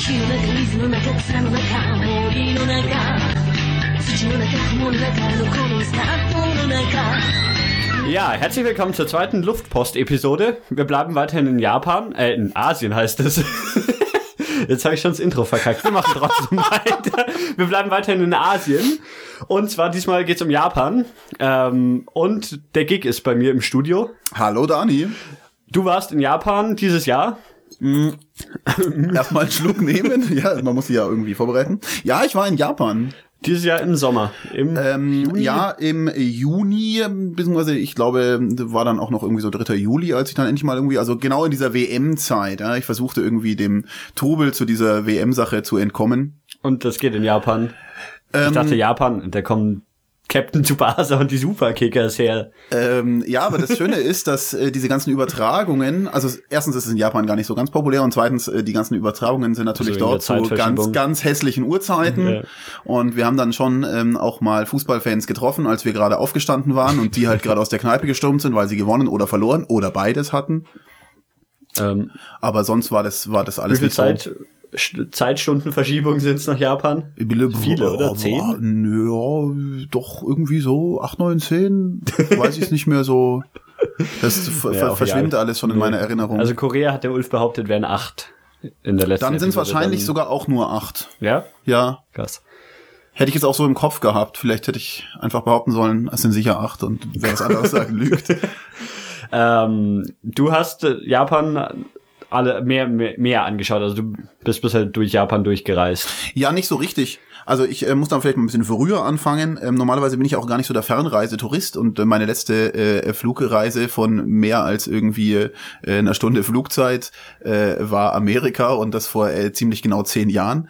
火の中水の中草の中森の中土の中雲の中残るスタートの中. Ja, herzlich willkommen zur zweiten Luftpost-Episode. Wir bleiben weiterhin in Japan, in Asien heißt es. Jetzt habe ich schon das Intro verkackt. Wir machen trotzdem weiter. Wir bleiben weiterhin in Asien. Und zwar diesmal geht's um Japan. Und der Gig ist bei mir im Studio. Hallo Dani. Du warst in Japan dieses Jahr. Erstmal einen Schluck nehmen. Ja, man muss sich ja irgendwie vorbereiten. Ja, ich war in Japan. Dieses Jahr im Sommer. Im Juni? Ja, im Juni, beziehungsweise ich glaube, war dann auch noch irgendwie so 3. Juli, als ich dann endlich mal irgendwie, also genau in dieser WM-Zeit, ja, ich versuchte irgendwie dem Trubel zu dieser WM-Sache zu entkommen. Und das geht in Japan. Ich dachte Japan, da kommen Captain Tsubasa und die Superkickers her. Ja, aber das Schöne ist, dass diese ganzen Übertragungen, also erstens ist es in Japan gar nicht so ganz populär und zweitens, die ganzen Übertragungen sind natürlich also dort zu ganz hässlichen Uhrzeiten. Ja. Und wir haben dann schon auch mal Fußballfans getroffen, als wir gerade aufgestanden waren und die halt gerade aus der Kneipe gestürmt sind, weil sie gewonnen oder verloren oder beides hatten. Aber sonst war das alles nicht so. Zeitstundenverschiebung sind es nach Japan? Viele, oder? 10? Ja, doch irgendwie so 8, 9, 10. Weiß ich es nicht mehr so. Das verschwindet alles schon in meiner Erinnerung. Also Korea hat der Ulf behauptet, wären 8 in der letzten Dann sind es wahrscheinlich sogar auch nur 8. Ja? Ja. Krass. Hätte ich jetzt auch so im Kopf gehabt. Vielleicht hätte ich einfach behaupten sollen, es sind sicher 8 und wer was anderes sagt, lügt. Du hast Japan alle mehr angeschaut, also du bist bisher durch Japan durchgereist. Ja, nicht so richtig. Also ich muss dann vielleicht mal ein bisschen früher anfangen. Normalerweise bin ich auch gar nicht so der Fernreisetourist und meine letzte Flugreise von mehr als irgendwie einer Stunde Flugzeit war Amerika und das vor ziemlich genau 10 Jahren.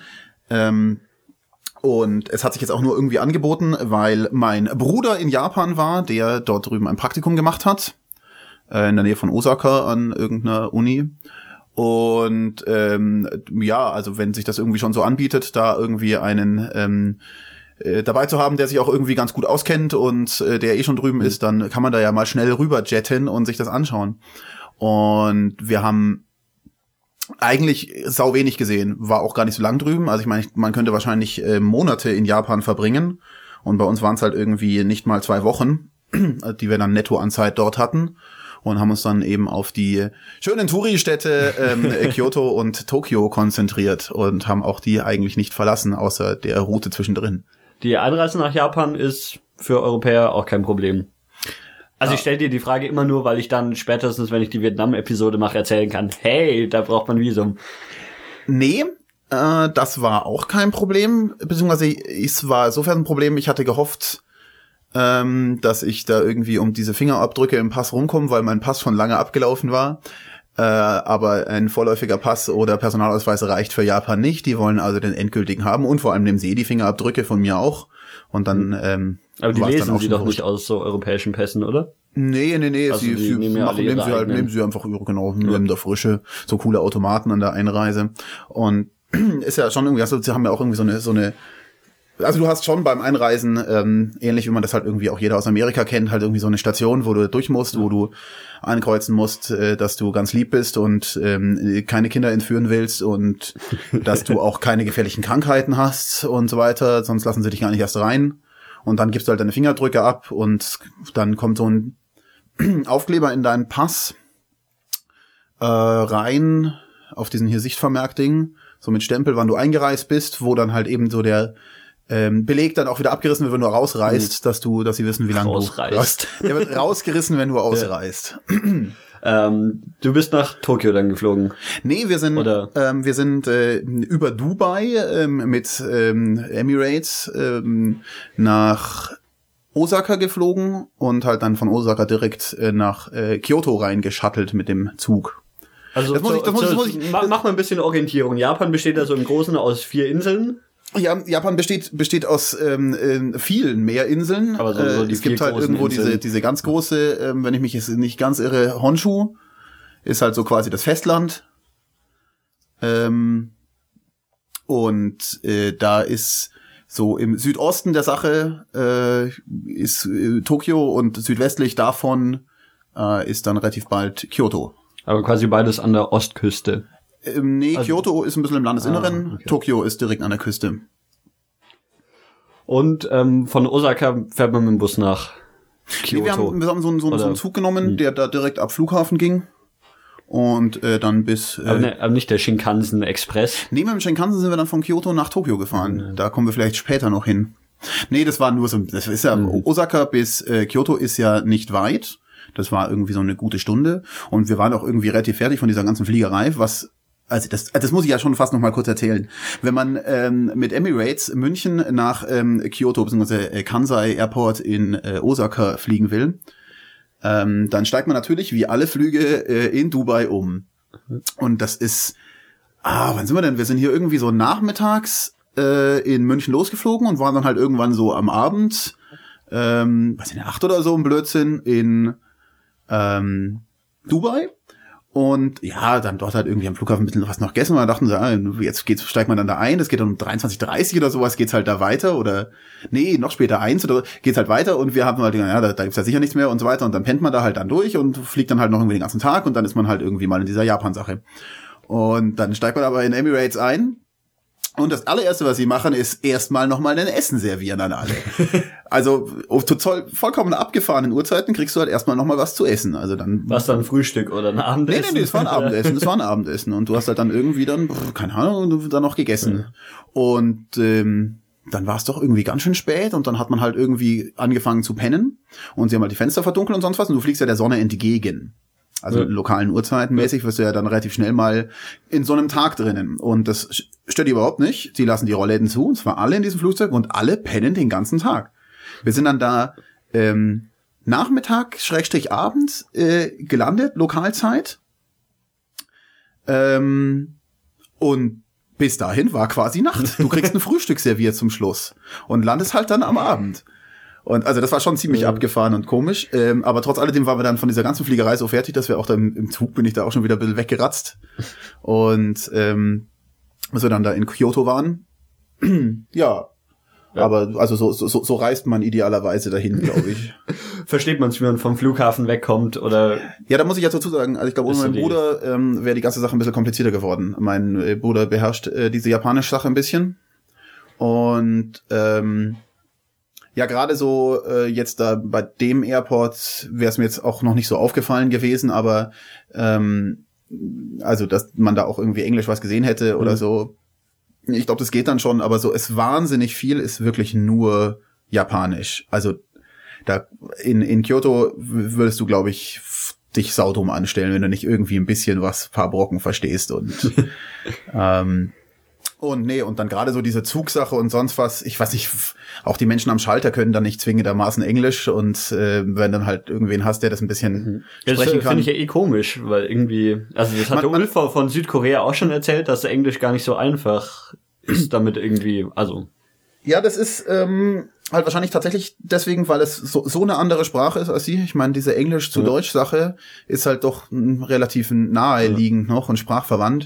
Und es hat sich jetzt auch nur irgendwie angeboten, weil mein Bruder in Japan war, der dort drüben ein Praktikum gemacht hat, in der Nähe von Osaka an irgendeiner Uni. Und ja, also wenn sich das irgendwie schon so anbietet, da irgendwie einen dabei zu haben, der sich auch irgendwie ganz gut auskennt und der schon drüben ist, dann kann man da ja mal schnell rüber jetten und sich das anschauen. Und wir haben eigentlich sau wenig gesehen, war auch gar nicht so lang drüben. Also ich meine, man könnte wahrscheinlich Monate in Japan verbringen und bei uns waren es halt irgendwie nicht mal 2 Wochen, die wir dann netto an Zeit dort hatten. Und haben uns dann eben auf die schönen Touri-Städte Kyoto und Tokio konzentriert und haben auch die eigentlich nicht verlassen, außer der Route zwischendrin. Die Einreise nach Japan ist für Europäer auch kein Problem. Also ich stelle dir die Frage immer nur, weil ich dann spätestens, wenn ich die Vietnam-Episode mache, erzählen kann, hey, da braucht man Visum. Nee, das war auch kein Problem, beziehungsweise es war insofern ein Problem, ich hatte gehofft, dass ich da irgendwie um diese Fingerabdrücke im Pass rumkomme, weil mein Pass schon lange abgelaufen war. Aber ein vorläufiger Pass oder Personalausweis reicht für Japan nicht. Die wollen also den endgültigen haben und vor allem nehmen sie die Fingerabdrücke von mir auch. Und dann aber die lesen sie doch nicht aus so europäischen Pässen, oder? Nee. Also sie nehmen sie einfach nehmen da frische, so coole Automaten an der Einreise. Und ist ja schon irgendwie, also sie haben ja auch irgendwie so eine also du hast schon beim Einreisen, ähnlich wie man das halt irgendwie auch jeder aus Amerika kennt, halt irgendwie so eine Station, wo du durch musst, wo du ankreuzen musst, dass du ganz lieb bist und keine Kinder entführen willst und dass du auch keine gefährlichen Krankheiten hast und so weiter, sonst lassen sie dich gar nicht erst rein. Und dann gibst du halt deine Fingerdrücke ab und dann kommt so ein Aufkleber in deinen Pass rein auf diesen hier Sichtvermerk-Ding, so mit Stempel, wann du eingereist bist, wo dann halt eben so der Beleg dann auch wieder abgerissen wird, wenn du rausreist, dass sie wissen, wie lange du ausreist. Der wird rausgerissen, wenn du ausreist. Du bist nach Tokio dann geflogen? Nee, wir sind über Dubai mit Emirates nach Osaka geflogen und halt dann von Osaka direkt nach Kyoto reingeschattelt mit dem Zug. Also mach mal ein bisschen Orientierung. Japan besteht also im Großen aus 4 Inseln. Ja, Japan besteht aus vielen mehr Inseln. Aber so es gibt halt irgendwo diese ganz große, wenn ich mich jetzt nicht ganz irre, Honshu ist halt so quasi das Festland. Und da ist so im Südosten der Sache ist Tokio und südwestlich davon ist dann relativ bald Kyoto. Aber quasi beides an der Ostküste. Nee, also, Kyoto ist ein bisschen im Landesinneren, okay. Tokio ist direkt an der Küste. Und von Osaka fährt man mit dem Bus nach Kyoto? Nee, wir haben so einen Zug genommen, der da direkt ab Flughafen ging. Und dann bis... aber nicht der Shinkansen Express? Nee, mit dem Shinkansen sind wir dann von Kyoto nach Tokio gefahren. Da kommen wir vielleicht später noch hin. Nee, das war nur so... Das ist ja Osaka bis Kyoto ist ja nicht weit. Das war irgendwie so eine gute Stunde. Und wir waren auch irgendwie relativ fertig von dieser ganzen Fliegerei, was... Also das muss ich ja schon fast noch mal kurz erzählen. Wenn man mit Emirates München nach Kyoto bzw. Kansai Airport in Osaka fliegen will, dann steigt man natürlich wie alle Flüge in Dubai um. Und das ist, wann sind wir denn? Wir sind hier irgendwie so nachmittags in München losgeflogen und waren dann halt irgendwann so am Abend, weiß ich nicht, 8 oder so, ein Blödsinn, in Dubai. Und ja, dann dort halt irgendwie am Flughafen ein bisschen was noch gegessen. Und dann dachten sie, jetzt steigt man dann da ein. Das geht dann um 23:30 oder sowas, geht's halt da weiter. Oder nee, noch später 1 oder geht's halt weiter. Und wir haben halt, ja, da gibt's ja sicher nichts mehr und so weiter. Und dann pennt man da halt dann durch und fliegt dann halt noch irgendwie den ganzen Tag. Und dann ist man halt irgendwie mal in dieser Japan-Sache. Und dann steigt man aber in Emirates ein. Und das allererste, was sie machen, ist erstmal nochmal ein Essen servieren an alle. Also zu vollkommen abgefahrenen Uhrzeiten kriegst du halt erstmal nochmal was zu essen. Also dann was dann Frühstück oder ein Abendessen? Nee, das war ein Abendessen. Das war ein Abendessen. Und du hast halt dann irgendwie dann, keine Ahnung, dann noch gegessen. Ja. Und dann war es doch irgendwie ganz schön spät. Und dann hat man halt irgendwie angefangen zu pennen. Und sie haben halt die Fenster verdunkelt und sonst was. Und du fliegst ja der Sonne entgegen. Also lokalen Uhrzeiten mäßig wirst du ja dann relativ schnell mal in so einem Tag drinnen. Und das stört die überhaupt nicht. Sie lassen die Rollläden zu, und zwar alle in diesem Flugzeug, und alle pennen den ganzen Tag. Wir sind dann da Nachmittag, Abend gelandet, Lokalzeit. Und bis dahin war quasi Nacht. Du kriegst ein Frühstück serviert zum Schluss und landest halt dann am Abend. Und also das war schon ziemlich abgefahren und komisch. Aber trotz alledem waren wir dann von dieser ganzen Fliegerei so fertig, dass wir auch da im Zug bin ich da auch schon wieder ein bisschen weggeratzt. Und als wir dann da in Kyoto waren, ja. Aber also so reist man idealerweise dahin, glaube ich. Versteht man, wie man vom Flughafen wegkommt, oder? Ja, da muss ich jetzt dazu sagen, also ich glaube, ohne meinen Bruder wäre die ganze Sache ein bisschen komplizierter geworden. Mein Bruder beherrscht diese japanische Sache ein bisschen. Und ja, gerade so jetzt da bei dem Airport wäre es mir jetzt auch noch nicht so aufgefallen gewesen, aber also, dass man da auch irgendwie Englisch was gesehen hätte oder so. Ich glaube, das geht dann schon, aber so es wahnsinnig viel ist wirklich nur Japanisch. Also da in Kyoto würdest du, glaube ich, dich saudumm anstellen, wenn du nicht irgendwie ein bisschen paar Brocken verstehst und und dann gerade so diese Zugsache und sonst was, ich weiß nicht, auch die Menschen am Schalter können dann nicht zwingendermaßen Englisch und wenn dann halt irgendwen hast, der das ein bisschen sprechen kann. Das finde ich ja komisch, weil irgendwie, also das hat der Ulf von Südkorea auch schon erzählt, dass Englisch gar nicht so einfach ist damit irgendwie, also. Ja, das ist halt wahrscheinlich tatsächlich deswegen, weil es so eine andere Sprache ist als sie. Ich meine, diese Englisch zu Deutsch Sache ist halt doch relativ naheliegend noch und sprachverwandt.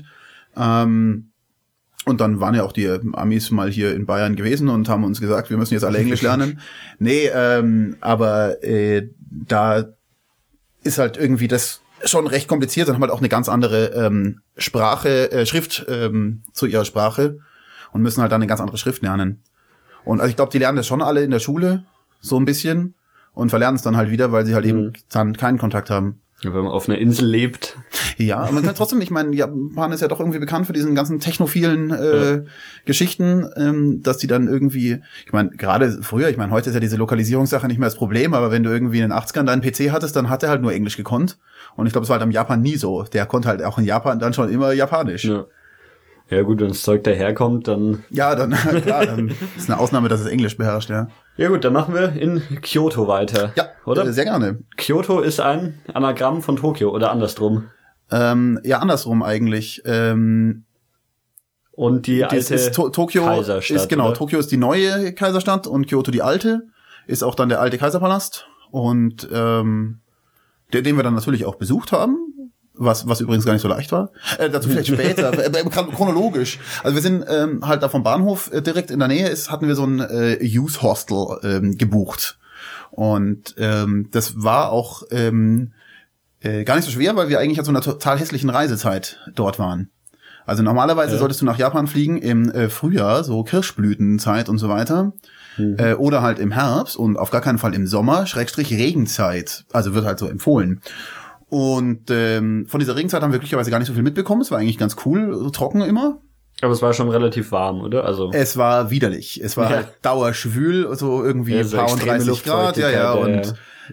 Und dann waren ja auch die Amis mal hier in Bayern gewesen und haben uns gesagt, wir müssen jetzt alle Englisch lernen. Nee, aber da ist halt irgendwie das schon recht kompliziert und haben halt auch eine ganz andere Schrift zu ihrer Sprache und müssen halt dann eine ganz andere Schrift lernen. Und also ich glaube, die lernen das schon alle in der Schule, so ein bisschen, und verlernen es dann halt wieder, weil sie halt eben dann keinen Kontakt haben. Ja, wenn man auf einer Insel lebt. Ja, aber man kann trotzdem, ich meine, Japan ist ja doch irgendwie bekannt für diesen ganzen technophilen Geschichten, dass die dann irgendwie, ich meine, gerade früher, ich meine, heute ist ja diese Lokalisierungssache nicht mehr das Problem, aber wenn du irgendwie in den 80ern deinen PC hattest, dann hat er halt nur Englisch gekonnt. Und ich glaube, es war halt am Japan nie so. Der konnte halt auch in Japan dann schon immer Japanisch. Ja gut, wenn das Zeug daherkommt, dann... Ja, dann, klar, dann ist eine Ausnahme, dass es Englisch beherrscht, ja. Ja gut, dann machen wir in Kyoto weiter. Ja, oder? Sehr gerne. Kyoto ist ein Anagramm von Tokio, oder andersrum? Ja, andersrum eigentlich. Und die alte Tokio Kaiserstadt, ist, genau, oder? Tokio ist die neue Kaiserstadt und Kyoto die alte. Ist auch dann der alte Kaiserpalast. Und den wir dann natürlich auch besucht haben. Was übrigens gar nicht so leicht war. Dazu vielleicht später, chronologisch. Also wir sind halt da vom Bahnhof direkt in der Nähe hatten wir so ein Youth Hostel gebucht. Und das war auch gar nicht so schwer, weil wir eigentlich an so einer total hässlichen Reisezeit dort waren. Also normalerweise solltest du nach Japan fliegen im Frühjahr, so Kirschblütenzeit und so weiter. Oder halt im Herbst und auf gar keinen Fall im Sommer, / Regenzeit. Also wird halt so empfohlen. Und von dieser Regenzeit haben wir glücklicherweise gar nicht so viel mitbekommen. Es war eigentlich ganz cool, so trocken immer. Aber es war schon relativ warm, oder? Also es war widerlich. Es war halt dauerschwül, so irgendwie so paar und 30 Grad. Ja, und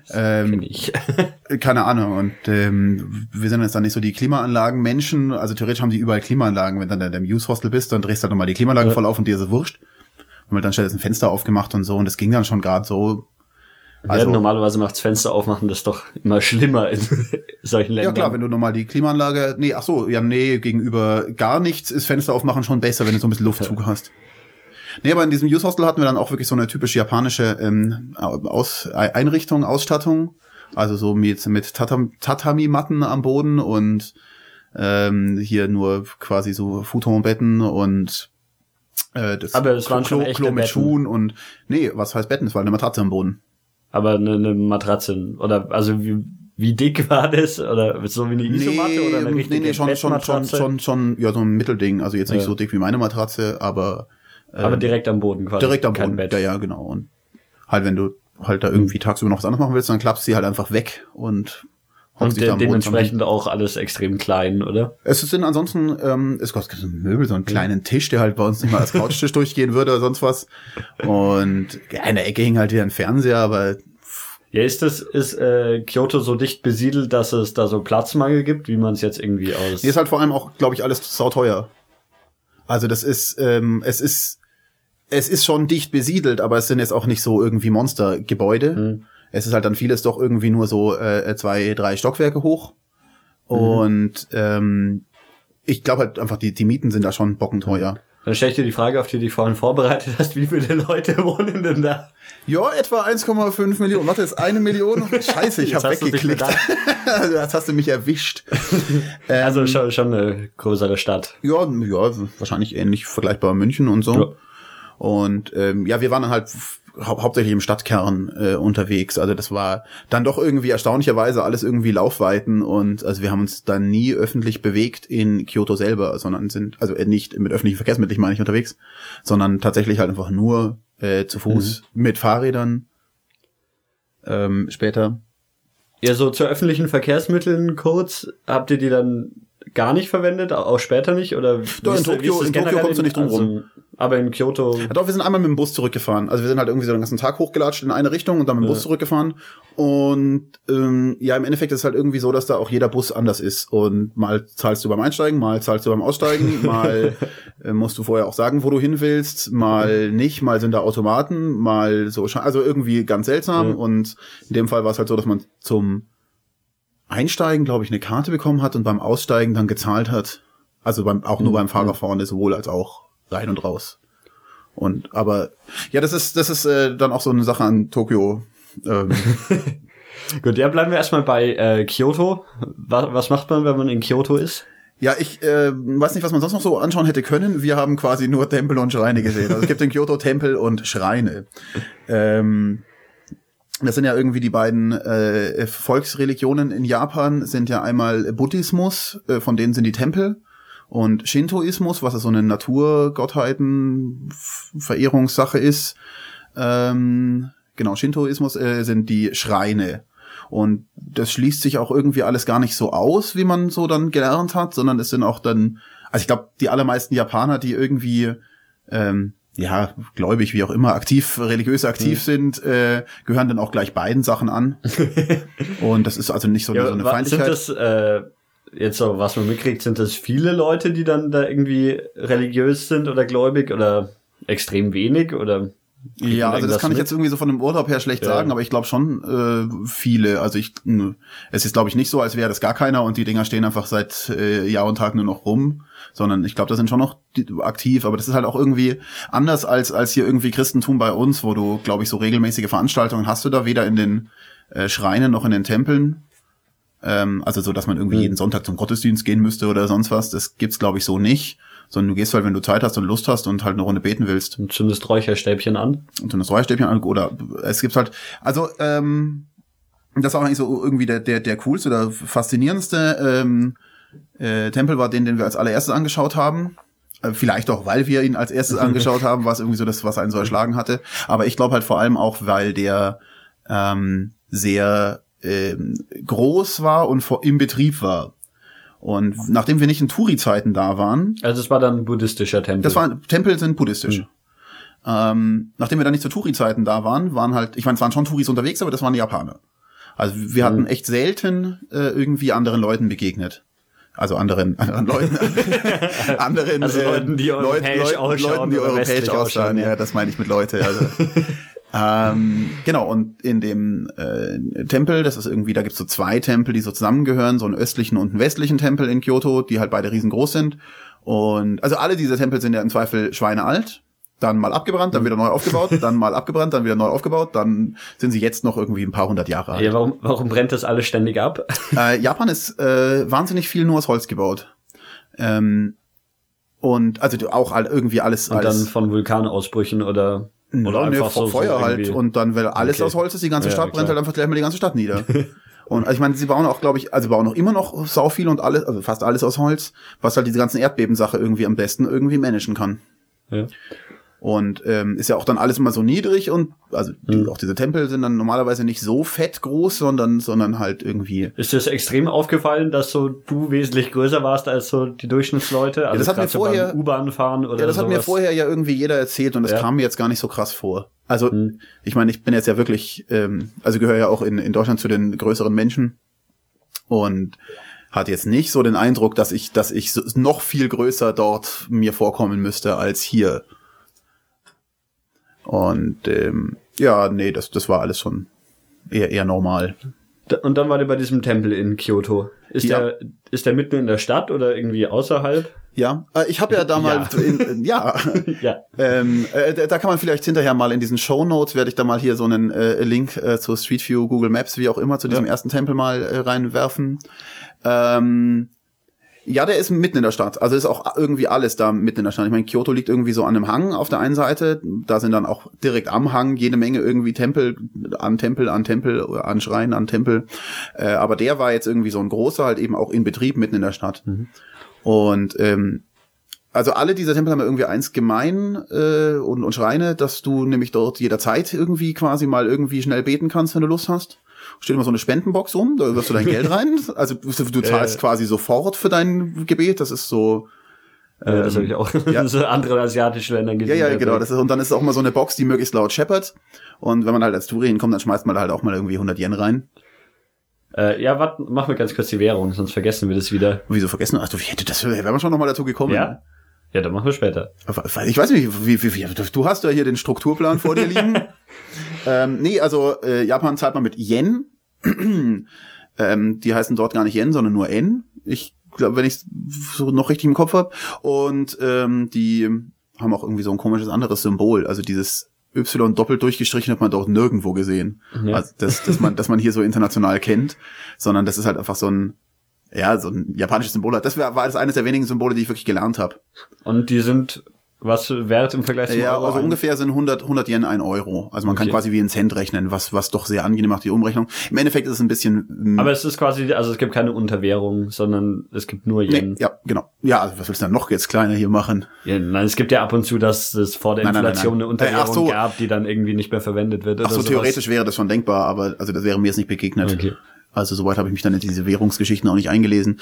keine Ahnung. Und wir sind jetzt dann nicht so die Klimaanlagen-Menschen. Also theoretisch haben die überall Klimaanlagen. Wenn du dann in deinem Youth-Hostel bist, dann drehst du halt nochmal die Klimaanlage voll auf und dir ist es wurscht. Und dann stellst du ein Fenster aufgemacht und so. Und das ging dann schon gerade so. Also normalerweise macht's Fenster aufmachen, das ist doch immer schlimmer in solchen Ländern. Ja klar, wenn du nochmal die Klimaanlage, gegenüber gar nichts ist Fenster aufmachen schon besser, wenn du so ein bisschen Luftzug hast. Nee, aber in diesem Youth Hostel hatten wir dann auch wirklich so eine typisch japanische Einrichtung, Ausstattung. Also so mit Tatami-Matten am Boden und hier nur quasi so Futonbetten und aber es waren schon echte Klo mit Betten. Schuhen und was heißt Betten? Es war eine Matratze am Boden. Aber eine Matratze, oder also wie dick war das? Oder so wie eine Isomatte oder eine richtige Bettmatratze? Schon, ja, so ein Mittelding. Also jetzt nicht so dick wie meine Matratze, aber direkt am Boden quasi. Direkt am Boden, Bett. Ja, genau. Und halt, wenn du halt da irgendwie tagsüber noch was anderes machen willst, dann klappst du sie halt einfach weg und hockst dich da am Boden. Dementsprechend auch alles extrem klein, oder? Es sind ansonsten, es gibt so ein Möbel, so einen kleinen Tisch, der halt bei uns nicht mal als Couchtisch durchgehen würde oder sonst was. Und in der Ecke hing halt wieder ein Fernseher, aber ja, ist Kyoto so dicht besiedelt, dass es da so Platzmangel gibt, wie man es jetzt irgendwie aus... Hier ist halt vor allem auch, glaube ich, alles sauteuer. Also das ist, es ist schon dicht besiedelt, aber es sind jetzt auch nicht so irgendwie Monstergebäude. Es ist halt dann vieles doch irgendwie nur so 2, 3 Stockwerke hoch. Und ich glaube halt einfach, die Mieten sind da schon bockenteuer. Dann stelle ich dir die Frage, auf die du dich vorhin vorbereitet hast, wie viele Leute wohnen denn da? Ja, etwa 1,5 Millionen. Warte, jetzt 1 Million? Scheiße, ich habe weggeklickt. Jetzt hast du mich erwischt. Also schon eine größere Stadt. Ja, wahrscheinlich ähnlich vergleichbar München und so. Ja. Und wir waren dann halt hauptsächlich im Stadtkern unterwegs. Also das war dann doch irgendwie erstaunlicherweise alles irgendwie Laufweiten und also wir haben uns dann nie öffentlich bewegt in Kyoto selber, sondern sind also nicht mit öffentlichen Verkehrsmitteln meine ich unterwegs, sondern tatsächlich halt einfach nur zu Fuß mit Fahrrädern später. Ja, so zu öffentlichen Verkehrsmitteln kurz, habt ihr die dann gar nicht verwendet, auch später nicht? Oder doch, in Tokio kommst du nicht drum rum. Aber in Kyoto... Ja, doch, wir sind einmal mit dem Bus zurückgefahren. Also wir sind halt irgendwie so den ganzen Tag hochgelatscht in eine Richtung und dann mit dem Bus zurückgefahren. Und im Endeffekt ist es halt irgendwie so, dass da auch jeder Bus anders ist. Und mal zahlst du beim Einsteigen, mal zahlst du beim Aussteigen, mal musst du vorher auch sagen, wo du hin willst, mal nicht, mal sind da Automaten, mal so. Also irgendwie ganz seltsam. Und in dem Fall war es halt so, dass man zum Einsteigen, glaube ich, eine Karte bekommen hat und beim Aussteigen dann gezahlt hat. Also nur beim Fahrer vorne, sowohl als auch rein und raus. Aber ja, das ist dann auch so eine Sache an Tokio. Gut, ja, bleiben wir erstmal bei Kyoto. Was macht man, wenn man in Kyoto ist? Ja, ich weiß nicht, was man sonst noch so anschauen hätte können. Wir haben quasi nur Tempel und Schreine gesehen. Also es gibt in Kyoto Tempel und Schreine. Das sind ja irgendwie die beiden Volksreligionen in Japan, sind ja einmal Buddhismus, von denen sind die Tempel, und Shintoismus, was so eine Naturgottheiten-Verehrungssache ist. Genau, Shintoismus sind die Schreine. Und das schließt sich auch irgendwie alles gar nicht so aus, wie man so dann gelernt hat, sondern es sind auch dann, also ich glaube, die allermeisten Japaner, die irgendwie gläubig, wie auch immer, religiös aktiv sind, gehören dann auch gleich beiden Sachen an. Und das ist also nicht so eine Feindlichkeit. Sind das, jetzt so, was man mitkriegt, sind das viele Leute, die dann da irgendwie religiös sind oder gläubig oder extrem wenig oder? Ja, also das kann ich jetzt irgendwie so von dem Urlaub her schlecht sagen, aber ich glaube schon viele. Also es ist glaube ich nicht so, als wäre das gar keiner und die Dinger stehen einfach seit Jahr und Tag nur noch rum, sondern ich glaube, da sind schon noch aktiv, aber das ist halt auch irgendwie anders als hier irgendwie Christentum bei uns, wo du, glaube ich, so regelmäßige Veranstaltungen hast du da weder in den Schreinen noch in den Tempeln. Also so, dass man irgendwie jeden Sonntag zum Gottesdienst gehen müsste oder sonst was, das gibt's glaube ich so nicht. Sondern du gehst halt, wenn du Zeit hast und Lust hast und halt eine Runde beten willst. Und zündest Räucherstäbchen an. Oder es gibt halt, also das ist auch eigentlich so irgendwie der coolste oder faszinierendste Tempel war den wir als allererstes angeschaut haben. Vielleicht auch, weil wir ihn als erstes angeschaut haben, war es irgendwie so das, was einen so erschlagen hatte. Aber ich glaube halt vor allem auch, weil der sehr groß war und im Betrieb war. Und nachdem wir nicht in Touri-Zeiten da waren... Also es war dann ein buddhistischer Tempel. Tempel sind buddhistisch. Nachdem wir dann nicht zu Touri-Zeiten da waren halt... Ich meine, es waren schon Touris unterwegs, aber das waren Japaner. Also wir hatten echt selten irgendwie anderen Leuten begegnet. Also anderen Leuten. anderen also Leuten, die europäisch ausschauen. Leuten, die europäisch ausschauen, ja, das meine ich mit Leute. Also. Genau, und in dem Tempel, das ist irgendwie, da gibt's so 2 Tempel, die so zusammengehören, so einen östlichen und einen westlichen Tempel in Kyoto, die halt beide riesengroß sind. Und also alle diese Tempel sind ja im Zweifel schweinealt. Dann mal abgebrannt, dann wieder neu aufgebaut, dann mal abgebrannt, dann wieder neu aufgebaut, dann sind sie jetzt noch irgendwie ein paar hundert Jahre alt. Ja, warum brennt das alles ständig ab? Japan ist wahnsinnig viel nur aus Holz gebaut. Und also auch irgendwie alles... Und dann von Vulkanausbrüchen oder einfach so Feuer so halt. Und dann, weil alles aus Holz ist, die ganze Stadt brennt halt einfach gleich mal die ganze Stadt nieder. Und also ich meine, sie bauen auch, glaube ich, also bauen auch immer noch sau viel und alles, also fast alles aus Holz, was halt diese ganzen Erdbebensache irgendwie am besten irgendwie managen kann. Ja. Und ist ja auch dann alles immer so niedrig und also auch diese Tempel sind dann normalerweise nicht so fett groß, sondern halt irgendwie. Ist dir das extrem aufgefallen, dass so du wesentlich größer warst als so die Durchschnittsleute? Also ja, das hat mir vorher so U-Bahn fahren oder ja, das sowas. Hat mir vorher ja irgendwie jeder erzählt und das kam mir jetzt gar nicht so krass vor. Also ich meine, ich bin jetzt ja wirklich, also gehöre ja auch in Deutschland zu den größeren Menschen und hatte jetzt nicht so den Eindruck, dass ich noch viel größer dort mir vorkommen müsste als hier. Und ja, nee, das war alles schon eher normal. Und dann war der bei diesem Tempel in Kyoto. Ist der mitten in der Stadt oder irgendwie außerhalb? Ja, ich habe ja damals ja. Da kann man vielleicht hinterher mal in diesen Shownotes, werde ich da mal hier so einen Link zu Street View, Google Maps, wie auch immer, zu diesem ersten Tempel mal reinwerfen. Ja, der ist mitten in der Stadt. Also ist auch irgendwie alles da mitten in der Stadt. Ich meine, Kyoto liegt irgendwie so an einem Hang auf der einen Seite. Da sind dann auch direkt am Hang jede Menge irgendwie Tempel, an Schrein, an Tempel. Aber der war jetzt irgendwie so ein großer, halt eben auch in Betrieb mitten in der Stadt. Und also alle diese Tempel haben ja irgendwie eins gemein und Schreine, dass du nämlich dort jederzeit irgendwie quasi mal irgendwie schnell beten kannst, wenn du Lust hast. Steht immer so eine Spendenbox rum, da wirfst du dein Geld rein. Also du zahlst quasi sofort für dein Gebet. Das ist so. Das habe ich auch in so anderen asiatischen Ländern gesehen. Ja, genau. Und dann ist auch immer so eine Box, die möglichst laut scheppert. Und wenn man halt als Touri hinkommt, dann schmeißt man da halt auch mal irgendwie 100 Yen rein. Ja, warte, mach mir ganz kurz die Währung, sonst vergessen wir das wieder. Wieso vergessen? Ach, wären wir schon nochmal dazu gekommen. Ja? Ja, dann machen wir später. Ich weiß nicht, wie du hast ja hier den Strukturplan vor dir liegen. Nee, also Japan zahlt man mit Yen. Die heißen dort gar nicht Yen, sondern nur N. Ich glaube, wenn ich so noch richtig im Kopf habe. Und die haben auch irgendwie so ein komisches anderes Symbol. Also dieses Y doppelt durchgestrichen hat man dort nirgendwo gesehen. Ja. Also dass man hier so international kennt, sondern das ist halt einfach so ein japanisches Symbol. Das war das eines der wenigen Symbole, die ich wirklich gelernt habe. Und die sind was wert im Vergleich zum Euro? Ja, also ungefähr sind 100 Yen 1 Euro. Also man kann quasi wie einen Cent rechnen, was doch sehr angenehm macht, die Umrechnung. Im Endeffekt ist es ein bisschen... Aber es ist quasi, also es gibt keine Unterwährung, sondern es gibt nur Yen. Nee, ja, genau. Ja, also was willst du denn noch jetzt kleiner hier machen? Ja, nein, es gibt ja ab und zu, dass es vor der Inflation eine Unterwährung gab, die dann irgendwie nicht mehr verwendet wird. Oder so, theoretisch wäre das schon denkbar, aber also das wäre mir jetzt nicht begegnet. Okay. Also soweit habe ich mich dann in diese Währungsgeschichten auch nicht eingelesen.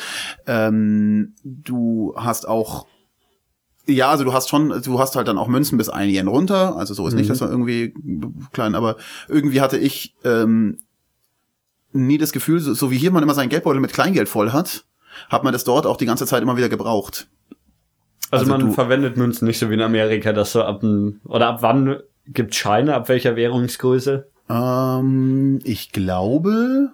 Du hast auch... Ja, also du hast halt dann auch Münzen bis 1 Yen runter, also so ist nicht, das war irgendwie klein, aber irgendwie hatte ich nie das Gefühl, so wie hier man immer seinen Geldbeutel mit Kleingeld voll hat man das dort auch die ganze Zeit immer wieder gebraucht. Also man verwendet Münzen nicht so wie in Amerika, dass so ab wann gibt's Scheine, ab welcher Währungsgröße? Ich glaube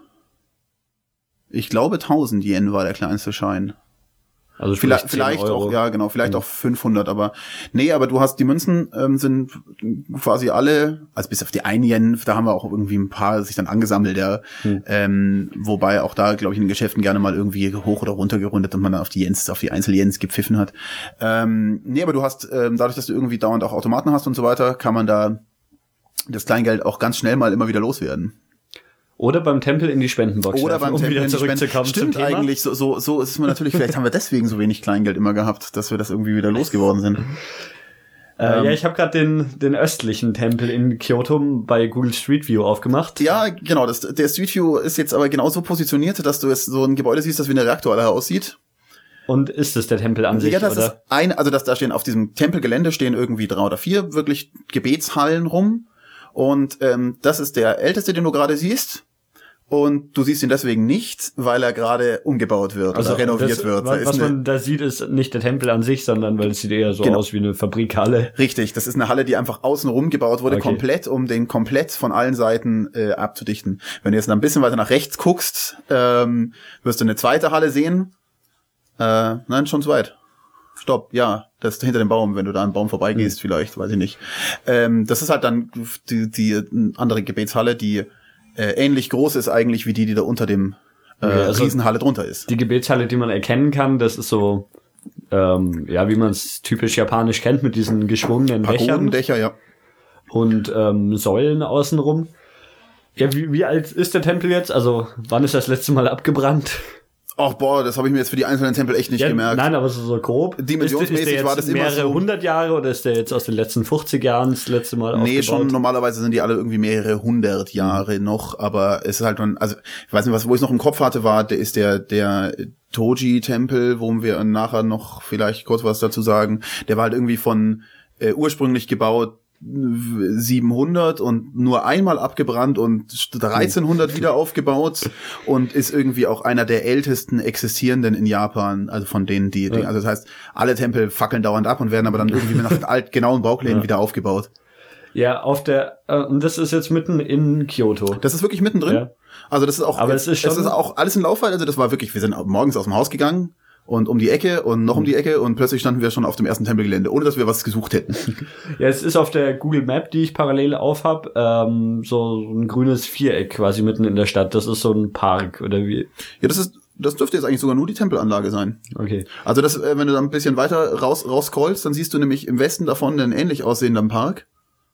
1000 Yen war der kleinste Schein. Also vielleicht auch, ja genau, vielleicht auch 500, aber du hast, die Münzen sind quasi alle, also bis auf die 1 Yen, da haben wir auch irgendwie ein paar sich dann angesammelt, ja. Wobei auch da, glaube ich, in den Geschäften gerne mal irgendwie hoch oder runter gerundet und man dann auf die Einzel-Yens gepfiffen hat. Aber du hast, dadurch, dass du irgendwie dauernd auch Automaten hast und so weiter, kann man da das Kleingeld auch ganz schnell mal immer wieder loswerden. Oder beim Tempel in die Spendenbox. Oder beim Tempel wieder in die zurückzukommen. Stimmt eigentlich, so ist es mir natürlich, vielleicht haben wir deswegen so wenig Kleingeld immer gehabt, dass wir das irgendwie wieder losgeworden sind. Ja, ich habe gerade den östlichen Tempel in Kyoto bei Google Street View aufgemacht. Ja, genau, der Street View ist jetzt aber genauso positioniert, dass du jetzt so ein Gebäude siehst, das wie eine Reaktorhalle aussieht. Und ist es der Tempel an sich, ja, das oder? ist da stehen auf diesem Tempelgelände stehen irgendwie 3 oder 4 wirklich Gebetshallen rum. Und das ist der älteste, den du gerade siehst. Und du siehst ihn deswegen nicht, weil er gerade umgebaut wird oder renoviert wird. Was man da sieht, ist nicht der Tempel an sich, sondern weil es sieht eher so aus wie eine Fabrikhalle. Richtig, das ist eine Halle, die einfach außenrum gebaut wurde, komplett, um den komplett von allen Seiten abzudichten. Wenn du jetzt ein bisschen weiter nach rechts guckst, wirst du eine zweite Halle sehen. Nein, schon zu weit. Stopp, ja, das ist hinter dem Baum, wenn du da an einem Baum vorbeigehst, vielleicht, weiß ich nicht. Das ist halt dann die andere Gebetshalle, die ähnlich groß ist eigentlich wie die da unter dem Riesenhalle drunter ist. Die Gebetshalle, die man erkennen kann, das ist so, wie man es typisch japanisch kennt, mit diesen geschwungenen Pagodendächer, ja. Und Säulen außenrum. Ja, wie alt ist der Tempel jetzt? Also, wann ist das letzte Mal abgebrannt? Ach boah, das habe ich mir jetzt für die einzelnen Tempel echt nicht gemerkt. Nein, aber so grob. Dimensionsmäßig war das immer so. Mehrere 100 Jahre oder ist der jetzt aus den letzten 50 Jahren das letzte Mal aufgebaut? Nee, schon normalerweise sind die alle irgendwie mehrere 100 Jahre noch, aber es ist halt also ich weiß nicht, wo ich noch im Kopf hatte, ist der Toji-Tempel, wo wir nachher noch vielleicht kurz was dazu sagen. Der war halt irgendwie von ursprünglich gebaut 700 und nur einmal abgebrannt und 1300 wieder aufgebaut und ist irgendwie auch einer der ältesten existierenden in Japan, also von denen also das heißt, alle Tempel fackeln dauernd ab und werden aber dann irgendwie nach genauen Bauplänen wieder aufgebaut. Ja, und das ist jetzt mitten in Kyoto. Das ist wirklich mittendrin. Ja. Also das ist auch, aber es ist auch alles in Laufweite, also das war wirklich, wir sind morgens aus dem Haus gegangen und um die Ecke und noch um die Ecke und plötzlich standen wir schon auf dem ersten Tempelgelände, ohne dass wir was gesucht hätten. Ja, es ist auf der Google Map, die ich parallel aufhab, so ein grünes Viereck quasi mitten in der Stadt. Das ist so ein Park, oder wie? Ja, das dürfte jetzt eigentlich sogar nur die Tempelanlage sein. Okay. Also wenn du da ein bisschen weiter rausscrollst, dann siehst du nämlich im Westen davon einen ähnlich aussehenden Park.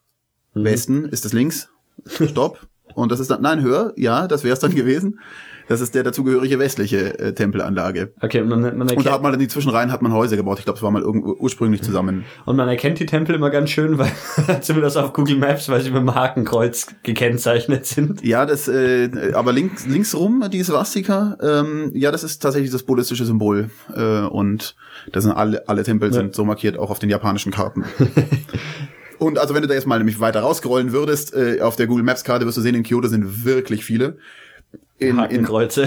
Westen ist das links. Stopp. Und das ist dann, nein, höher. Ja, das wäre es dann gewesen. Das ist der dazugehörige westliche Tempelanlage. Okay, und da hat man in die Zwischenreihen Häuser gebaut. Ich glaube, es war mal ursprünglich zusammen. Und man erkennt die Tempel immer ganz schön, weil zumindest auf Google Maps, weil sie mit dem Hakenkreuz gekennzeichnet sind. Ja, aber links rum, die Swastika, das ist tatsächlich das buddhistische Symbol. Und das sind alle Tempel sind so markiert, auch auf den japanischen Karten. Und also wenn du da jetzt mal nämlich weiter rausrollen würdest, auf der Google Maps Karte wirst du sehen, in Kyoto sind wirklich viele. Hakenkreuze.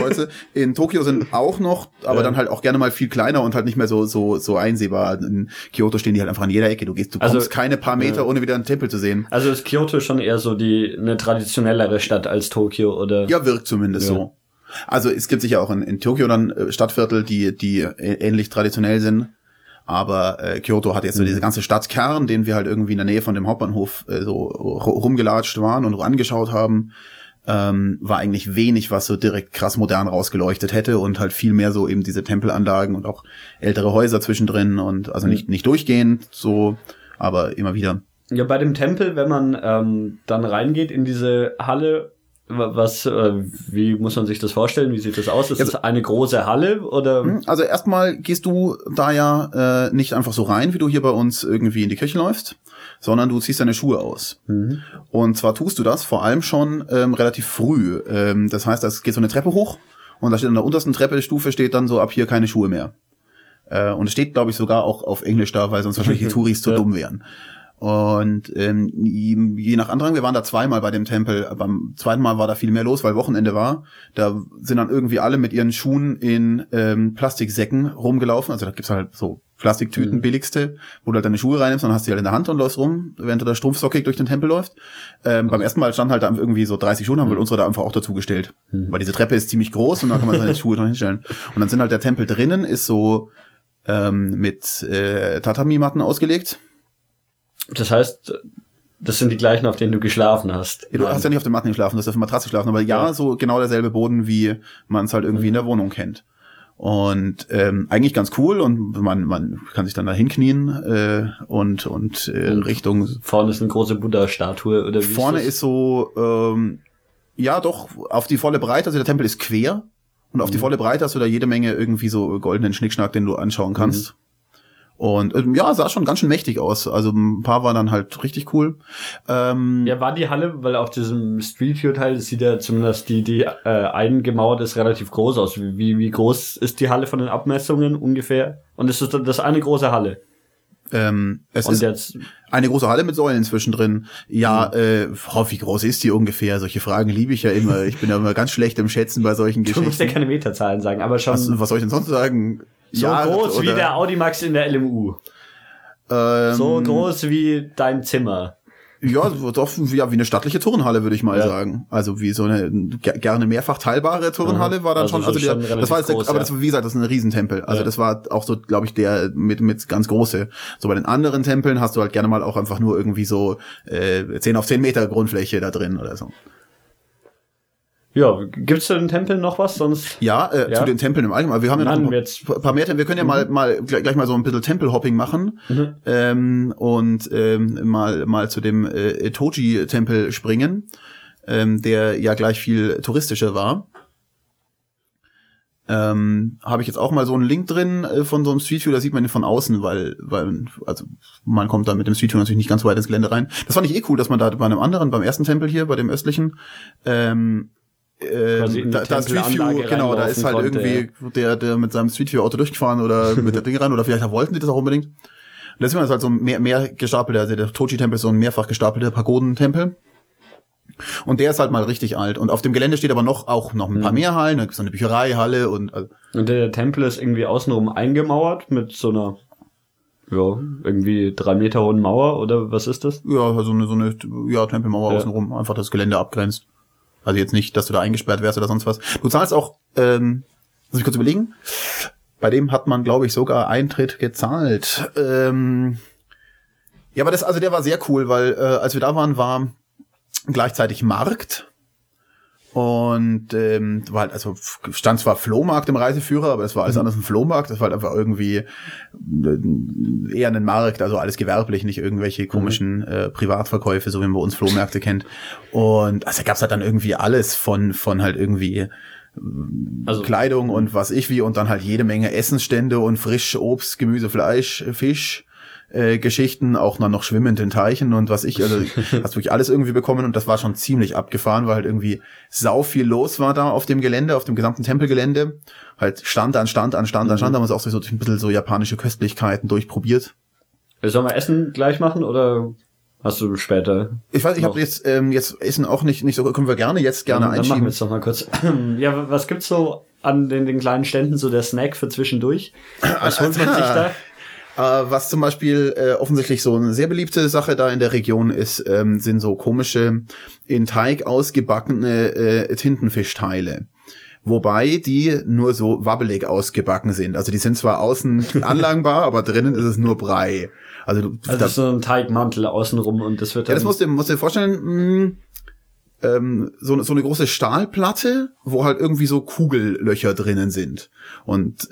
In Tokio sind auch noch, aber dann halt auch gerne mal viel kleiner und halt nicht mehr so einsehbar. In Kyoto stehen die halt einfach an jeder Ecke. Du kommst keine paar Meter, ohne wieder einen Tempel zu sehen. Also ist Kyoto schon eher so eine traditionellere Stadt als Tokio, oder? Ja, wirkt zumindest so. Also es gibt sicher auch in Tokio dann Stadtviertel, die ähnlich traditionell sind. Aber Kyoto hat jetzt so diese ganze Stadtkern, den wir halt irgendwie in der Nähe von dem Hauptbahnhof so rumgelatscht waren und angeschaut haben. War eigentlich wenig, was so direkt krass modern rausgeleuchtet hätte und halt viel mehr so eben diese Tempelanlagen und auch ältere Häuser zwischendrin und also nicht durchgehend so, aber immer wieder. Ja, bei dem Tempel, wenn man dann reingeht in diese Halle, wie muss man sich das vorstellen? Wie sieht das aus? Ist das eine große Halle oder? Also erstmal gehst du da ja nicht einfach so rein, wie du hier bei uns irgendwie in die Kirche läufst, sondern du ziehst deine Schuhe aus. Und zwar tust du das vor allem schon relativ früh. Das heißt, es geht so eine Treppe hoch und da steht an der untersten Treppestufe steht dann so ab hier keine Schuhe mehr. Und es steht, glaube ich, sogar auch auf Englisch da, weil sonst wahrscheinlich die Touris zu dumm wären. Und je nach Andrang, wir waren da zweimal bei dem Tempel, beim zweiten Mal war da viel mehr los, weil Wochenende war. Da sind dann irgendwie alle mit ihren Schuhen in Plastiksäcken rumgelaufen. Also da gibt's halt so Plastiktüten, billigste, wo du halt deine Schuhe reinnimmst, dann hast du die halt in der Hand und läufst rum, während du da strumpfsockig durch den Tempel läufst. Beim ersten Mal standen halt da irgendwie so 30 Schuhe, haben wir unsere da einfach auch dazu gestellt. Weil diese Treppe ist ziemlich groß und da kann man seine Schuhe dran hinstellen. Und dann sind halt der Tempel drinnen, ist so mit Tatami-Matten ausgelegt. Das heißt, das sind die gleichen, auf denen du geschlafen hast. Ja, du hast ja nicht auf den Matten geschlafen, du hast auf der Matratze geschlafen, aber so genau derselbe Boden, wie man es halt irgendwie in der Wohnung kennt. Und eigentlich ganz cool und man kann sich dann da hinknien und Richtung... Vorne ist eine große Buddha-Statue oder wie? Vorne ist so Ja, doch, auf die volle Breite, also der Tempel ist quer und auf die volle Breite hast du da jede Menge irgendwie so goldenen Schnickschnack, den du anschauen kannst. Und ja, sah schon ganz schön mächtig aus. Also ein paar waren dann halt richtig cool. Ja, war die Halle, weil auf diesem Street View Teil sieht ja zumindest die eingemauert ist relativ groß aus. Wie groß ist die Halle von den Abmessungen ungefähr? Und ist das eine große Halle? Es ist jetzt eine große Halle mit Säulen zwischendrin. Ja, wie groß ist die ungefähr? Solche Fragen liebe ich ja immer. Ich bin ja immer ganz schlecht im Schätzen bei solchen Du Geschichten. musst ja keine Meterzahlen sagen, aber schon Was soll ich denn sonst sagen? so ja, groß wie der Audimax in der LMU. So groß wie dein Zimmer. Ja, doch, ja, wie eine stattliche Turnhalle, würde ich mal Ja. sagen. Also wie so eine gerne mehrfach teilbare Turnhalle war dann Also schon. Also schon das war jetzt relativ groß, aber ja. das, wie gesagt, das ist ein Riesentempel. Also das war auch so, glaube ich, der mit ganz große. So bei den anderen Tempeln hast du halt gerne mal auch einfach nur irgendwie so 10 auf 10 Meter Grundfläche da drin oder so. Ja, gibt's zu den Tempeln noch was? Sonst Ja, zu den Tempeln im Allgemeinen. Wir haben ja noch Nein, ein paar mehr Tempel. Wir können ja mal gleich mal so ein bisschen Tempelhopping machen und mal zu dem Toji-Tempel springen, der ja gleich viel touristischer war. Habe ich jetzt auch mal so einen Link drin von so einem Street View, da sieht man ihn von außen, weil also man kommt da mit dem Street View natürlich nicht ganz weit ins Gelände rein. Das fand ich cool, dass man da bei einem anderen, beim ersten Tempel hier, bei dem östlichen, quasi in die da Street View, Tempelanlage genau, da reinlaufen ist halt konnte, irgendwie der mit seinem Street View Auto durchgefahren oder mit der Ding rein oder vielleicht wollten die das auch unbedingt. Und da sieht man, das halt so ein mehr gestapelter, also der Toji-Tempel ist so ein mehrfach gestapelter Pagodentempel. Und der ist halt mal richtig alt. Und auf dem Gelände steht aber noch ein paar mehr Hallen, da gibt's so eine Büchereihalle und Und der Tempel ist irgendwie außenrum eingemauert mit so einer, ja, irgendwie 3 Meter hohen Mauer, oder was ist das? ja, so eine Tempelmauer außenrum, einfach das Gelände abgrenzt. Also jetzt nicht, dass du da eingesperrt wärst oder sonst was. Du zahlst auch, muss ich kurz überlegen, bei dem hat man, glaube ich, sogar Eintritt gezahlt. Ja, aber der war sehr cool, weil als wir da waren, war gleichzeitig Markt. Und war halt, also stand zwar Flohmarkt im Reiseführer, aber es war alles anders ein Flohmarkt. Das war halt einfach irgendwie eher ein Markt, also alles gewerblich, nicht irgendwelche komischen Privatverkäufe, so wie man bei uns Flohmärkte kennt. Und also gab's halt dann irgendwie alles von halt irgendwie Kleidung und was ich wie und dann halt jede Menge Essensstände und frisch Obst, Gemüse, Fleisch, Fisch. Geschichten, auch noch schwimmend in Teichen und was ich, also hast wirklich alles irgendwie bekommen und das war schon ziemlich abgefahren, weil halt irgendwie sau viel los war da auf dem Gelände, auf dem gesamten Tempelgelände. Halt Stand an Stand, haben wir uns auch so ein bisschen so japanische Köstlichkeiten durchprobiert. Sollen wir Essen gleich machen oder hast du später? Ich weiß, ich habe jetzt Essen auch nicht so, können wir gerne Dann einschieben. machen wir jetzt noch mal kurz. Ja, was gibt's so an den kleinen Ständen, so der Snack für zwischendurch? Was holt man sich da? Was zum Beispiel offensichtlich so eine sehr beliebte Sache da in der Region ist, sind so komische, in Teig ausgebackene Tintenfischteile. Wobei die nur so wabbelig ausgebacken sind. Also die sind zwar außen anlangbar, aber drinnen ist es nur Brei. Also das ist so ein Teigmantel außenrum und das wird dann... Ja, das musst du dir vorstellen, so eine große Stahlplatte, wo halt irgendwie so Kugellöcher drinnen sind. Und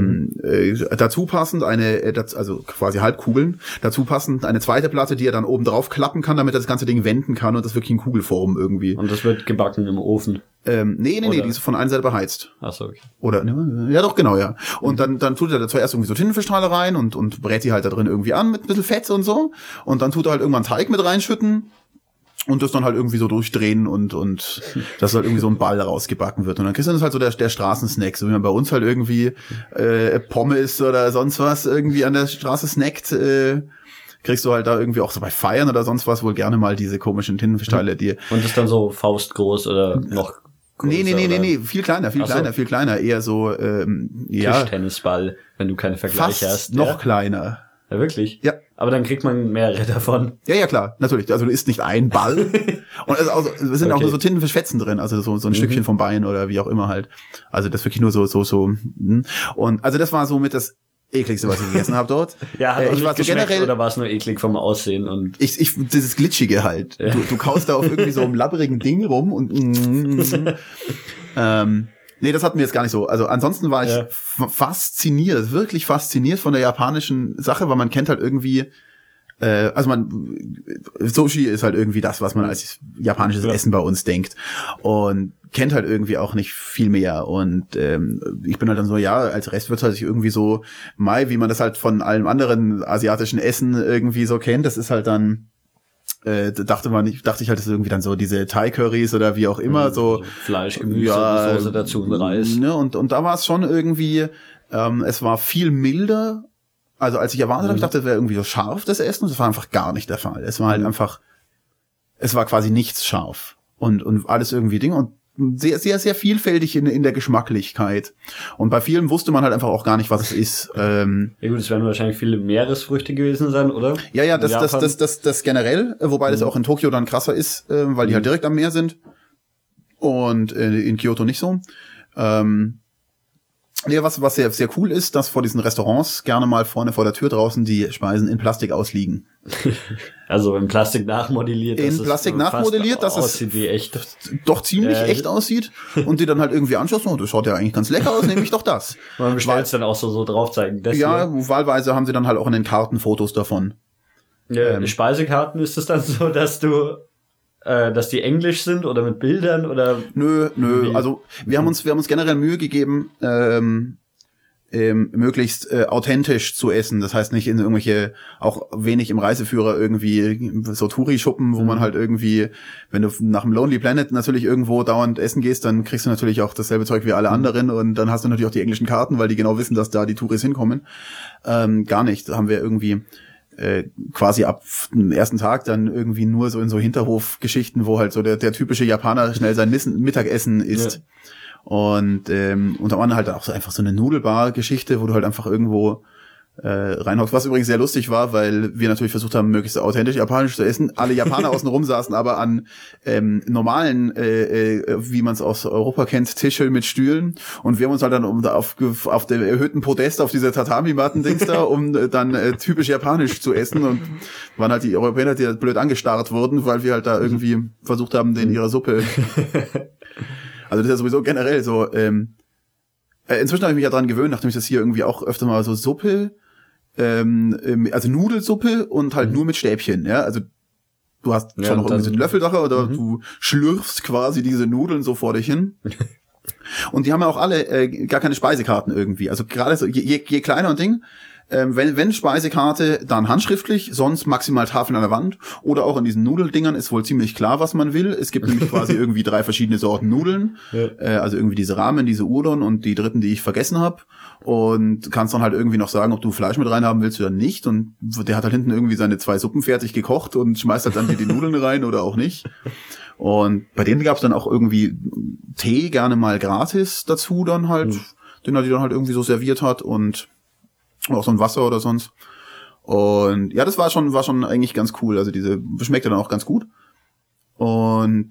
dazu passend also quasi Halbkugeln, dazu passend eine zweite Platte, die er dann oben drauf klappen kann, damit er das ganze Ding wenden kann und das wirklich in Kugelform irgendwie. Und das wird gebacken im Ofen. Nee, die ist von einer Seite beheizt. Ach so, okay. Oder, ja doch, genau, ja. Und dann tut er da zuerst irgendwie so Tintenfischteile rein und brät die halt da drin irgendwie an mit ein bisschen Fett und so. Und dann tut er halt irgendwann Teig mit reinschütten. Und das dann halt irgendwie so durchdrehen und dass halt irgendwie so ein Ball rausgebacken wird. Und dann kriegst du das halt so der Straßensnack, so wie man bei uns halt irgendwie Pommes oder sonst was irgendwie an der Straße snackt, kriegst du halt da irgendwie auch so bei Feiern oder sonst was wohl gerne mal diese komischen Tintenfischteile, die... Und ist dann so faustgroß oder noch größer? Nee, viel kleiner, eher so, ja... Tischtennisball, wenn du keine Vergleiche fast hast. noch kleiner. Ja, wirklich? Ja. Aber dann kriegt man mehrere davon. Ja, klar, natürlich. Also du isst nicht ein Ball. Und es sind auch nur so Tintenfischfetzen drin, also so ein Stückchen vom Bein oder wie auch immer halt. Also das wirklich nur so. Und also das war so mit das ekligste, was ich gegessen habe dort. Ja, hat ich war so generell, oder war es nur eklig vom Aussehen? Und dieses Glitschige halt. Ja. Du kaust da auf irgendwie so einem labbrigen Ding rum und nee, das hatten wir jetzt gar nicht so. Also ansonsten war ich wirklich fasziniert von der japanischen Sache, weil man kennt halt irgendwie Sushi ist halt irgendwie das, was man als japanisches Essen bei uns denkt und kennt halt irgendwie auch nicht viel mehr und ich bin halt dann so, ja, als Restwirt halt irgendwie so wie man das halt von allem anderen asiatischen Essen irgendwie so kennt, das ist halt dann dachte ich halt, das ist irgendwie dann so diese Thai-Currys oder wie auch immer, so Fleisch, Gemüse, Soße dazu und Reis. Ne, und da war es schon irgendwie, es war viel milder. Also als ich erwartet habe, ich dachte, das wäre irgendwie so scharf, das Essen, und das war einfach gar nicht der Fall. Es war halt einfach, es war quasi nichts scharf und alles irgendwie Ding und sehr, sehr, sehr vielfältig in der Geschmacklichkeit. Und bei vielen wusste man halt einfach auch gar nicht, was es ist. Ja gut, es werden wahrscheinlich viele Meeresfrüchte gewesen sein, oder? Ja, das generell, wobei das auch in Tokio dann krasser ist, weil die halt direkt am Meer sind und in Kyoto nicht so. Ja, was sehr, sehr cool ist, dass vor diesen Restaurants gerne mal vorne vor der Tür draußen die Speisen in Plastik ausliegen. Also in Plastik nachmodelliert. Dass aussieht wie echt. Doch ziemlich echt aussieht und die dann halt irgendwie anschaust, das schaut ja eigentlich ganz lecker aus, nehme ich doch das. Man bestellt es dann auch so drauf zeigen. Ja, wahlweise haben sie dann halt auch in den Karten Fotos davon. Ja, Speisekarten ist es dann so, dass die englisch sind oder mit Bildern oder? Nö. Also wir haben uns generell Mühe gegeben, möglichst authentisch zu essen. Das heißt nicht in irgendwelche, auch wenig im Reiseführer irgendwie so Touri-Schuppen, wo man halt irgendwie, wenn du nach dem Lonely Planet natürlich irgendwo dauernd essen gehst, dann kriegst du natürlich auch dasselbe Zeug wie alle anderen und dann hast du natürlich auch die englischen Karten, weil die genau wissen, dass da die Touris hinkommen. Gar nicht. Da haben wir irgendwie quasi ab dem ersten Tag dann irgendwie nur so in so Hinterhofgeschichten, wo halt so der typische Japaner schnell sein Mittagessen isst. Ja. Und unter anderem halt auch so einfach so eine Nudelbar-Geschichte, wo du halt einfach irgendwo reinhockst, was übrigens sehr lustig war, weil wir natürlich versucht haben, möglichst authentisch japanisch zu essen. Alle Japaner außenrum saßen aber an normalen, wie man es aus Europa kennt, Tische mit Stühlen und wir haben uns halt dann auf dem erhöhten Podest auf diese Tatami-Matten-Dings da, um dann typisch japanisch zu essen und waren halt die Europäer, die halt blöd angestarrt wurden, weil wir halt da irgendwie versucht haben, denen ihre Suppe also das ist ja sowieso generell so, inzwischen habe ich mich ja dran gewöhnt, nachdem ich das hier irgendwie auch öfter mal so Suppe, also Nudelsuppe und halt nur mit Stäbchen, ja, also du hast schon noch irgendwie so eine Löffelsache oder du schlürfst quasi diese Nudeln so vor dich hin. Und die haben ja auch alle gar keine Speisekarten irgendwie, also gerade so, je kleiner ein Ding, wenn Speisekarte, dann handschriftlich, sonst maximal Tafeln an der Wand oder auch in diesen Nudeldingern ist wohl ziemlich klar, was man will. Es gibt nämlich quasi irgendwie 3 verschiedene Sorten Nudeln, also irgendwie diese Ramen, diese Udon und die dritten, die ich vergessen habe und kannst dann halt irgendwie noch sagen, ob du Fleisch mit reinhaben willst oder nicht und der hat halt hinten irgendwie seine 2 Suppen fertig gekocht und schmeißt halt dann die Nudeln rein oder auch nicht. Und bei denen gab es dann auch irgendwie Tee gerne mal gratis dazu dann halt, den er die dann halt irgendwie so serviert hat und auch so ein Wasser oder sonst. Und ja, das war schon eigentlich ganz cool. Also diese schmeckte dann auch ganz gut. Und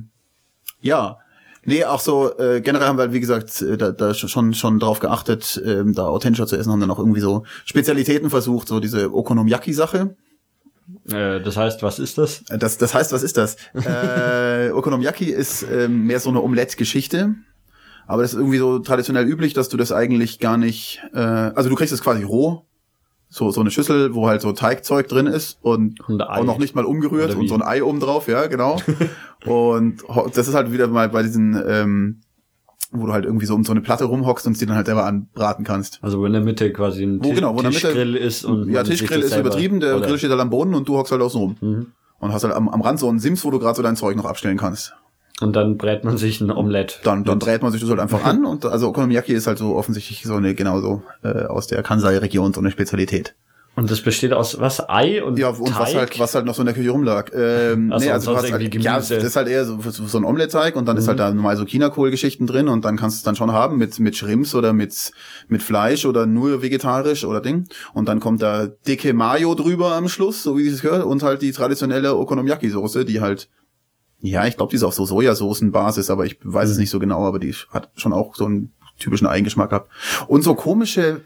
ja, nee, auch so generell haben wir halt, wie gesagt, da schon drauf geachtet, da authentischer zu essen, haben dann auch irgendwie so Spezialitäten versucht, so diese Okonomiyaki-Sache. Das heißt, was ist das? Das heißt, was ist das? Okonomiyaki ist mehr so eine Omelette-Geschichte. Aber das ist irgendwie so traditionell üblich, dass du das eigentlich gar nicht, also du kriegst es quasi roh, so eine Schüssel, wo halt so Teigzeug drin ist und auch noch nicht mal umgerührt und so ein Ei oben drauf, ja, genau. Und das ist halt wieder mal bei diesen, wo du halt irgendwie so um so eine Platte rumhockst und sie dann halt selber anbraten kannst. Also wo in der Mitte quasi ein Tischgrill ist. Und ja, Tischgrill ist übertrieben, der Grill steht halt am Boden und du hockst halt außen rum. Und hast halt am Rand so einen Sims, wo du gerade so dein Zeug noch abstellen kannst. Und dann brät man sich ein Omelett. Dann brät man sich das halt einfach an und also Okonomiyaki ist halt so offensichtlich so eine genauso aus der Kansai-Region so eine Spezialität. Und das besteht aus was? Ei und ja, und Teig? was halt noch so in der Küche rumlag. Nee, also was halt, ja, das ist halt eher so ein Omelette-Teig und dann ist halt da normal so Chinakohl-Geschichten drin und dann kannst du es dann schon haben mit Shrimps oder mit Fleisch oder nur vegetarisch oder Ding. Und dann kommt da dicke Mayo drüber am Schluss, so wie es gehört, und halt die traditionelle Okonomiyaki-Soße, die halt, ja, ich glaube, die ist auf so Sojasoßenbasis, aber ich weiß es nicht so genau, aber die hat schon auch so einen typischen Eigengeschmack gehabt. Und so komische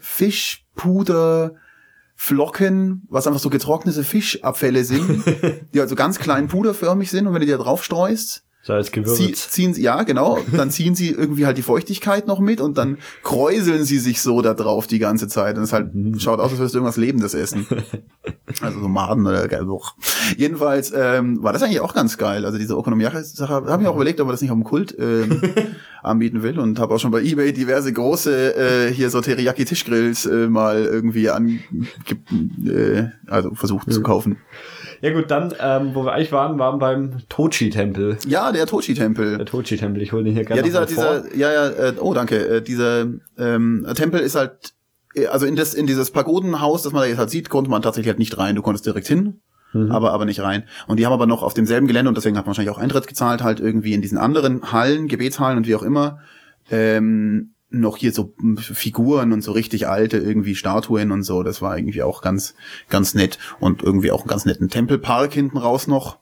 Fischpuderflocken, was einfach so getrocknete Fischabfälle sind, die halt so ganz klein puderförmig sind und wenn du die da drauf streust. So als Gewürz. ziehen sie, ja, genau, dann ziehen sie irgendwie halt die Feuchtigkeit noch mit und dann kräuseln sie sich so da drauf die ganze Zeit und es halt schaut aus, als würdest du irgendwas Lebendes essen. Also so Maden oder Geilbuch. Jedenfalls war das eigentlich auch ganz geil. Also diese Okonomiyaki-Sache, habe ich auch überlegt, ob man das nicht auf dem Kult anbieten will und habe auch schon bei eBay diverse große hier so Teriyaki-Tischgrills mal irgendwie also versucht zu kaufen. Ja gut, dann, wo wir eigentlich waren beim Tochi-Tempel. Ja, der Tochi-Tempel. Der Tochi-Tempel, ich hole den hier gerne vor. Oh danke, dieser Tempel ist halt, also in dieses Pagodenhaus, das man da jetzt halt sieht, konnte man tatsächlich halt nicht rein. Du konntest direkt hin, aber nicht rein. Und die haben aber noch auf demselben Gelände, und deswegen hat man wahrscheinlich auch Eintritt gezahlt, halt irgendwie in diesen anderen Hallen, Gebetshallen und wie auch immer, noch hier so Figuren und so richtig alte irgendwie Statuen und so. Das war irgendwie auch ganz, ganz nett und irgendwie auch einen ganz netten Tempelpark hinten raus noch.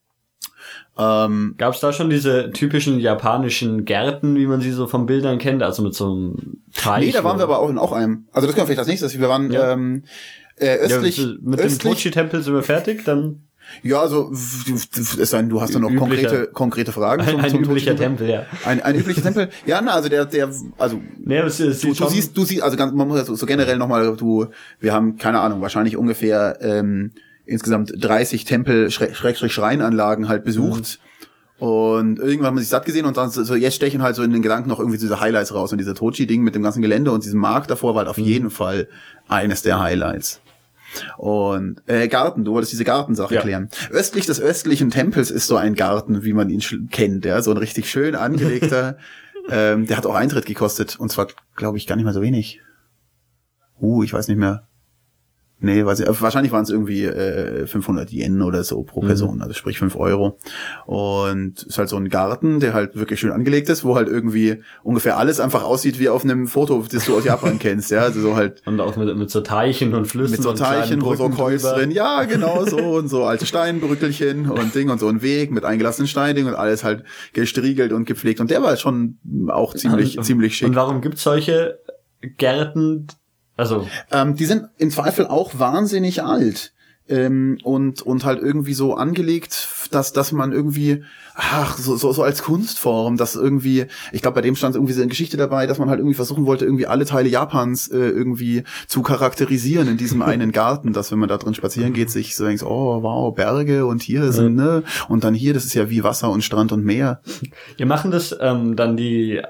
Gab es da schon diese typischen japanischen Gärten, wie man sie so von Bildern kennt, also mit so einem Teich? Nee, da waren wir aber auch in einem. Also das können wir vielleicht als nächstes. Wir waren östlich. Ja, mit dem Tochi-Tempel sind wir fertig, dann. Ja, also es sei denn, du hast dann noch konkrete Fragen ein üblicher Tempel, ja. Ein üblicher Tempel. Ja, na, also also nee, du siehst, also ganz, man muss so generell nochmal, wir haben, keine Ahnung, wahrscheinlich ungefähr insgesamt 30 Tempel Schreinanlagen halt besucht. Und irgendwann hat man sich satt gesehen und dann so jetzt stechen halt so in den Gedanken noch irgendwie diese Highlights raus und dieser Tochi-Ding mit dem ganzen Gelände und diesem Markt davor war halt auf jeden Fall eines der Highlights. Und Garten, du wolltest diese Gartensache klären. Östlich des östlichen Tempels ist so ein Garten, wie man ihn kennt, ja, so ein richtig schön angelegter, der hat auch Eintritt gekostet und zwar, glaube ich, gar nicht mal so wenig. Ich weiß nicht mehr. Nee, wahrscheinlich waren es irgendwie 500 Yen oder so pro Person, also sprich 5 Euro. Und ist halt so ein Garten, der halt wirklich schön angelegt ist, wo halt irgendwie ungefähr alles einfach aussieht wie auf einem Foto, das du aus Japan kennst, ja, also so halt. Und auch mit so Teichen und Flüssen. Mit so Teichen, wo so Kreuz drin, ja, genau, so und so alte Steinbrückelchen und Ding und so ein Weg mit eingelassenen Steinding und alles halt gestriegelt und gepflegt. Und der war schon auch ziemlich schick. Und warum gibt's solche Gärten? Also die sind im Zweifel auch wahnsinnig alt und halt irgendwie so angelegt, dass man irgendwie so als Kunstform, dass irgendwie, ich glaube, bei dem stand irgendwie so eine Geschichte dabei, dass man halt irgendwie versuchen wollte, irgendwie alle Teile Japans irgendwie zu charakterisieren in diesem einen Garten, dass wenn man da drin spazieren geht, sich so denkt, oh wow, Berge und hier sind, ne, und dann hier, das ist ja wie Wasser und Strand und Meer. Wir machen das dann die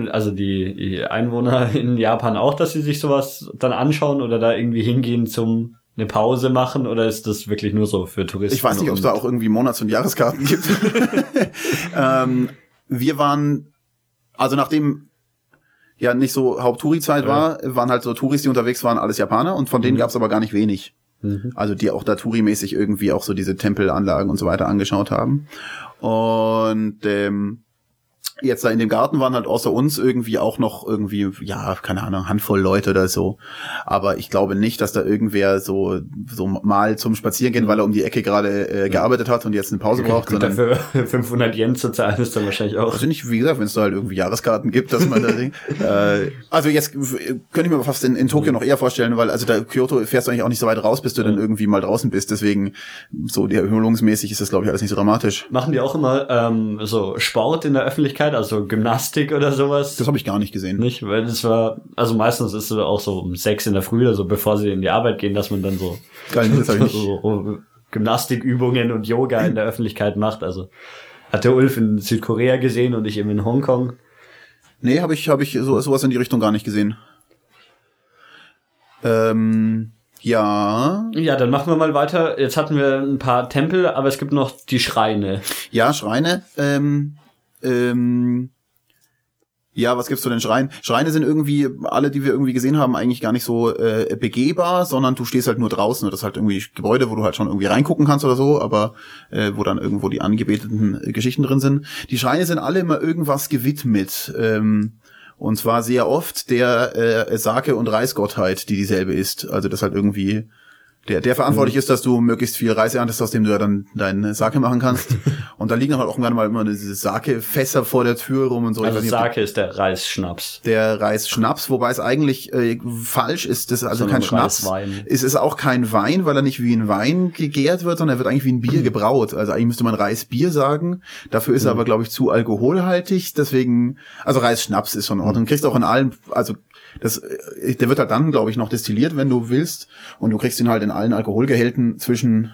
Einwohner in Japan auch, dass sie sich sowas dann anschauen oder da irgendwie hingehen zum eine Pause machen oder ist das wirklich nur so für Touristen? Ich weiß nicht, ob es da auch irgendwie Monats- und Jahreskarten gibt. Wir waren, also nachdem ja nicht so Haupt-Touri-Zeit war, waren halt so Touris, die unterwegs waren, alles Japaner und von denen gab es aber gar nicht wenig. Also die auch da Touri-mäßig irgendwie auch so diese Tempelanlagen und so weiter angeschaut haben. Und jetzt da in dem Garten waren halt außer uns irgendwie auch noch irgendwie, ja, keine Ahnung, Handvoll Leute oder so. Aber ich glaube nicht, dass da irgendwer so mal zum Spazierengehen, weil er um die Ecke gerade gearbeitet hat und jetzt eine Pause braucht. Gut, dafür 500 Yen zu zahlen ist dann wahrscheinlich auch. Also nicht, wie gesagt, wenn es da halt irgendwie Jahreskarten gibt, dass man da also jetzt könnte ich mir fast in Tokio noch eher vorstellen, weil also da Kyoto fährst du eigentlich auch nicht so weit raus, bis du dann irgendwie mal draußen bist. Deswegen so erholungsmäßig ist das, glaube ich, alles nicht so dramatisch. Machen die auch immer so Sport in der Öffentlichkeit? Also Gymnastik oder sowas? Das habe ich gar nicht gesehen. Nicht, weil das war, also meistens ist es auch so um 6 in der Früh oder so, bevor sie in die Arbeit gehen, dass man dann so, so Gymnastikübungen und Yoga in der Öffentlichkeit macht. Also hat der Ulf in Südkorea gesehen und ich eben in Hongkong. Nee, habe ich sowas in die Richtung gar nicht gesehen. Ja. Ja, dann machen wir mal weiter. Jetzt hatten wir ein paar Tempel, aber es gibt noch die Schreine. Ja, Schreine. Ja, was gibt's zu den Schreinen? Schreine sind irgendwie, alle, die wir irgendwie gesehen haben, eigentlich gar nicht so begehbar, sondern du stehst halt nur draußen. Das ist halt irgendwie Gebäude, wo du halt schon irgendwie reingucken kannst oder so, aber wo dann irgendwo die angebeteten Geschichten drin sind. Die Schreine sind alle immer irgendwas gewidmet. Und zwar sehr oft der Sake- und Reisgottheit, die dieselbe ist. Also das halt irgendwie der verantwortlich ist, dass du möglichst viel Reis erntest, aus dem du ja dann deinen Sake machen kannst. Und da liegen dann halt auch irgendwann mal immer diese Sake-Fässer vor der Tür rum und so. Also Sake ist der Reisschnaps. Der Reisschnaps, wobei es eigentlich falsch ist. Das ist also kein Schnaps. Reiswein. Es ist auch kein Wein, weil er nicht wie ein Wein gegärt wird, sondern er wird eigentlich wie ein Bier gebraut. Also eigentlich müsste man Reisbier sagen. Dafür ist er aber, glaube ich, zu alkoholhaltig. Deswegen, also Reisschnaps ist schon in Ordnung. Du kriegst auch in allen, also der wird halt dann, glaube ich, noch destilliert, wenn du willst. Und du kriegst ihn halt in allen Alkoholgehälten zwischen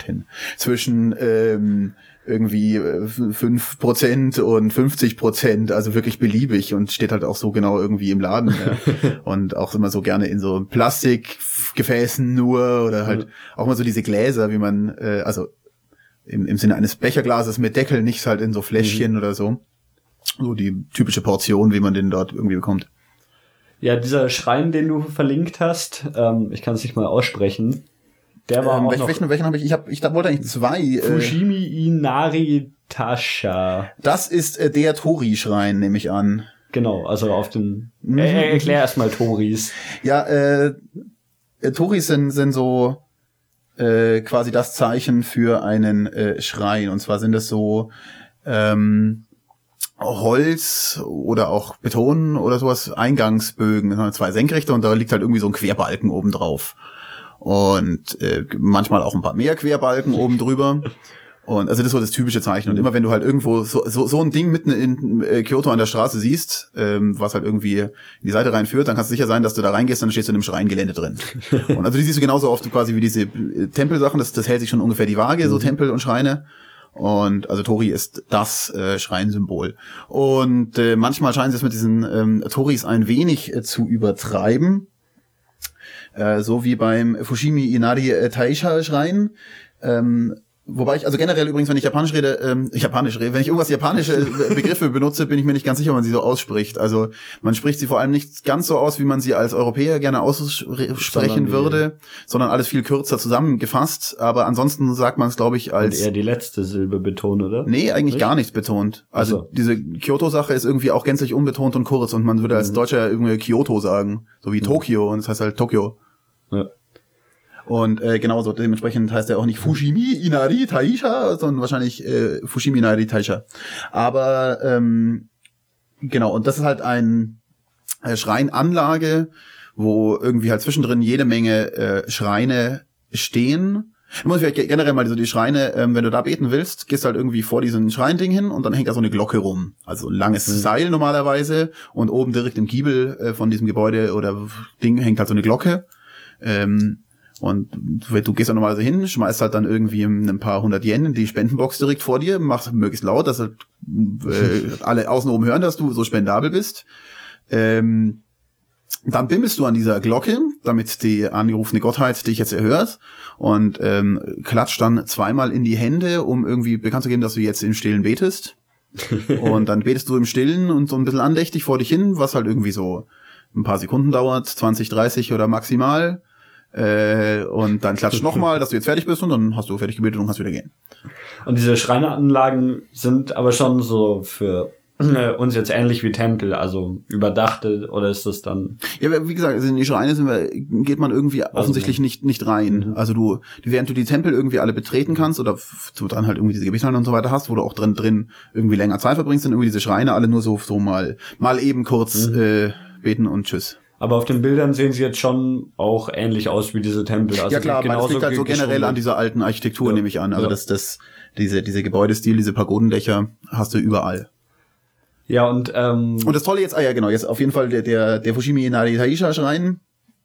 irgendwie 5% und 50%, also wirklich beliebig und steht halt auch so genau irgendwie im Laden. Ja. Und auch immer so gerne in so Plastikgefäßen nur oder halt auch mal so diese Gläser, wie man, also im Sinne eines Becherglases mit Deckel, nicht halt in so Fläschchen oder so. So die typische Portion, wie man den dort irgendwie bekommt. Ja, dieser Schrein, den du verlinkt hast, ich kann es nicht mal aussprechen. Der war auch welchen habe ich? Ich wollte eigentlich 2. Fushimi Inari Tasha. Das ist der Tori-Schrein, nehme ich an. Genau, also auf den. Erklär erstmal Toris. Ja, Toris sind so quasi das Zeichen für einen Schrein. Und zwar sind es so Holz oder auch Beton oder sowas, Eingangsbögen, 2 Senkrechte und da liegt halt irgendwie so ein Querbalken oben drauf. Und manchmal auch ein paar mehr Querbalken oben drüber. Und also das ist so das typische Zeichen. Und immer wenn du halt irgendwo so ein Ding mitten in Kyoto an der Straße siehst, was halt irgendwie in die Seite reinführt, dann kannst du sicher sein, dass du da reingehst und dann stehst du in einem Schreingelände drin. Und also die siehst du genauso oft quasi wie diese Tempelsachen, das hält sich schon ungefähr die Waage, so Tempel und Schreine. Und also Tori ist das Schreinsymbol. Und manchmal scheinen sie es mit diesen Toris ein wenig zu übertreiben. So wie beim Fushimi Inari Taisha Schrein. Wobei ich, also generell übrigens, wenn ich Japanisch rede, wenn ich irgendwas japanische Begriffe benutze, bin ich mir nicht ganz sicher, ob man sie so ausspricht. Also man spricht sie vor allem nicht ganz so aus, wie man sie als Europäer gerne aussprechen würde, sondern alles viel kürzer zusammengefasst. Aber ansonsten sagt man es, glaube ich, als... Und eher die letzte Silbe betont, oder? Nee, eigentlich gar nichts betont. Also diese Kyoto-Sache ist irgendwie auch gänzlich unbetont und kurz und man würde als Deutscher irgendwie Kyoto sagen, so wie Tokio und das heißt halt Tokio. Ja. Und genauso, dementsprechend heißt er auch nicht Fushimi Inari Taisha, sondern wahrscheinlich Fushimi Inari Taisha. Aber genau, und das ist halt ein Schreinanlage, wo irgendwie halt zwischendrin jede Menge Schreine stehen. Ich muss vielleicht generell mal so die Schreine, wenn du da beten willst, gehst halt irgendwie vor diesen Schreinding hin und dann hängt da so eine Glocke rum. Also ein langes Seil normalerweise und oben direkt im Giebel von diesem Gebäude oder Ding hängt halt so eine Glocke. Und du gehst dann normalerweise hin, schmeißt halt dann irgendwie ein paar 100 Yen in die Spendenbox direkt vor dir, machst möglichst laut, dass halt alle außen oben hören, dass du so spendabel bist. Dann bimmelst du an dieser Glocke, damit die angerufene Gottheit dich jetzt erhört und klatscht dann 2-mal in die Hände, um irgendwie bekannt zu geben, dass du jetzt im Stillen betest. Und dann betest du im Stillen und so ein bisschen andächtig vor dich hin, was halt irgendwie so ein paar Sekunden dauert, 20, 30 oder maximal. Und dann klatscht nochmal, dass du jetzt fertig bist und dann hast du fertig gebetet und kannst wieder gehen. Und diese Schreineanlagen sind aber schon so für uns jetzt ähnlich wie Tempel, also überdachte, oder ist das dann? Ja, wie gesagt, also in die Schreine geht man irgendwie offensichtlich nicht rein. Also während du die Tempel irgendwie alle betreten kannst oder du dann halt irgendwie diese Gebetshallen und so weiter hast, wo du auch drin irgendwie länger Zeit verbringst, sind irgendwie diese Schreine alle nur so mal eben kurz beten und tschüss. Aber auf den Bildern sehen sie jetzt schon auch ähnlich aus wie diese Tempel. Also ja klar, das liegt halt so generell an dieser alten Architektur, nehme ich an. Also diese Gebäudestil, diese Pagodendächer hast du überall. Ja, und das Tolle jetzt, jetzt auf jeden Fall der Fushimi Inari Taisha Schrein,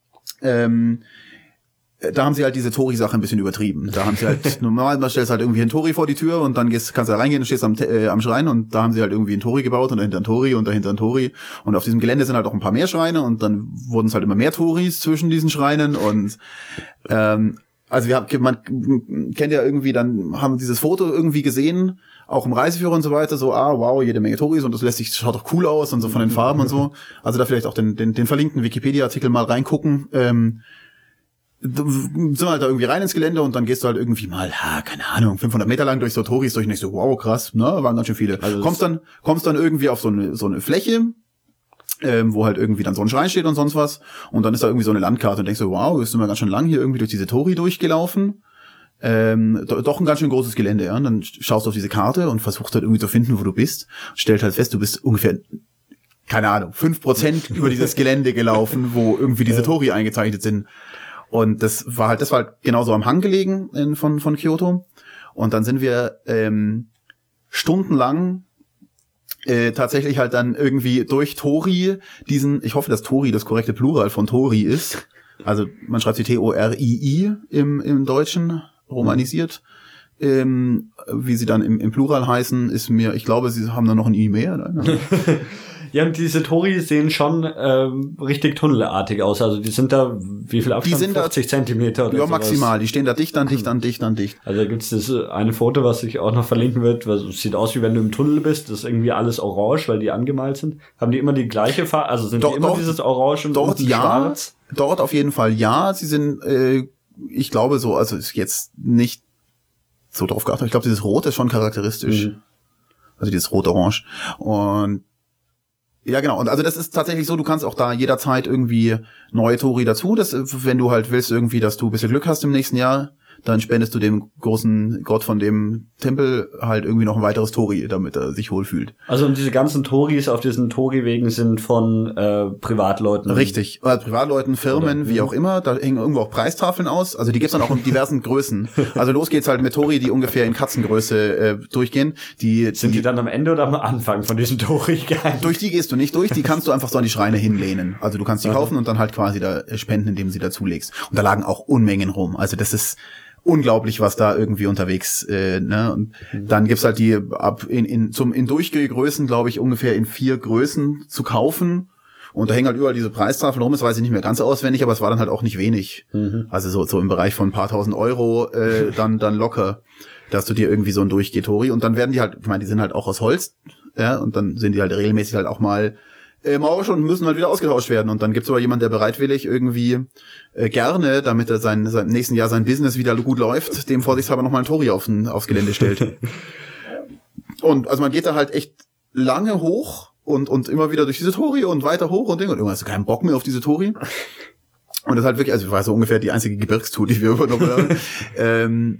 da haben sie halt diese Tori-Sache ein bisschen übertrieben. Da haben sie halt, normal, man stellst halt irgendwie ein Tori vor die Tür und dann kannst du da reingehen und stehst am Schrein und da haben sie halt irgendwie ein Tori gebaut und dahinter ein Tori und dahinter ein Tori. Und auf diesem Gelände sind halt auch ein paar mehr Schreine und dann wurden es halt immer mehr Toris zwischen diesen Schreinen und also man kennt ja irgendwie, dann haben dieses Foto irgendwie gesehen, auch im Reiseführer und so weiter, so, wow, jede Menge Toris und das schaut doch cool aus und so von den Farben und so. Also da vielleicht auch den verlinkten Wikipedia-Artikel mal reingucken. Sind halt da irgendwie rein ins Gelände und dann gehst du halt irgendwie mal, keine Ahnung, 500 Meter lang durch so Toris durch und denkst so, wow, krass, ne, waren ganz schön viele. Also kommst dann irgendwie auf so eine Fläche, wo halt irgendwie dann so ein Schrein steht und sonst was. Und dann ist da irgendwie so eine Landkarte und denkst so, wow, bist du mal ganz schön lang hier irgendwie durch diese Tori durchgelaufen. Doch ein ganz schön großes Gelände, ja. Und dann schaust du auf diese Karte und versuchst halt irgendwie zu finden, wo du bist. Stellst halt fest, du bist ungefähr, keine Ahnung, 5% über dieses Gelände gelaufen, wo irgendwie diese Tori eingezeichnet sind. Und das war halt genauso am Hang gelegen von Kyoto. Und dann sind wir stundenlang tatsächlich halt dann irgendwie durch Tori ich hoffe, dass Tori das korrekte Plural von Tori ist. Also man schreibt sie T-O-R-I-I im Deutschen, romanisiert. Wie sie dann im Plural heißen, ist mir, ich glaube, sie haben da noch ein I mehr. Oder? Ja, und diese Tori sehen schon richtig tunnelartig aus. Also die sind da, wie viel Abstand? Die sind 50 Zentimeter oder so. Ja, maximal. Die stehen da dicht an dicht. Also da gibt's das eine Foto, was ich auch noch verlinken wird. Was sieht aus, wie wenn du im Tunnel bist. Das ist irgendwie alles orange, weil die angemalt sind. Haben die immer die gleiche Farbe? Also sind die immer dieses Orange und dort ja, Schwarz? Dort auf jeden Fall ja. Sie sind, ich glaube so, also ist jetzt nicht so drauf geachtet. Ich glaube, dieses Rot ist schon charakteristisch. Also dieses Rot-Orange. Und ja, genau. Und also das ist tatsächlich so, du kannst auch da jederzeit irgendwie neue Tori dazu. Wenn du halt willst irgendwie, dass du ein bisschen Glück hast im nächsten Jahr, dann spendest du dem großen Gott von dem Tempel halt irgendwie noch ein weiteres Tori, damit er sich wohlfühlt. Also und diese ganzen Toris auf diesen Tori-Wegen sind von Privatleuten? Richtig. Privatleuten, Firmen, oder, wie auch immer. Da hängen irgendwo auch Preistafeln aus. Also die gibt's dann auch in diversen Größen. Also los geht's halt mit Tori, die ungefähr in Katzengröße durchgehen. Sind die dann am Ende oder am Anfang von diesem Tori-Gang? Durch die gehst du nicht durch. Die kannst du einfach so an die Schreine hinlehnen. Also du kannst die kaufen und dann halt quasi da spenden, indem sie dazulegst. Und da lagen auch Unmengen rum. Also das ist unglaublich, was da irgendwie unterwegs, ne? Und dann gibt's halt die in Durchgehgrößen, glaube ich, ungefähr in 4 Größen zu kaufen. Und da hängen halt überall diese Preistafeln rum. Das weiß ich nicht mehr ganz auswendig, aber es war dann halt auch nicht wenig. Also so im Bereich von ein paar tausend Euro, dann locker, dass du dir irgendwie so ein Durchgeh-Tori. Und dann werden die halt, ich meine, die sind halt auch aus Holz, ja, und dann sind die halt regelmäßig halt auch mal morsch und müssen halt wieder ausgetauscht werden. Und dann gibt's aber jemanden, der bereitwillig irgendwie gerne, damit er sein nächsten Jahr sein Business wieder gut läuft, dem vorsichtshalber nochmal ein Tori aufs Gelände stellt. Und also man geht da halt echt lange hoch und immer wieder durch diese Tori und weiter hoch und irgendwann hast du keinen Bock mehr auf diese Tori. Und das ist halt wirklich, also war so ungefähr die einzige Gebirgstour, die wir übernommen haben.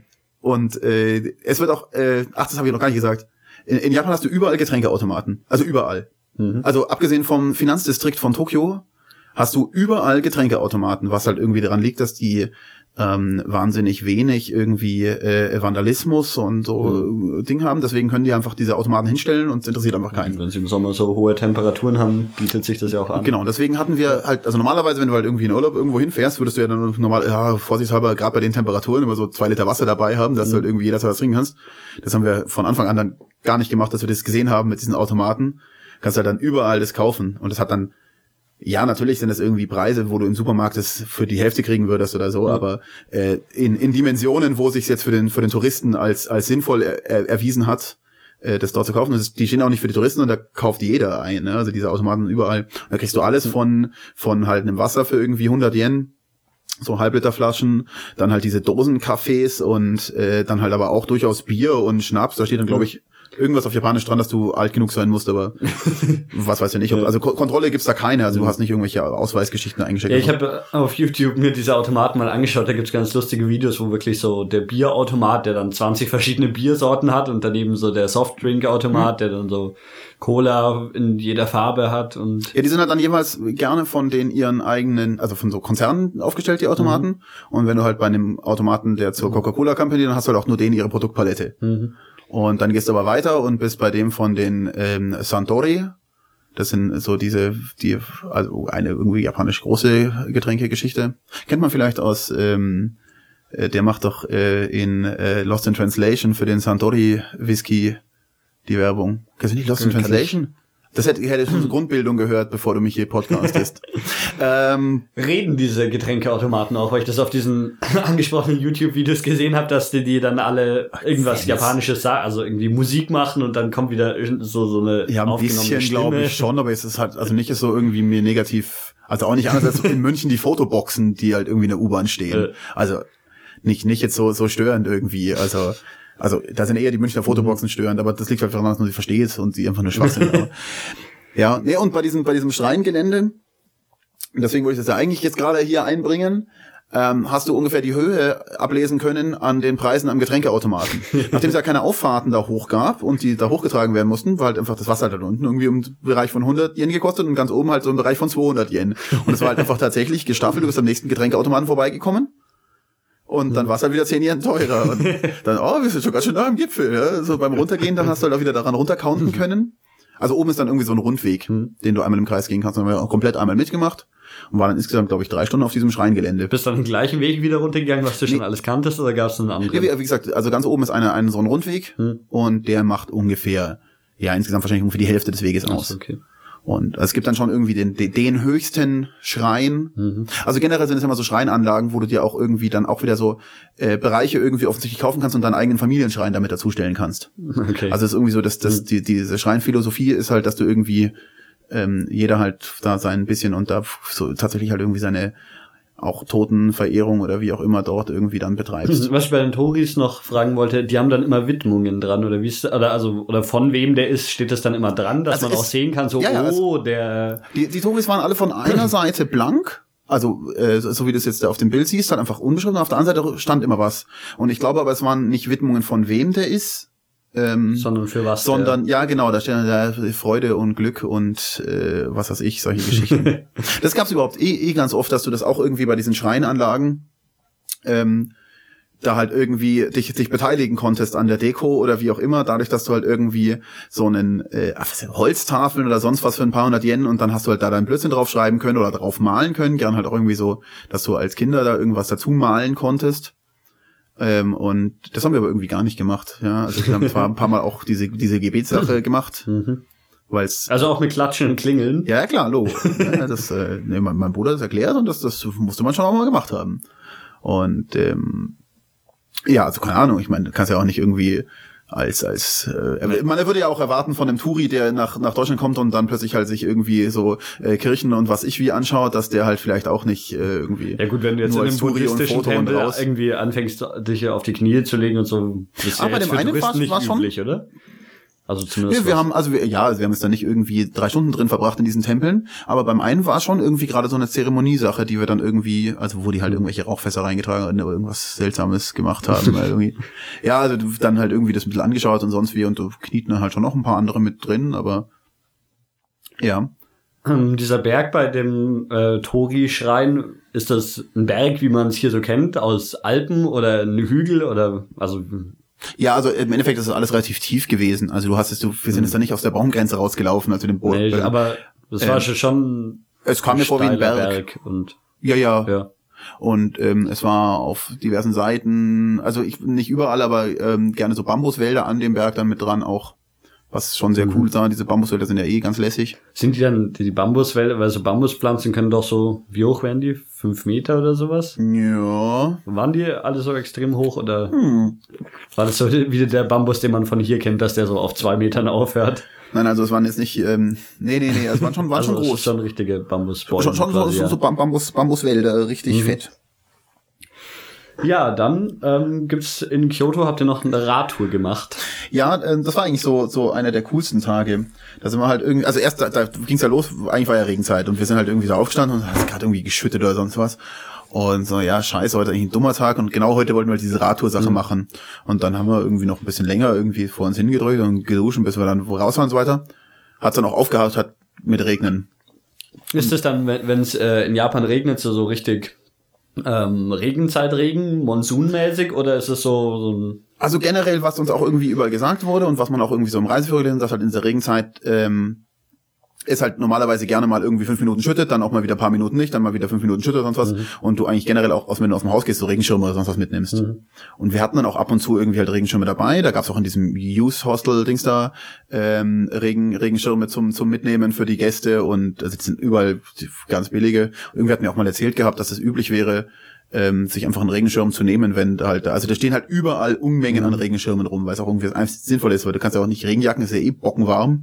Es wird auch, das habe ich noch gar nicht gesagt, in Japan hast du überall Getränkeautomaten. Also überall. Also abgesehen vom Finanzdistrikt von Tokio hast du überall Getränkeautomaten, was halt irgendwie daran liegt, dass die wahnsinnig wenig irgendwie Vandalismus und so Ding haben. Deswegen können die einfach diese Automaten hinstellen und es interessiert einfach keinen. Wenn sie im Sommer so hohe Temperaturen haben, bietet sich das ja auch an. Genau, deswegen hatten wir halt, also normalerweise, wenn du halt irgendwie in Urlaub irgendwo hinfährst, würdest du ja dann vorsichtshalber, gerade bei den Temperaturen, immer so 2 Liter Wasser dabei haben, dass du halt irgendwie jederzeit was trinken kannst. Das haben wir von Anfang an dann gar nicht gemacht, dass wir das gesehen haben mit diesen Automaten. Kannst halt dann überall das kaufen. Und das hat dann, ja, natürlich sind das irgendwie Preise, wo du im Supermarkt das für die Hälfte kriegen würdest oder so, aber in Dimensionen, wo sich jetzt für den Touristen als sinnvoll erwiesen hat, das dort zu kaufen. Die stehen auch nicht für die Touristen und da kauft jeder ein, ne? Also diese Automaten überall. Da kriegst du alles von halt einem Wasser für irgendwie 100 Yen, so Halbliterflaschen, dann halt diese Dosencafés und dann halt aber auch durchaus Bier und Schnaps. Da steht dann, glaube ich, irgendwas auf Japanisch dran, dass du alt genug sein musst, aber was weiß ich nicht. Also Kontrolle gibt's da keine, also du hast nicht irgendwelche Ausweisgeschichten eingeschickt. Ja, ich habe auf YouTube mir diese Automaten mal angeschaut, da gibt's ganz lustige Videos, wo wirklich so der Bierautomat, der dann 20 verschiedene Biersorten hat und daneben so der Softdrinkautomat, der dann so Cola in jeder Farbe hat und... Ja, die sind halt dann jeweils gerne von den ihren eigenen, also von so Konzernen aufgestellt, die Automaten. Und wenn du halt bei einem Automaten, der zur Coca-Cola Company, dann hast du halt auch nur denen ihre Produktpalette. Und dann gehst du aber weiter und bist bei dem von den Suntory. Das sind so also eine irgendwie japanisch große Getränkegeschichte. Kennt man vielleicht aus, der macht doch in Lost in Translation für den Suntory Whisky die Werbung. Kennst du nicht Lost in Translation? Das hätte schon zur Grundbildung gehört, bevor du mich hier podcastest. Reden diese Getränkeautomaten auch, weil ich das auf diesen angesprochenen YouTube-Videos gesehen habe, dass die dann alle irgendwas Japanisches sagen, also irgendwie Musik machen und dann kommt wieder so eine ja, ein bisschen glaube ich schon, aber es ist halt, also nicht ist so irgendwie mir negativ, also auch nicht anders als in München die Fotoboxen, die halt irgendwie in der U-Bahn stehen. Also nicht jetzt so störend irgendwie, also da sind eher die Münchner Fotoboxen störend, aber das liegt halt daran, dass man sie versteht und sie einfach nur schwach sind. Ja, nee, und bei diesem Schreingelände, deswegen wollte ich das ja eigentlich jetzt gerade hier einbringen, hast du ungefähr die Höhe ablesen können an den Preisen am Getränkeautomaten. Nachdem es ja keine Auffahrten da hoch gab und die da hochgetragen werden mussten, war halt einfach das Wasser halt da unten irgendwie im Bereich von 100 Yen gekostet und ganz oben halt so im Bereich von 200 Yen. Und es war halt einfach tatsächlich gestaffelt, du bist am nächsten Getränkeautomaten vorbeigekommen. Und dann war es halt wieder 10 Yen teurer. Und dann, wir sind schon ganz schön nah am Gipfel. Ja? So beim Runtergehen, dann hast du halt auch wieder daran runtercounten können. Also oben ist dann irgendwie so ein Rundweg, den du einmal im Kreis gehen kannst. Dann haben wir auch komplett einmal mitgemacht und waren dann insgesamt, glaube ich, 3 Stunden auf diesem Schreingelände. Bist du dann den gleichen Weg wieder runtergegangen, was du schon alles kanntest, oder gab es einen anderen? Ja, wie gesagt, also ganz oben ist ein so ein Rundweg und der macht ungefähr, insgesamt wahrscheinlich ungefähr die Hälfte des Weges aus. Okay. Und es gibt dann schon irgendwie den höchsten Schrein. Also generell sind es immer so Schreinanlagen, wo du dir auch irgendwie dann auch wieder so Bereiche irgendwie offensichtlich kaufen kannst und deinen eigenen Familienschrein damit dazustellen kannst. Okay. Also es ist irgendwie so, dass diese Schreinphilosophie ist halt, dass du irgendwie jeder halt da sein bisschen und da so tatsächlich halt irgendwie seine auch Totenverehrung oder wie auch immer dort irgendwie dann betreibst. Was ich bei den Toris noch fragen wollte, die haben dann immer Widmungen dran, oder wie ist, oder von wem der ist, steht das dann immer dran, dass also man auch sehen kann, so, Die Toris waren alle von einer Seite blank, also so wie du es jetzt auf dem Bild siehst, halt einfach unbeschrieben, auf der anderen Seite stand immer was. Und ich glaube aber, es waren nicht Widmungen von wem der ist, sondern für was? Ja, genau, da steht da Freude und Glück und was weiß ich, solche Geschichten. Das gab's überhaupt ganz oft, dass du das auch irgendwie bei diesen Schreinanlagen da halt irgendwie dich beteiligen konntest an der Deko oder wie auch immer, dadurch, dass du halt irgendwie so einen Holztafeln oder sonst was für ein paar hundert Yen und dann hast du halt da deinen Blödsinn draufschreiben können oder drauf malen können, gern halt auch irgendwie so, dass du als Kinder da irgendwas dazu malen konntest. Und das haben wir aber irgendwie gar nicht gemacht. Ja, also wir haben zwar ein paar Mal auch diese Gebetssache gemacht, weil's also auch mit Klatschen und Klingeln. Ja klar, ja, das mein Bruder hat das erklärt und das musste man schon auch mal gemacht haben. Und also keine Ahnung. Ich meine, du kannst ja auch nicht irgendwie er würde ja auch erwarten von einem Touri, der nach Deutschland kommt und dann plötzlich halt sich irgendwie so Kirchen und was ich wie anschaut, dass der halt vielleicht auch nicht irgendwie. Ja gut, wenn du jetzt in einem buddhistischen Tempel irgendwie anfängst, dich auf die Knie zu legen und so, ist ja jetzt für Touristen nicht üblich, oder? Also zumindest. Wir haben jetzt da nicht irgendwie 3 Stunden drin verbracht in diesen Tempeln, aber beim einen war schon irgendwie gerade so eine Zeremoniesache, die wir dann irgendwie, also wo die halt irgendwelche Rauchfässer reingetragen haben oder irgendwas Seltsames gemacht haben. Irgendwie. Ja, also dann halt irgendwie das ein bisschen angeschaut und sonst wie und du knieten halt schon noch ein paar andere mit drin, aber ja. Dieser Berg bei dem Tori-Schrein, ist das ein Berg, wie man es hier so kennt, aus Alpen oder ein Hügel oder also... Ja, also im Endeffekt ist das alles relativ tief gewesen. Also wir sind jetzt da nicht aus der Baumgrenze rausgelaufen, als wir den Boot. Nee, aber das war schon. Es kam mir vor wie ein Berg. Und ja. Und es war auf diversen Seiten, also nicht überall, aber gerne so Bambuswälder an dem Berg dann mit dran auch. Was schon sehr cool sah. Diese Bambuswälder sind ja ganz lässig. Sind die dann, die Bambuswälder, weil so Bambuspflanzen können doch so, wie hoch werden die? 5 Meter oder sowas? Ja. Waren die alle so extrem hoch oder war das so wie der Bambus, den man von hier kennt, dass der so auf 2 Metern aufhört? Nein, also es waren jetzt nicht, nee, es waren schon also groß. Schon richtige Bambusbäume. Schon quasi, so Bambuswälder, richtig fett. Ja, dann gibt's in Kyoto, habt ihr noch eine Radtour gemacht? Ja, das war eigentlich so einer der coolsten Tage. Da sind wir halt irgendwie, also erst da ging's ja los, eigentlich war ja Regenzeit und wir sind halt irgendwie so aufgestanden und es hat gerade irgendwie geschüttet oder sonst was. Und so, ja, scheiße, heute ist eigentlich ein dummer Tag und genau heute wollten wir halt diese Radtour-Sache machen. Und dann haben wir irgendwie noch ein bisschen länger irgendwie vor uns hingedrückt und geduscht, bis wir dann raus waren und so weiter. Hat's dann auch aufgehört, hat mit Regnen. Ist es dann, wenn es in Japan regnet, so richtig Regenzeitregen, monsunmäßig, oder ist es so ein... Also generell, was uns auch irgendwie überall gesagt wurde und was man auch irgendwie so im Reiseführer gelesen hat, dass halt in der Regenzeit ist halt normalerweise gerne mal irgendwie 5 Minuten schüttet, dann auch mal wieder ein paar Minuten nicht, dann mal wieder 5 Minuten schüttet, sonst was. Und du eigentlich generell auch, wenn du aus dem Haus gehst, so Regenschirme oder sonst was mitnimmst. Und wir hatten dann auch ab und zu irgendwie halt Regenschirme dabei. Da gab's auch in diesem Youth Hostel Dings da Regenschirme zum Mitnehmen für die Gäste und da sitzen überall ganz billige. Irgendwie hat mir auch mal erzählt gehabt, dass es üblich wäre, sich einfach einen Regenschirm zu nehmen, wenn halt, also da stehen halt überall Unmengen an Regenschirmen rum, weil es auch irgendwie einfach sinnvoll ist, weil du kannst ja auch nicht Regenjacken, ist ja eh bockenwarm.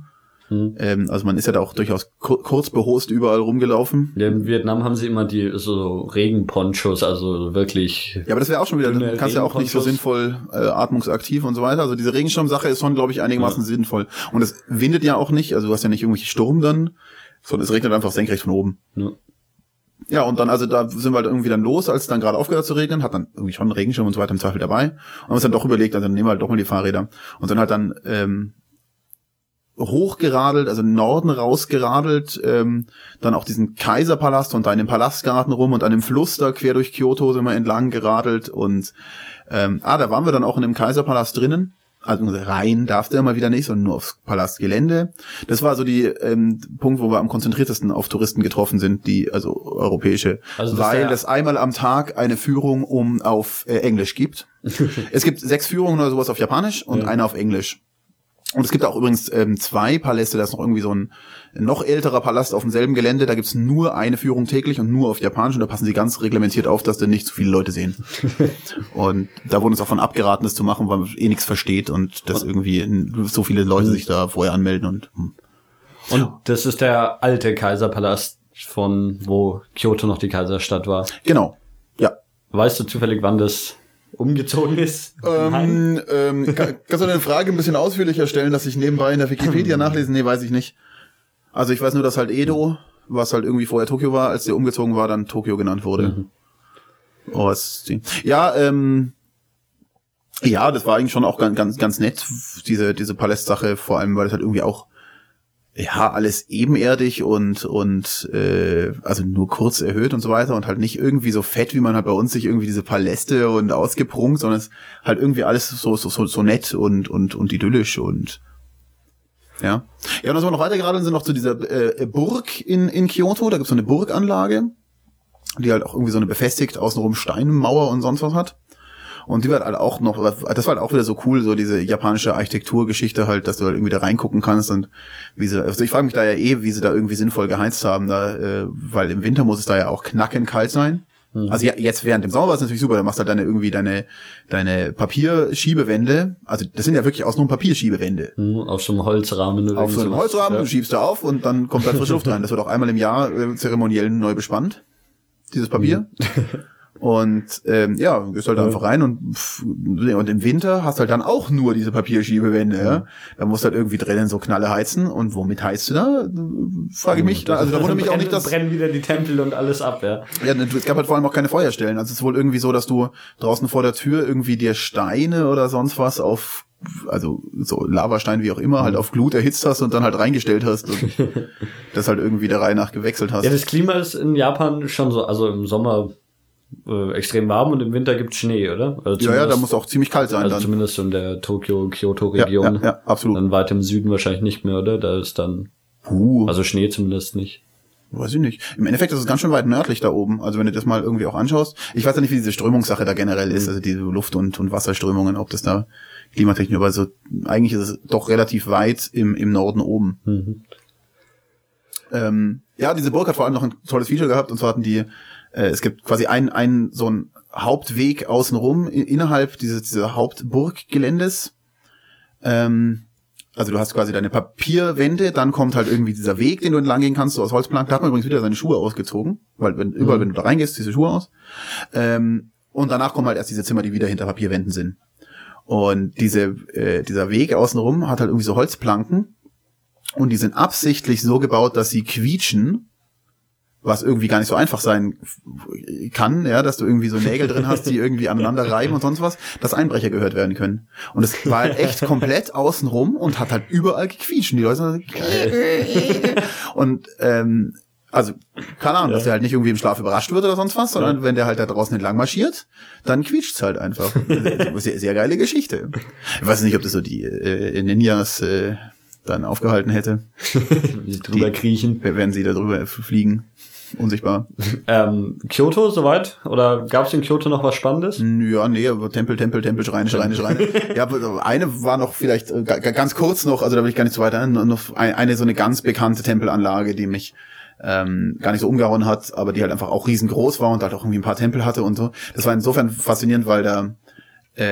Also man ist ja da auch durchaus kurz behost überall rumgelaufen. Ja, in Vietnam haben sie immer die so Regenponchos, also wirklich. Ja, aber das wäre auch schon wieder, du kannst ja auch nicht so sinnvoll atmungsaktiv und so weiter. Also diese Regenschirmsache ist schon, glaube ich, einigermaßen sinnvoll. Und es windet ja auch nicht, also du hast ja nicht irgendwelche Sturm dann, sondern es regnet einfach senkrecht von oben. Ja. Ja, und dann, also da sind wir halt irgendwie dann los, als es dann gerade aufgehört zu regnen, hat dann irgendwie schon einen Regenschirm und so weiter im Zweifel dabei. Und haben uns dann doch überlegt, also dann nehmen wir halt doch mal die Fahrräder. Und dann halt dann hochgeradelt, also Norden rausgeradelt, dann auch diesen Kaiserpalast und da in dem Palastgarten rum und an dem Fluss da quer durch Kyoto sind wir entlang geradelt und da waren wir dann auch in dem Kaiserpalast drinnen. Also rein darf der mal wieder nicht, sondern nur aufs Palastgelände. Das war so die Punkt, wo wir am konzentriertesten auf Touristen getroffen sind, die also europäische, also weil es einmal am Tag eine Führung auf Englisch gibt. Es gibt 6 Führungen oder sowas auf Japanisch und eine auf Englisch. Und es gibt auch übrigens 2 Paläste, da ist noch irgendwie so ein noch älterer Palast auf demselben Gelände, da gibt's nur eine Führung täglich und nur auf Japanisch und da passen sie ganz reglementiert auf, dass da nicht zu viele Leute sehen. Und da wurde uns auch von abgeraten, das zu machen, weil man nichts versteht und dass irgendwie so viele Leute sich da vorher anmelden Und das ist der alte Kaiserpalast von wo Kyoto noch die Kaiserstadt war. Genau, ja. Weißt du zufällig, wann das umgezogen ist? Kannst du deine Frage ein bisschen ausführlicher stellen, dass ich nebenbei in der Wikipedia nachlesen? Nee, weiß ich nicht. Also ich weiß nur, dass halt Edo, was halt irgendwie vorher Tokio war, als der umgezogen war, dann Tokio genannt wurde. Ja, das war eigentlich schon auch ganz nett, diese Palästsache, vor allem, weil es halt irgendwie auch alles ebenerdig und also nur kurz erhöht und so weiter und halt nicht irgendwie so fett, wie man halt bei uns sich irgendwie diese Paläste und ausgeprunkt, sondern es halt irgendwie alles so nett und idyllisch und ja. Ja, und dann sind wir noch weitergeradet und sind noch zu dieser Burg in Kyoto, da gibt's so eine Burganlage, die halt auch irgendwie so eine befestigt außenrum Steinmauer und sonst was hat. Und die war halt auch noch, das war halt auch wieder so cool, so diese japanische Architekturgeschichte halt, dass du halt irgendwie da reingucken kannst und wie sie, also ich frage mich da ja wie sie da irgendwie sinnvoll geheizt haben, da, weil im Winter muss es da ja auch knackenkalt sein. Also jetzt während dem Sommer war es natürlich super, da machst du halt deine Papierschiebewände, also das sind ja wirklich außenrum Papierschiebewände. Auf so einem Holzrahmen oder auf so einem Holzrahmen, schiebst du auf und dann kommt da frische Luft rein. Das wird auch einmal im Jahr zeremoniell neu bespannt, dieses Papier. Und gehst halt einfach rein und im Winter hast halt dann auch nur diese Papierschiebewände, ja. Da musst du halt irgendwie drinnen so Knalle heizen und womit heizt du da? Frage ich mich. Also da wundert mich auch nicht, dass brennen wieder die Tempel und alles ab, ja. Ja, es gab halt vor allem auch keine Feuerstellen. Also es ist wohl irgendwie so, dass du draußen vor der Tür irgendwie dir Steine oder sonst was also so Lavastein wie auch immer, halt auf Glut erhitzt hast und dann halt reingestellt hast und das halt irgendwie der Reihe nach gewechselt hast. Ja, das Klima ist in Japan schon so, also im Sommer extrem warm und im Winter gibt's Schnee, oder? Ja, da muss auch ziemlich kalt sein also dann. Zumindest in der Tokio-Kyoto-Region. Ja, absolut. Dann weit im Süden wahrscheinlich nicht mehr, oder? Da ist dann also Schnee zumindest nicht. Weiß ich nicht. Im Endeffekt ist es ganz schön weit nördlich da oben. Also wenn du das mal irgendwie auch anschaust. Ich weiß ja nicht, wie diese Strömungssache da generell ist, also diese Luft- und Wasserströmungen, ob das da klimatechnisch, aber so eigentlich ist es doch relativ weit im Norden oben. Diese Burg hat vor allem noch ein tolles Feature gehabt, und zwar hatten die es gibt quasi einen so einen Hauptweg außenrum innerhalb dieses Hauptburggeländes. Also du hast quasi deine Papierwände, dann kommt halt irgendwie dieser Weg, den du entlang gehen kannst, so aus Holzplanken. Da hat man übrigens wieder seine Schuhe ausgezogen, weil überall, wenn du da reingehst, ziehst du Schuhe aus. Und danach kommen halt erst diese Zimmer, die wieder hinter Papierwänden sind. Und dieser Weg außenrum hat halt irgendwie so Holzplanken und die sind absichtlich so gebaut, dass sie quietschen, was irgendwie gar nicht so einfach sein kann, ja, dass du irgendwie so Nägel drin hast, die irgendwie aneinander reiben und sonst was, dass Einbrecher gehört werden können. Und es war halt echt komplett außenrum und hat halt überall gequietscht. Und die Leute und also, keine Ahnung, dass der halt nicht irgendwie im Schlaf überrascht wird oder sonst was, sondern wenn der halt da draußen entlang marschiert, dann quietscht's halt einfach. Sehr, sehr geile Geschichte. Ich weiß nicht, ob das so die Ninjas dann aufgehalten hätte. Wie sie drüber kriechen. Wenn sie da drüber fliegen. Unsichtbar. Kyoto soweit? Oder gab's in Kyoto noch was Spannendes? Ja, nee, aber Tempel, Schreine. Ja, eine war noch vielleicht ganz kurz noch, also da will ich gar nicht so weit ein, noch eine so eine ganz bekannte Tempelanlage, die mich gar nicht so umgehauen hat, aber die halt einfach auch riesengroß war und halt auch irgendwie ein paar Tempel hatte und so. Das war insofern faszinierend, weil da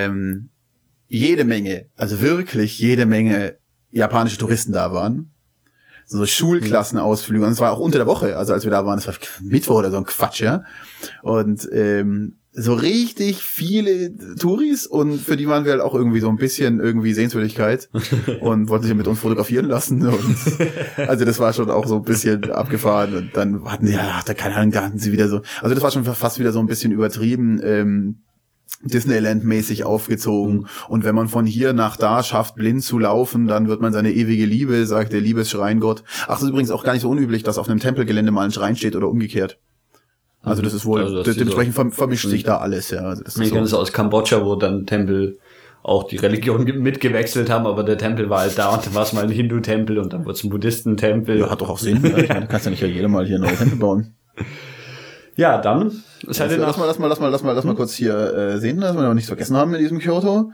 jede Menge, also wirklich jede Menge japanische Touristen da waren. so Schulklassenausflüge. Und es war auch unter der Woche, also als wir da waren, das war Mittwoch oder so ein Quatsch, ja. Und so richtig viele Touris und für die waren wir halt auch irgendwie so ein bisschen irgendwie Sehenswürdigkeit und wollten sich mit uns fotografieren lassen. Und also das war schon auch so ein bisschen abgefahren. Und dann hatten sie, keine Ahnung, da hatten sie wieder so, also das war schon fast wieder so ein bisschen übertrieben, Disneyland-mäßig aufgezogen. Und wenn man von hier nach da schafft, blind zu laufen, dann wird man seine ewige Liebe, sagt der Liebesschreingott. Ach, das ist übrigens auch gar nicht so unüblich, dass auf einem Tempelgelände mal ein Schrein steht oder umgekehrt. Also das ist wohl, also dementsprechend vermischt sich da alles, ja. Also das ist ich kenne es aus Kambodscha, wo dann Tempel auch die Religion mitgewechselt haben, aber der Tempel war halt da und dann war es mal ein Hindu-Tempel und dann wurde es ein Buddhisten-Tempel. Ja, hat doch auch Sinn. Ich meine, du kannst ja nicht jedem Mal hier einen neuen Tempel bauen. Ja, dann. Lass mal kurz hier sehen, dass wir noch nichts vergessen haben in diesem Kyoto.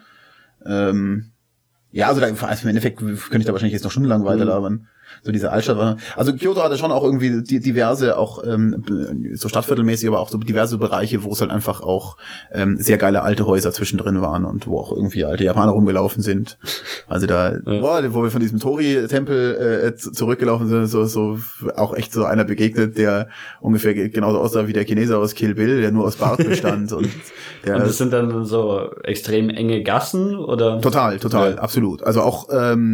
Ja, also im Endeffekt könnte ich da wahrscheinlich jetzt noch stundenlang weiterlabern. So diese Altstadt war. Also Kyoto hatte schon auch irgendwie diverse, auch so stadtviertelmäßig, aber auch so diverse Bereiche, wo es halt einfach auch sehr geile alte Häuser zwischendrin waren und wo auch irgendwie alte Japaner rumgelaufen sind. Also da, wo wir von diesem Tori-Tempel zurückgelaufen sind, so auch echt so einer begegnet, der ungefähr genauso aussah wie der Chinese aus Kill Bill, der nur aus Bart bestand. Und das sind dann so extrem enge Gassen, oder? Total, ja. Absolut. Also auch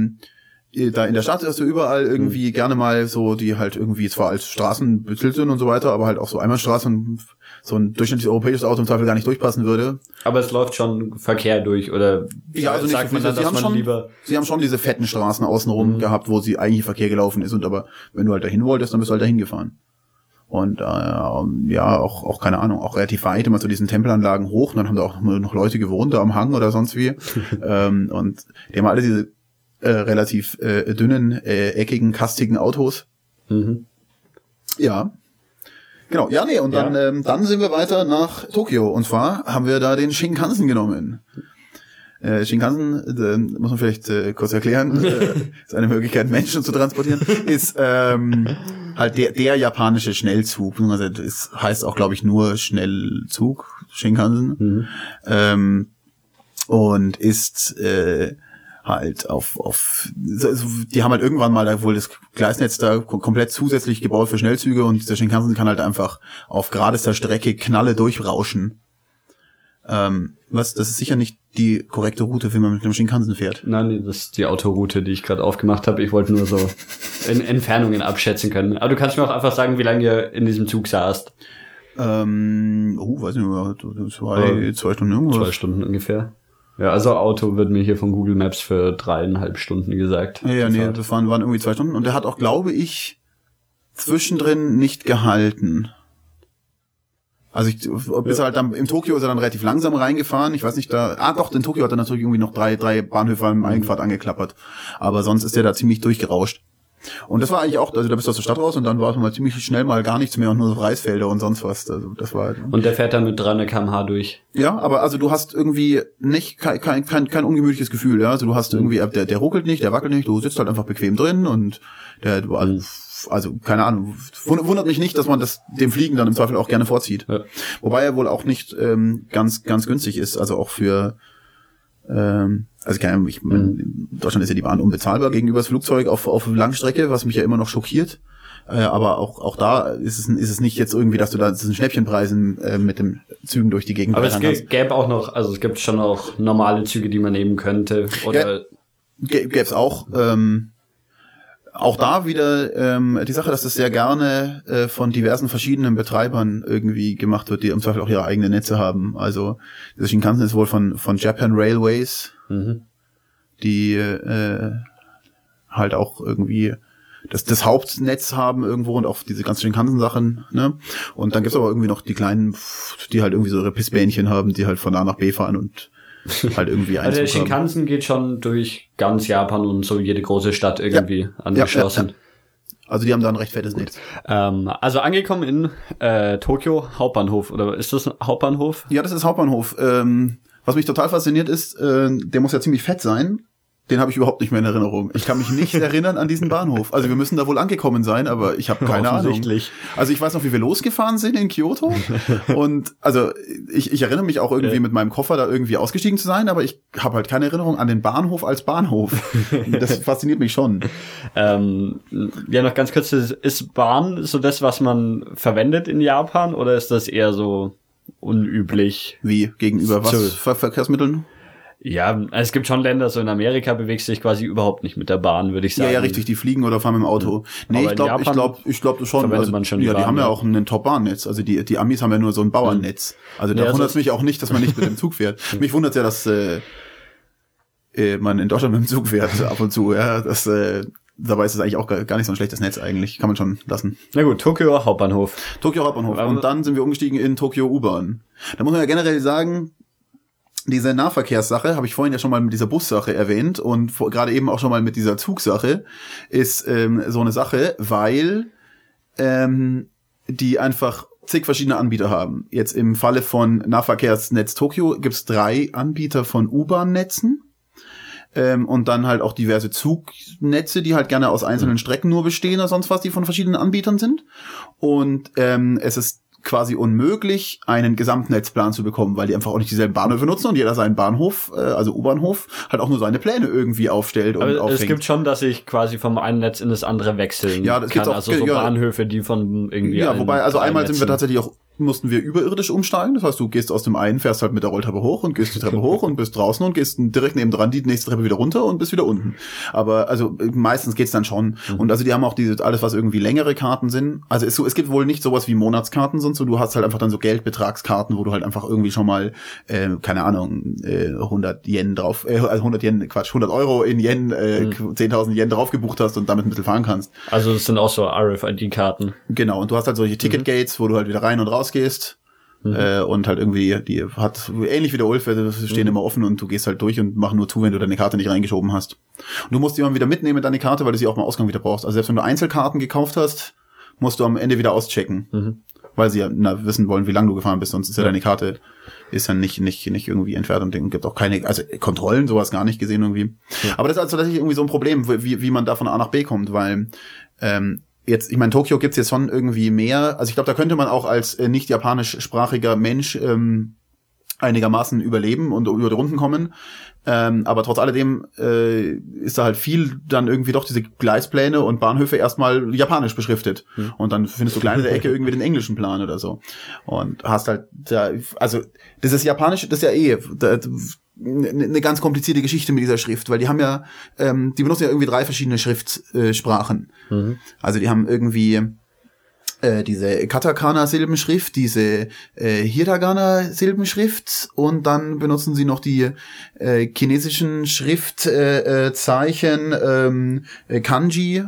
da in der Stadt hast du überall irgendwie gerne mal so, die halt irgendwie zwar als Straßen betitelt sind und so weiter, aber halt auch so Einbahnstraßen, so ein durchschnittliches europäisches Auto im Zweifel gar nicht durchpassen würde. Aber es läuft schon Verkehr durch, oder ja, also sagt man dann, dass man lieber... Sie haben schon diese fetten Straßen außenrum gehabt, wo sie eigentlich Verkehr gelaufen ist, und aber wenn du halt dahin wolltest, dann bist du halt dahin gefahren. Und ja, auch keine Ahnung, auch relativ weit immer zu diesen Tempelanlagen hoch, und dann haben da auch noch Leute gewohnt, da am Hang oder sonst wie. Und die haben alle diese relativ dünnen, eckigen, kastigen Autos. Mhm. Ja. Genau, ja, nee, und dann sind wir weiter nach Tokio. Und zwar haben wir da den Shinkansen genommen. Shinkansen, muss man vielleicht kurz erklären, ist eine Möglichkeit, Menschen zu transportieren, ist halt der japanische Schnellzug. Also es heißt auch, glaube ich, nur Schnellzug, Shinkansen. Mhm. Und ist halt die haben halt irgendwann mal wohl das Gleisnetz da komplett zusätzlich gebaut für Schnellzüge, und der Shinkansen kann halt einfach auf geradester Strecke Knalle durchrauschen. Das ist sicher nicht die korrekte Route, wie man mit dem Shinkansen fährt. Nein, das ist die Autoroute, die ich gerade aufgemacht habe. Ich wollte nur so Entfernungen abschätzen können. Aber du kannst mir auch einfach sagen, wie lange ihr in diesem Zug saßt. Weiß nicht mehr, 2 Stunden irgendwas. 2 Stunden ungefähr. Ja, also Auto wird mir hier von Google Maps für 3,5 Stunden gesagt. Ja, nee, das waren irgendwie 2 Stunden. Und der hat auch, glaube ich, zwischendrin nicht gehalten. Also bis er halt dann, im Tokio ist er dann relativ langsam reingefahren. Ich weiß nicht, doch, in Tokio hat er natürlich irgendwie noch drei Bahnhöfe am Einfahrt angeklappert. Aber sonst ist der da ziemlich durchgerauscht. Und das war eigentlich auch, also da bist du aus der Stadt raus und dann war es mal ziemlich schnell mal gar nichts mehr und nur so Reisfelder und sonst was. Also das war. Und der fährt dann mit 300 km/h durch. Ja, aber also du hast irgendwie nicht kein ungemütliches Gefühl, ja. Also du hast irgendwie, der ruckelt nicht, der wackelt nicht, du sitzt halt einfach bequem drin und also keine Ahnung, wundert mich nicht, dass man dem Fliegen dann im Zweifel auch gerne vorzieht. Ja. Wobei er wohl auch nicht ganz günstig ist, also auch für also in Deutschland ist ja die Bahn unbezahlbar gegenüber das Flugzeug auf Langstrecke, was mich ja immer noch schockiert. Aber auch da ist es nicht jetzt irgendwie, dass du da diesen Schnäppchenpreisen mit den Zügen durch die Gegend kannst. Aber es gäbe auch noch, also es gibt schon auch normale Züge, die man nehmen könnte. Oder gäbe es auch. Auch da wieder die Sache, dass das sehr gerne von diversen verschiedenen Betreibern irgendwie gemacht wird, die im Zweifel auch ihre eigenen Netze haben. Also das Shinkansen ist wohl von Japan Railways, die halt auch irgendwie das Hauptnetz haben irgendwo und auch diese ganzen Shinkansen-Sachen, ne? Und dann gibt's aber irgendwie noch die kleinen, die halt irgendwie so ihre Pissbähnchen haben, die halt von A nach B fahren und halt irgendwie also der Shinkansen geht schon durch ganz Japan und so jede große Stadt irgendwie angeschlossen. Ja. Also die haben da ein recht fettes Netz. Also angekommen in Tokio, Hauptbahnhof, oder ist das ein Hauptbahnhof? Ja, das ist Hauptbahnhof. Was mich total fasziniert ist, der muss ja ziemlich fett sein, Den habe ich überhaupt nicht mehr in Erinnerung. Ich kann mich nicht erinnern an diesen Bahnhof. Also wir müssen da wohl angekommen sein, aber ich habe keine Ahnung. Also ich weiß noch, wie wir losgefahren sind in Kyoto. Und also ich erinnere mich auch irgendwie mit meinem Koffer da irgendwie ausgestiegen zu sein, aber ich habe halt keine Erinnerung an den Bahnhof als Bahnhof. Das fasziniert mich schon. Ja, noch ganz kurz, ist Bahn so das, was man verwendet in Japan, oder ist das eher so unüblich? Wie? Gegenüber was für Verkehrsmitteln? Ja, es gibt schon Länder, so in Amerika bewegst du dich quasi überhaupt nicht mit der Bahn, würde ich sagen. Ja, richtig, die fliegen oder fahren mit dem Auto. Nee, ich glaube schon. Also, man schon ja, die haben ja auch ein Top-Bahnnetz. Also die Amis haben ja nur so ein Bauernnetz. Also da wundert es mich auch nicht, dass man nicht mit dem Zug fährt. Mich wundert ja, dass man in Deutschland mit dem Zug fährt ab und zu. Ja, dabei ist es eigentlich auch gar nicht so ein schlechtes Netz eigentlich. Kann man schon lassen. Na gut, Tokio Hauptbahnhof. Und dann sind wir umgestiegen in Tokio U-Bahn. Da muss man ja generell sagen, diese Nahverkehrssache, habe ich vorhin ja schon mal mit dieser Bussache erwähnt und gerade eben auch schon mal mit dieser Zugsache, ist so eine Sache, weil die einfach zig verschiedene Anbieter haben. Jetzt im Falle von Nahverkehrsnetz Tokio gibt's 3 Anbieter von U-Bahn-Netzen und dann halt auch diverse Zugnetze, die halt gerne aus einzelnen Strecken nur bestehen oder sonst was, die von verschiedenen Anbietern sind. Und es ist quasi unmöglich, einen Gesamtnetzplan zu bekommen, weil die einfach auch nicht dieselben Bahnhöfe nutzen und jeder seinen Bahnhof, also U-Bahnhof, halt auch nur seine Pläne irgendwie aufstellt und aufhängt. Es gibt schon, dass ich quasi vom einen Netz in das andere wechseln das kann. gibt's auch, also so Bahnhöfe, die von irgendwie wobei, also einmal sind wir tatsächlich auch mussten wir überirdisch umsteigen. Das heißt, du gehst aus dem einen, fährst halt mit der Rolltreppe hoch und gehst die Treppe hoch und bist draußen und gehst direkt nebendran die nächste Treppe wieder runter und bist wieder unten. Aber also meistens geht's dann schon. Und also die haben auch alles, was irgendwie längere Karten sind. Also es gibt wohl nicht sowas wie Monatskarten, sonst so. Du hast halt einfach dann so Geldbetragskarten, wo du halt einfach irgendwie schon mal, keine Ahnung, 100 Yen drauf, 100 Euro in Yen, 10.000 Yen drauf gebucht hast und damit ein bisschen fahren kannst. Also das sind auch so RFID-Karten. Genau. Und du hast halt solche Ticketgates, wo du halt wieder rein und raus gehst. Und halt irgendwie, die hat ähnlich wie der Ulf, die stehen immer offen und du gehst halt durch und machen nur zu, wenn du deine Karte nicht reingeschoben hast. Und du musst die immer wieder mitnehmen, deine Karte, weil du sie auch im Ausgang wieder brauchst. Also selbst wenn du Einzelkarten gekauft hast, musst du am Ende wieder auschecken. Weil sie ja wissen wollen, wie lange du gefahren bist, sonst ist ja deine Karte ist dann nicht irgendwie entfernt und gibt auch keine, also Kontrollen, sowas gar nicht gesehen irgendwie. Ja. Aber das ist also tatsächlich irgendwie so ein Problem, wie man da von A nach B kommt, weil jetzt, ich meine, Tokio gibt's jetzt schon irgendwie mehr. Also ich glaube, da könnte man auch als nicht japanischsprachiger Mensch einigermaßen überleben und über die Runden kommen. Aber trotz alledem ist da halt viel dann irgendwie doch diese Gleispläne und Bahnhöfe erstmal japanisch beschriftet. Und dann findest du kleine Ecke irgendwie den englischen Plan oder so. Und hast halt also das ist japanisch, das ist ja eine ganz komplizierte Geschichte mit dieser Schrift, weil die haben ja, die benutzen ja irgendwie 3 verschiedene Schriftsprachen. Also die haben irgendwie diese Katakana-Silbenschrift, diese Hiragana-Silbenschrift und dann benutzen sie noch die chinesischen Schriftzeichen Kanji,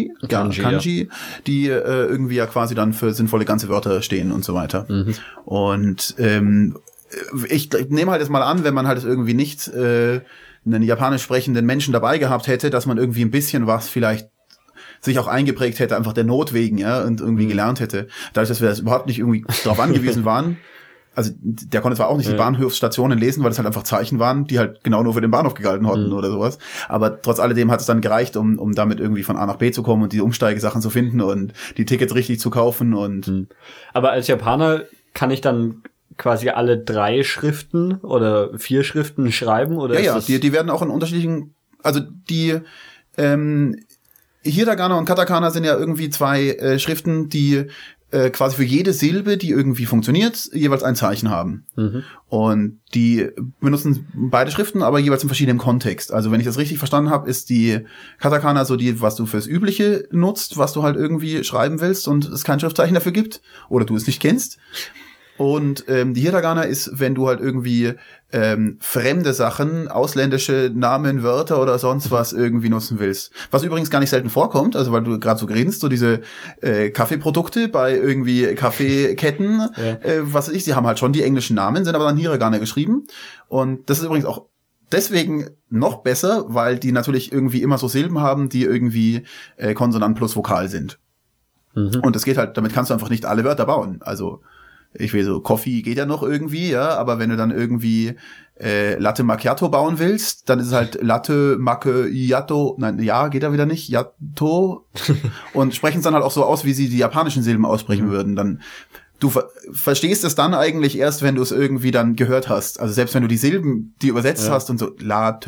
die irgendwie ja quasi dann für sinnvolle ganze Wörter stehen und so weiter. Und ich nehme halt jetzt mal an, wenn man halt irgendwie nicht einen japanisch sprechenden Menschen dabei gehabt hätte, dass man irgendwie ein bisschen was vielleicht sich auch eingeprägt hätte, einfach der Not wegen, ja, und irgendwie gelernt hätte. Dadurch, dass wir das überhaupt nicht irgendwie darauf angewiesen waren, also der konnte zwar auch nicht die Bahnhofsstationen lesen, weil es halt einfach Zeichen waren, die halt genau nur für den Bahnhof gegalten hatten oder sowas, aber trotz alledem hat es dann gereicht, um damit irgendwie von A nach B zu kommen und die Umsteigesachen zu finden und die Tickets richtig zu kaufen und Aber als Japaner kann ich dann quasi alle 3 Schriften oder 4 Schriften schreiben? Oder ja, die werden auch in unterschiedlichen, also die Hiragana und Katakana sind ja irgendwie 2 Schriften, die quasi für jede Silbe, die irgendwie funktioniert, jeweils ein Zeichen haben. Und die benutzen beide Schriften, aber jeweils in verschiedenem Kontext. Also wenn ich das richtig verstanden habe, ist die Katakana so die, was du fürs Übliche nutzt, was du halt irgendwie schreiben willst und es kein Schriftzeichen dafür gibt oder du es nicht kennst. Und die Hiragana ist, wenn du halt irgendwie fremde Sachen, ausländische Namen, Wörter oder sonst was irgendwie nutzen willst. Was übrigens gar nicht selten vorkommt, also weil du gerade so grinst, so diese Kaffeeprodukte bei irgendwie Kaffeeketten, was weiß ich, die haben halt schon die englischen Namen, sind aber dann Hiragana geschrieben. Und das ist übrigens auch deswegen noch besser, weil die natürlich irgendwie immer so Silben haben, die irgendwie Konsonant plus Vokal sind. Und das geht halt, damit kannst du einfach nicht alle Wörter bauen. Also ich will so, Coffee geht ja noch irgendwie, ja, aber wenn du dann irgendwie Latte Macchiato bauen willst, dann ist es halt Latte Macchiato, nein, ja, geht ja wieder nicht, Yato, und sprechen es dann halt auch so aus, wie sie die japanischen Silben aussprechen würden. Dann du verstehst es dann eigentlich erst, wenn du es irgendwie dann gehört hast. Also selbst wenn du die Silben, die übersetzt hast und so Latte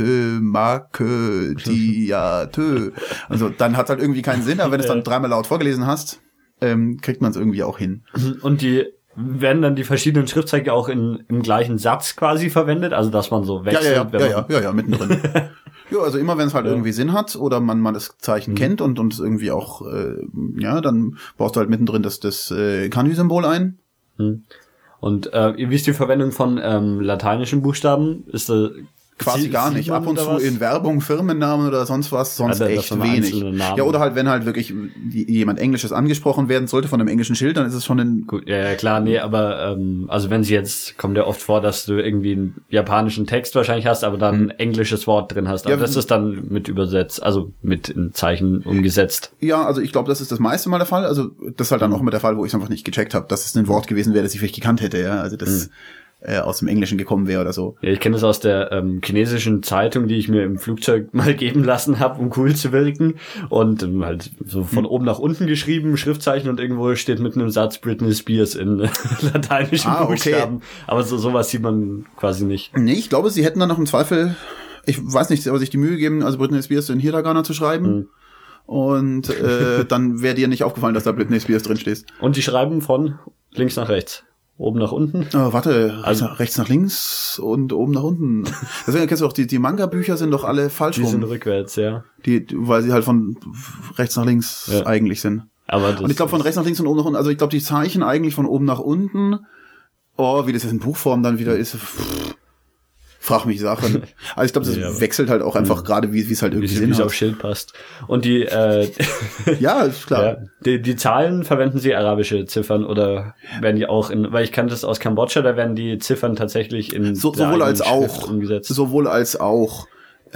Macchiato, also dann hat halt irgendwie keinen Sinn, aber wenn du es dann dreimal laut vorgelesen hast, kriegt man es irgendwie auch hin. Und werden dann die verschiedenen Schriftzeichen auch im gleichen Satz quasi verwendet? Also, dass man so wechselt? Ja, mittendrin. Ja, also immer wenn es halt irgendwie Sinn hat oder man das Zeichen kennt und es irgendwie auch, dann baust du halt mittendrin das Kanji-Symbol ein. Und wie ist die Verwendung von lateinischen Buchstaben? Ist da quasi gar nicht. Ab und zu in Werbung, Firmennamen oder sonst was, sonst echt wenig. Ja, oder halt, wenn halt wirklich jemand Englisches angesprochen werden sollte von einem englischen Schild, dann ist es schon ein... Gut, ja, klar, nee, aber also wenn sie jetzt, kommt ja oft vor, dass du irgendwie einen japanischen Text wahrscheinlich hast, aber dann ein englisches Wort drin hast. Aber das ist dann mit übersetzt, also mit in Zeichen umgesetzt. Ja, also ich glaube, das ist das meiste Mal der Fall. Also das ist halt dann auch immer der Fall, wo ich es einfach nicht gecheckt habe, dass es ein Wort gewesen wäre, das ich vielleicht gekannt hätte. Ja, also das... aus dem Englischen gekommen wäre oder so. Ja, ich kenne das aus der chinesischen Zeitung, die ich mir im Flugzeug mal geben lassen habe, um cool zu wirken. Und halt so von oben nach unten geschrieben, Schriftzeichen, und irgendwo steht mitten im Satz Britney Spears in lateinischen Buchstaben. Okay. Aber sowas sieht man quasi nicht. Nee, ich glaube, sie hätten dann noch im Zweifel, ich weiß nicht, aber sich die Mühe gegeben, also Britney Spears in Hiragana zu schreiben. Und dann wäre dir nicht aufgefallen, dass da Britney Spears drin steht. Und die schreiben von links nach rechts. Oben nach unten? Rechts nach links und oben nach unten. Deswegen kennst du auch, die Manga-Bücher sind doch alle falsch rum. Die sind rückwärts, ja. Weil sie halt von rechts nach links eigentlich sind. Und ich glaube von rechts nach links und oben nach unten, also ich glaube die Zeichen eigentlich von oben nach unten, wie das jetzt in Buchform dann wieder ist, frag mich Sachen. Also ich glaube, das wechselt halt auch einfach gerade, wie es halt irgendwie Sinn hat. Wie es auf Schild passt. Und die ja, ist klar. Ja, die Zahlen, verwenden sie arabische Ziffern oder werden die auch weil ich kannte das aus Kambodscha, da werden die Ziffern tatsächlich in sowohl als auch umgesetzt. Sowohl als auch.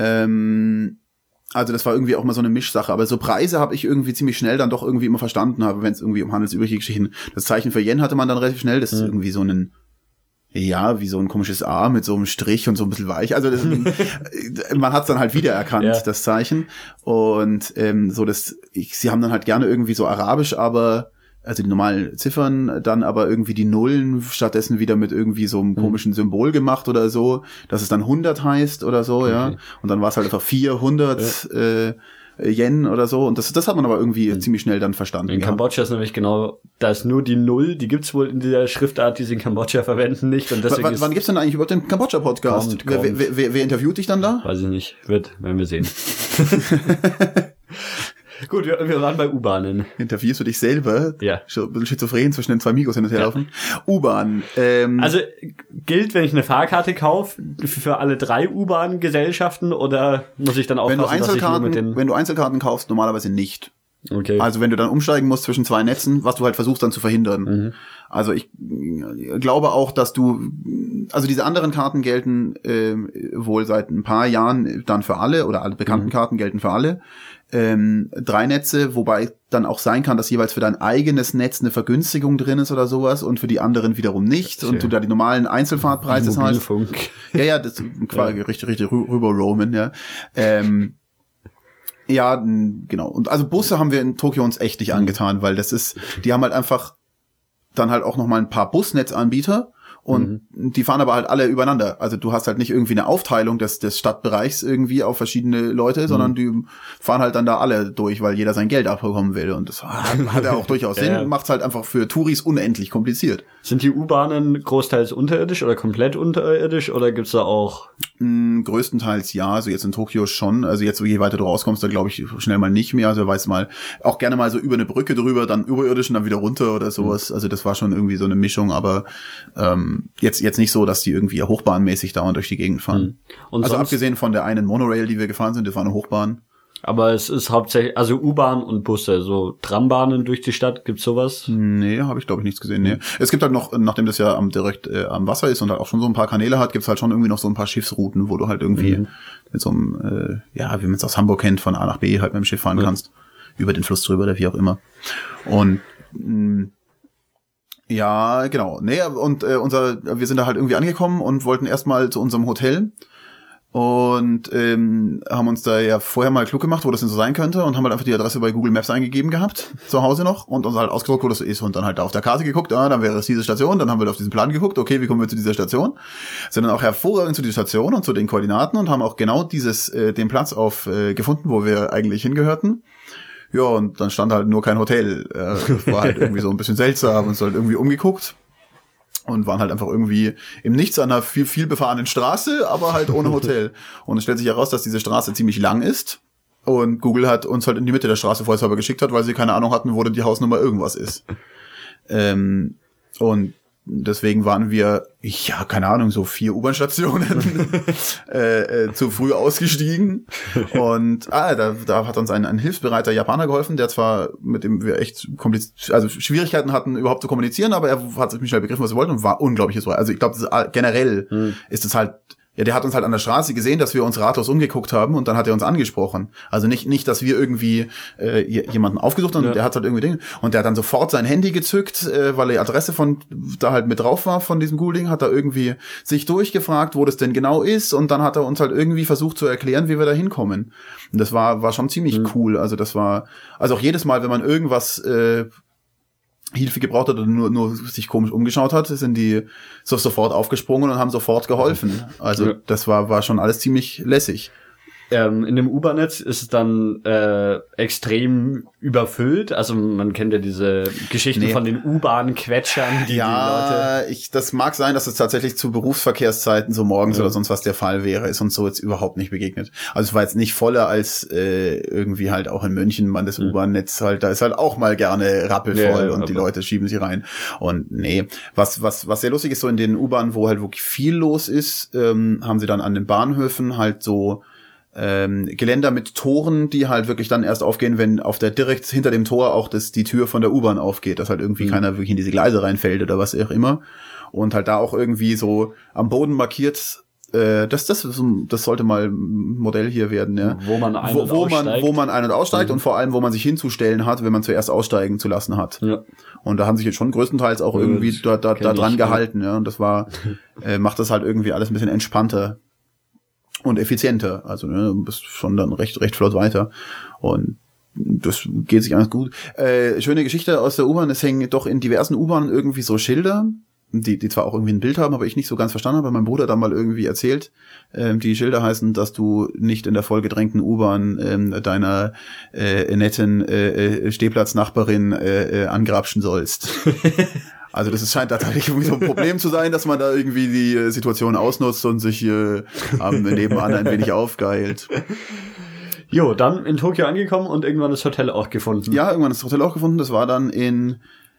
Also das war irgendwie auch mal so eine Mischsache, aber so Preise habe ich irgendwie ziemlich schnell dann doch irgendwie immer verstanden, wenn es irgendwie um handelsübliche Geschichten. Das Zeichen für Yen hatte man dann relativ schnell, das ist irgendwie so wie so ein komisches A mit so einem Strich und so ein bisschen weich. Also man hat es dann halt wiedererkannt, das Zeichen. Und sie haben dann halt gerne irgendwie so arabisch, aber also die normalen Ziffern, dann aber irgendwie die Nullen stattdessen wieder mit irgendwie so einem komischen Symbol gemacht oder so, dass es dann 100 heißt oder so, ja. Und dann war es halt einfach 400 Yen oder so. Und das hat man aber irgendwie ziemlich schnell dann verstanden. In Kambodscha ist nämlich genau, da ist nur die Null, die gibt's wohl in dieser Schriftart, die sie in Kambodscha verwenden, nicht. Und deswegen wann gibt's denn eigentlich überhaupt den Kambodscha-Podcast? Kommt. Wer interviewt dich dann da? Weiß ich nicht. Werden wir sehen. Gut, wir waren bei U-Bahnen. Interviewst du dich selber? Ja. Schon ein bisschen schizophren zwischen den zwei Migos hin und her laufen. U-Bahn. Also gilt, wenn ich eine Fahrkarte kaufe, für alle 3 U-Bahn-Gesellschaften oder muss ich dann aufpassen, wenn du Einzelkarten kaufst, normalerweise nicht. Okay. Also wenn du dann umsteigen musst zwischen 2 Netzen, was du halt versuchst dann zu verhindern. Also ich glaube auch, dass also diese anderen Karten gelten wohl seit ein paar Jahren dann für alle, oder alle bekannten Karten gelten für alle. 3 Netze, wobei dann auch sein kann, dass jeweils für dein eigenes Netz eine Vergünstigung drin ist oder sowas und für die anderen wiederum nicht und du da die normalen Einzelfahrtpreise zahlst. Ja, das ist richtig rüber roamen, ja. Ja, genau. Und also Busse haben wir in Tokio uns echt nicht angetan, weil die haben halt einfach dann halt auch nochmal ein paar Busnetzanbieter und die fahren aber halt alle übereinander. Also du hast halt nicht irgendwie eine Aufteilung des Stadtbereichs irgendwie auf verschiedene Leute, sondern die fahren halt dann da alle durch, weil jeder sein Geld abbekommen will. Und das hat ja auch durchaus Sinn, macht's halt einfach für Touris unendlich kompliziert. Sind die U-Bahnen großteils unterirdisch oder komplett unterirdisch oder gibt's da auch? Größtenteils ja, also jetzt in Tokio schon. Also jetzt, je weiter du rauskommst, da glaube ich schnell mal nicht mehr. Also weiß mal, auch gerne mal so über eine Brücke drüber, dann überirdisch und dann wieder runter oder sowas. Also das war schon irgendwie so eine Mischung, aber jetzt nicht so, dass die irgendwie hochbahnmäßig dauernd durch die Gegend fahren. Und also abgesehen von der einen Monorail, die wir gefahren sind, das war eine Hochbahn. Aber es ist hauptsächlich, also U-Bahn und Busse, so Trambahnen durch die Stadt, gibt's sowas? Nee, habe ich glaube ich nichts gesehen, nee. Es gibt halt noch, nachdem das ja direkt am Wasser ist und halt auch schon so ein paar Kanäle hat, gibt's halt schon irgendwie noch so ein paar Schiffsrouten, wo du halt irgendwie mit so einem, wie man es aus Hamburg kennt, von A nach B halt mit dem Schiff fahren kannst. Über den Fluss drüber oder wie auch immer. Und Ja, genau. Nee, und wir sind da halt irgendwie angekommen und wollten erstmal zu unserem Hotel und haben uns da ja vorher mal klug gemacht, wo das denn so sein könnte und haben halt einfach die Adresse bei Google Maps eingegeben gehabt, zu Hause noch, und uns halt ausgedruckt, wo das so ist und dann halt da auf der Karte geguckt, dann wäre es diese Station, dann haben wir auf diesen Plan geguckt, okay, wie kommen wir zu dieser Station? Sind dann auch hervorragend zu dieser Station und zu den Koordinaten und haben auch genau den Platz gefunden, wo wir eigentlich hingehörten. Ja, und dann stand halt nur kein Hotel. Das war halt irgendwie so ein bisschen seltsam, uns halt irgendwie umgeguckt und waren halt einfach irgendwie im Nichts an einer viel befahrenen Straße, aber halt ohne Hotel. Und es stellt sich heraus, dass diese Straße ziemlich lang ist und Google hat uns halt in die Mitte der Straße vorsichtshalber geschickt hat, weil sie keine Ahnung hatten, wo denn die Hausnummer irgendwas ist. Und deswegen waren wir, keine Ahnung, so 4 U-Bahn-Stationen zu früh ausgestiegen. Und da hat uns ein hilfsbereiter Japaner geholfen, der zwar, mit dem wir echt Schwierigkeiten hatten, überhaupt zu kommunizieren, aber er hat ziemlich schnell begriffen, was wir wollten und war unglaubliches. Also ich glaube, generell ist es halt, ja, der hat uns halt an der Straße gesehen, dass wir uns ratlos umgeguckt haben und dann hat er uns angesprochen. Also nicht, dass wir irgendwie jemanden aufgesucht haben, der hat halt irgendwie Dinge. Und der hat dann sofort sein Handy gezückt, weil die Adresse von da halt mit drauf war von diesem Google-Ding, hat da irgendwie sich durchgefragt, wo das denn genau ist und dann hat er uns halt irgendwie versucht zu erklären, wie wir da hinkommen. Und das war schon ziemlich cool. Also das war, also auch jedes Mal, wenn man irgendwas Hilfe gebraucht hat oder nur sich komisch umgeschaut hat, sind die sofort aufgesprungen und haben sofort geholfen. Also das war schon alles ziemlich lässig. In dem U-Bahn-Netz ist es dann extrem überfüllt. Also man kennt ja diese Geschichten von den U-Bahn-Quetschern, die Leute... Das mag sein, dass es tatsächlich zu Berufsverkehrszeiten so morgens oder sonst was der Fall wäre. Ist uns so jetzt überhaupt nicht begegnet. Also es war jetzt nicht voller als irgendwie halt auch in München, man das U-Bahn-Netz halt, da ist halt auch mal gerne rappelvoll und die Leute schieben sie rein. Und nee, was sehr lustig ist, so in den U-Bahnen, wo halt wirklich viel los ist, haben sie dann an den Bahnhöfen halt so Geländer mit Toren, die halt wirklich dann erst aufgehen, wenn direkt hinter dem Tor auch die Tür von der U-Bahn aufgeht, dass halt irgendwie keiner wirklich in diese Gleise reinfällt oder was auch immer. Und halt da auch irgendwie so am Boden markiert, das sollte mal ein Modell hier werden, ja. Wo man ein- und aussteigt. Wo man ein- und aussteigt und vor allem, wo man sich hinzustellen hat, wenn man zuerst aussteigen zu lassen hat. Ja. Und da haben sich jetzt schon größtenteils auch irgendwie da dran gehalten, ja. Und das macht das halt irgendwie alles ein bisschen entspannter und effizienter. Also du bist schon dann recht flott weiter. Und das geht sich ganz gut. Schöne Geschichte aus der U-Bahn. Es hängen doch in diversen U-Bahnen irgendwie so Schilder, die zwar auch irgendwie ein Bild haben, aber ich nicht so ganz verstanden habe, weil mein Bruder da mal irgendwie erzählt. Die Schilder heißen, dass du nicht in der vollgedrängten U-Bahn deiner netten Stehplatznachbarin angrapschen sollst. Also das scheint tatsächlich irgendwie so ein Problem zu sein, dass man da irgendwie die Situation ausnutzt und sich nebenan ein wenig aufgeilt. Jo, dann in Tokio angekommen und irgendwann das Hotel auch gefunden. Ja, irgendwann das Hotel auch gefunden. Das war dann in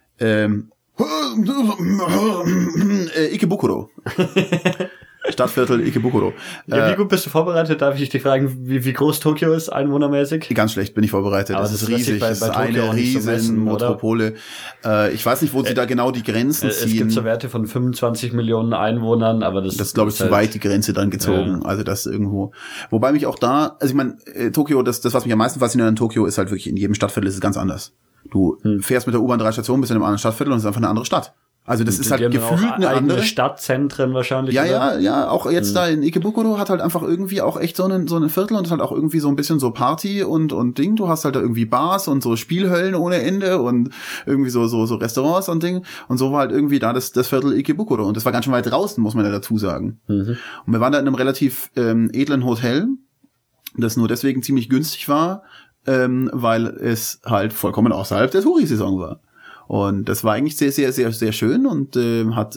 Ikebukuro. Stadtviertel Ikebukuro. Ja, wie gut bist du vorbereitet? Darf ich dich fragen, wie groß Tokio ist, einwohnermäßig? Ganz schlecht bin ich vorbereitet. Aber das ist riesig. bei Das ist Tokio eine auch nicht so riesen messen, oder? Metropole. Ich weiß nicht, wo sie da genau die Grenzen ziehen. Es gibt so Werte von 25 Millionen Einwohnern, aber das ist, glaube ich, zu weit die Grenze dann gezogen. Ja. Also das irgendwo. Wobei mich auch da, also ich meine, Tokio, das, was mich am meisten fasziniert an Tokio, ist halt wirklich, in jedem Stadtviertel ist es ganz anders. Du fährst mit der U-Bahn 3 Stationen, bist in einem anderen Stadtviertel und es ist einfach eine andere Stadt. Also das ist halt gefühlt eine andere Stadtzentren wahrscheinlich. Ja, auch jetzt da in Ikebukuro hat halt einfach irgendwie auch echt so ein Viertel und ist halt auch irgendwie so ein bisschen so Party und Ding. Du hast halt da irgendwie Bars und so Spielhöllen ohne Ende und irgendwie so Restaurants und Ding. Und so war halt irgendwie da das Viertel Ikebukuro. Und das war ganz schön weit draußen, muss man ja dazu sagen. Und wir waren da in einem relativ edlen Hotel, das nur deswegen ziemlich günstig war, weil es halt vollkommen außerhalb der Touri-Saison war. Und das war eigentlich sehr, sehr, sehr, sehr schön und hat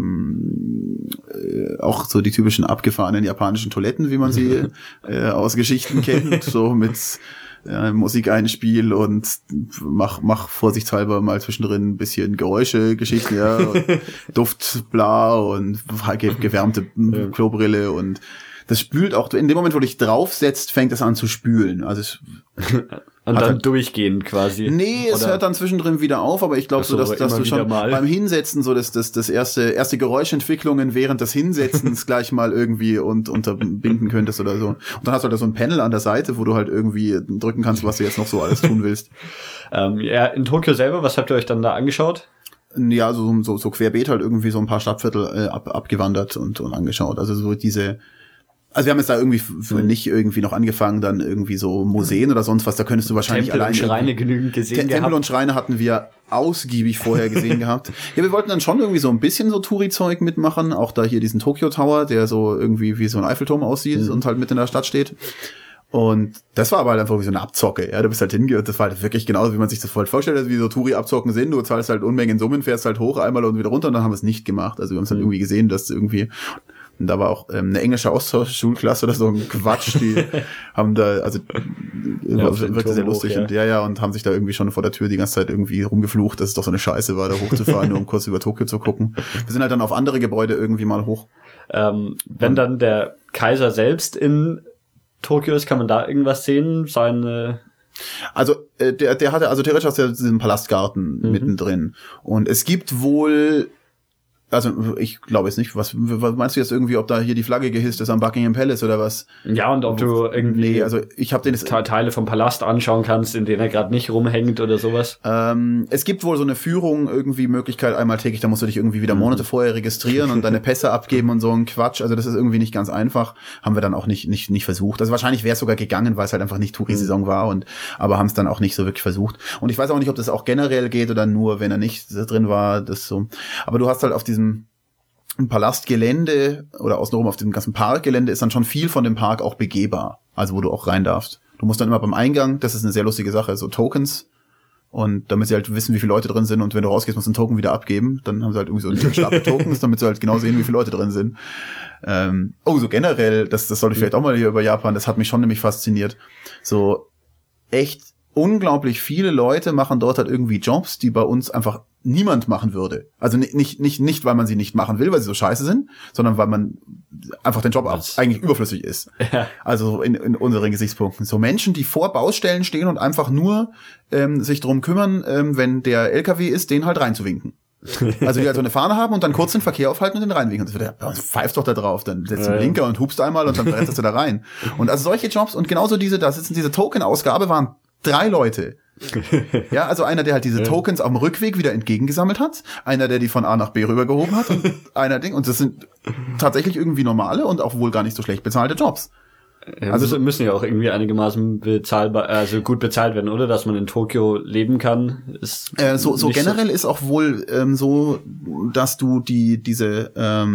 auch so die typischen abgefahrenen japanischen Toiletten, wie man sie aus Geschichten kennt, so mit Musikeinspiel und mach vorsichtshalber mal zwischendrin ein bisschen Geräusche-Geschichten, ja, und Duft, bla und gewärmte Klobrille und das spült auch, in dem Moment, wo du dich draufsetzt, fängt es an zu spülen. Also und dann durchgehen quasi. Nee, es hört dann zwischendrin wieder auf, aber ich glaube so, dass du schon beim Hinsetzen so das erste Geräuschentwicklungen während des Hinsetzens gleich mal irgendwie unterbinden könntest oder so. Und dann hast du halt da so ein Panel an der Seite, wo du halt irgendwie drücken kannst, was du jetzt noch so alles tun willst. Ja, in Tokio selber, was habt ihr euch dann da angeschaut? Ja, so querbeet halt irgendwie so ein paar Stadtviertel abgewandert und angeschaut. Also so also wir haben jetzt da irgendwie nicht irgendwie noch angefangen, dann irgendwie so Museen oder sonst was, da könntest du wahrscheinlich Tempel allein... und Schreine genügend gesehen gehabt. Tempel und Schreine hatten wir ausgiebig vorher gesehen gehabt. Ja, wir wollten dann schon irgendwie so ein bisschen so Touri-Zeug mitmachen, auch da hier diesen Tokyo Tower, der so irgendwie wie so ein Eiffelturm aussieht und halt mitten in der Stadt steht. Und das war aber halt einfach wie so eine Abzocke, ja, du bist halt hingegangen, das war halt wirklich genauso, wie man sich das vorstellt, also wie so Touri-Abzocken sind, du zahlst halt Unmengen Summen, fährst halt hoch einmal und wieder runter und dann haben wir es nicht gemacht, also wir haben es halt irgendwie gesehen, dass irgendwie, und da war auch eine englische Austauschschulklasse oder so ein Quatsch, die haben da, also wirkte sehr lustig und und haben sich da irgendwie schon vor der Tür die ganze Zeit irgendwie rumgeflucht, dass es doch so eine Scheiße war, da hochzufahren, nur um kurz über Tokio zu gucken. Wir sind halt dann auf andere Gebäude irgendwie mal hoch. Wenn dann der Kaiser selbst in Tokio ist, kann man da irgendwas sehen? Also der hatte, also theoretisch hast du ja diesen Palastgarten mittendrin. Und es gibt wohl, also ich glaube jetzt nicht, was meinst du jetzt irgendwie, ob da hier die Flagge gehisst ist am Buckingham Palace oder was? Ja, und ob du irgendwie also ich habe den Teile vom Palast anschauen kannst, in denen er gerade nicht rumhängt oder sowas. Es gibt wohl so eine Führung, irgendwie Möglichkeit einmal täglich, da musst du dich irgendwie wieder Monate vorher registrieren und deine Pässe abgeben und so ein Quatsch. Also das ist irgendwie nicht ganz einfach. Haben wir dann auch nicht versucht. Also wahrscheinlich wäre es sogar gegangen, weil es halt einfach nicht Touri-Saison war aber haben es dann auch nicht so wirklich versucht. Und ich weiß auch nicht, ob das auch generell geht oder nur, wenn er nicht drin war, das so. Aber du hast halt auf diesem Palastgelände oder außenrum auf dem ganzen Parkgelände ist dann schon viel von dem Park auch begehbar, also wo du auch rein darfst. Du musst dann immer beim Eingang, das ist eine sehr lustige Sache, so Tokens, und damit sie halt wissen, wie viele Leute drin sind, und wenn du rausgehst, musst du einen Token wieder abgeben, dann haben sie halt irgendwie so einen Stapel Tokens, damit sie halt genau sehen, wie viele Leute drin sind. So generell, das sollte ich vielleicht auch mal hier über Japan, das hat mich schon nämlich fasziniert. So echt unglaublich viele Leute machen dort halt irgendwie Jobs, die bei uns einfach niemand machen würde. Also nicht, weil man sie nicht machen will, weil sie so scheiße sind, sondern weil man einfach den Job eigentlich überflüssig ist. Ja. Also in unseren Gesichtspunkten. So Menschen, die vor Baustellen stehen und einfach nur sich drum kümmern, wenn der LKW ist, den halt reinzuwinken. Also die halt so eine Fahne haben und dann kurz den Verkehr aufhalten und den reinwinken. Und das wird, pfeift doch da drauf, dann setzt du den Blinker und hupst einmal und dann brennst du da rein. Und also solche Jobs und genauso diese Token-Ausgabe waren 3 Leute. Ja, also einer, der halt diese Tokens auf dem Rückweg wieder entgegengesammelt hat, einer, der die von A nach B rübergehoben hat und und das sind tatsächlich irgendwie normale und auch wohl gar nicht so schlecht bezahlte Jobs. Ja, also müssen ja auch irgendwie einigermaßen bezahlbar, also gut bezahlt werden, oder? Dass man in Tokio leben kann, ist so generell ist auch wohl so, dass du diese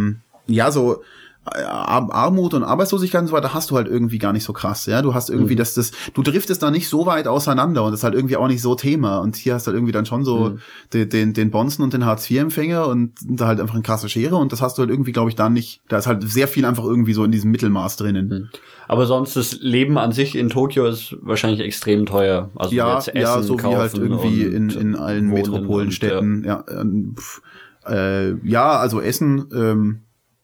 Armut und Arbeitslosigkeit und so weiter hast du halt irgendwie gar nicht so krass, ja. Du hast irgendwie du driftest da nicht so weit auseinander und das ist halt irgendwie auch nicht so Thema. Und hier hast du halt irgendwie dann schon so den Bonzen und den Hartz-IV-Empfänger und da halt einfach eine krasse Schere und das hast du halt irgendwie, glaube ich, da nicht. Da ist halt sehr viel einfach irgendwie so in diesem Mittelmaß drinnen. Aber sonst das Leben an sich in Tokio ist wahrscheinlich extrem teuer. Also jetzt Essen, so wie halt irgendwie in allen Metropolenstädten. Also Essen,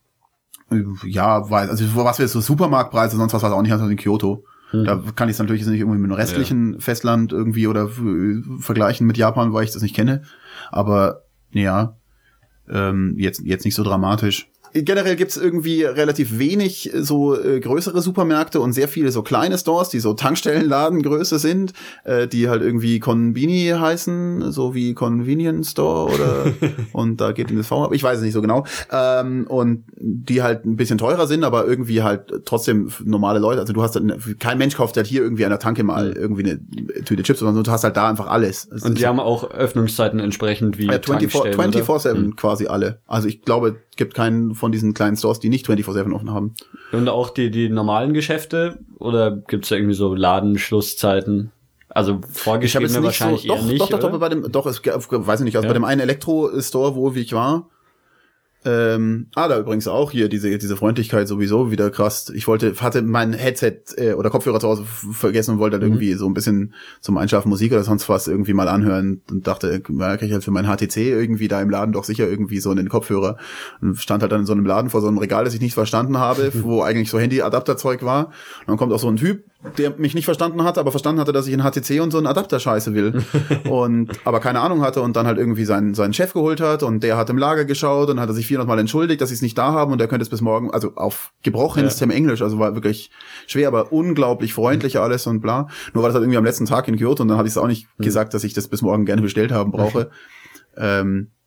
also was wir so Supermarktpreise, sonst was auch nicht, also in Kyoto. Da kann ich es natürlich nicht irgendwie mit dem restlichen Festland irgendwie oder vergleichen mit Japan, weil ich das nicht kenne. Aber jetzt nicht so dramatisch. Generell gibt's irgendwie relativ wenig so größere Supermärkte und sehr viele so kleine Stores, die so Tankstellenladengröße sind, die halt irgendwie Konbini heißen, so wie Convenience Store oder und da geht in das V ab, ich weiß es nicht so genau. Und die halt ein bisschen teurer sind, aber irgendwie halt trotzdem normale Leute, also du hast halt, kein Mensch kauft halt hier irgendwie an der Tanke mal irgendwie eine Tüte Chips, sondern du hast halt da einfach alles. Und die haben auch Öffnungszeiten entsprechend wie Tankstellen, 24/7 quasi alle. Also ich glaube, es gibt keinen von diesen kleinen Stores, die nicht 24/7 offen haben. Und auch die normalen Geschäfte? Oder gibt's da irgendwie so Ladenschlusszeiten? Also vorgeschriebene wahrscheinlich eher nicht, Doch, weiß ich nicht. Also bei dem einen Elektro-Store, wo ich war, da übrigens auch hier diese Freundlichkeit sowieso wieder krass. Ich hatte mein Headset oder Kopfhörer zu Hause vergessen und wollte dann irgendwie so ein bisschen zum Einschlafen Musik oder sonst was irgendwie mal anhören und dachte, kann ich halt für mein HTC irgendwie da im Laden doch sicher irgendwie so einen Kopfhörer und stand halt dann in so einem Laden vor so einem Regal, das ich nicht verstanden habe, wo eigentlich so Handy-Adapterzeug war. Und dann kommt auch so ein Typ, der mich nicht verstanden hatte, aber verstanden hatte, dass ich einen HTC und so einen Adapter scheiße will. aber keine Ahnung hatte und dann halt irgendwie seinen Chef geholt hat und der hat im Lager geschaut und hat er sich 400 Mal entschuldigt, dass sie es nicht da haben und der könnte es bis morgen, also auf gebrochenenstem Englisch, also war wirklich schwer, aber unglaublich freundlich alles und bla. Nur war das halt irgendwie am letzten Tag in Kyoto und dann habe ich es auch nicht gesagt, dass ich das bis morgen gerne bestellt haben brauche.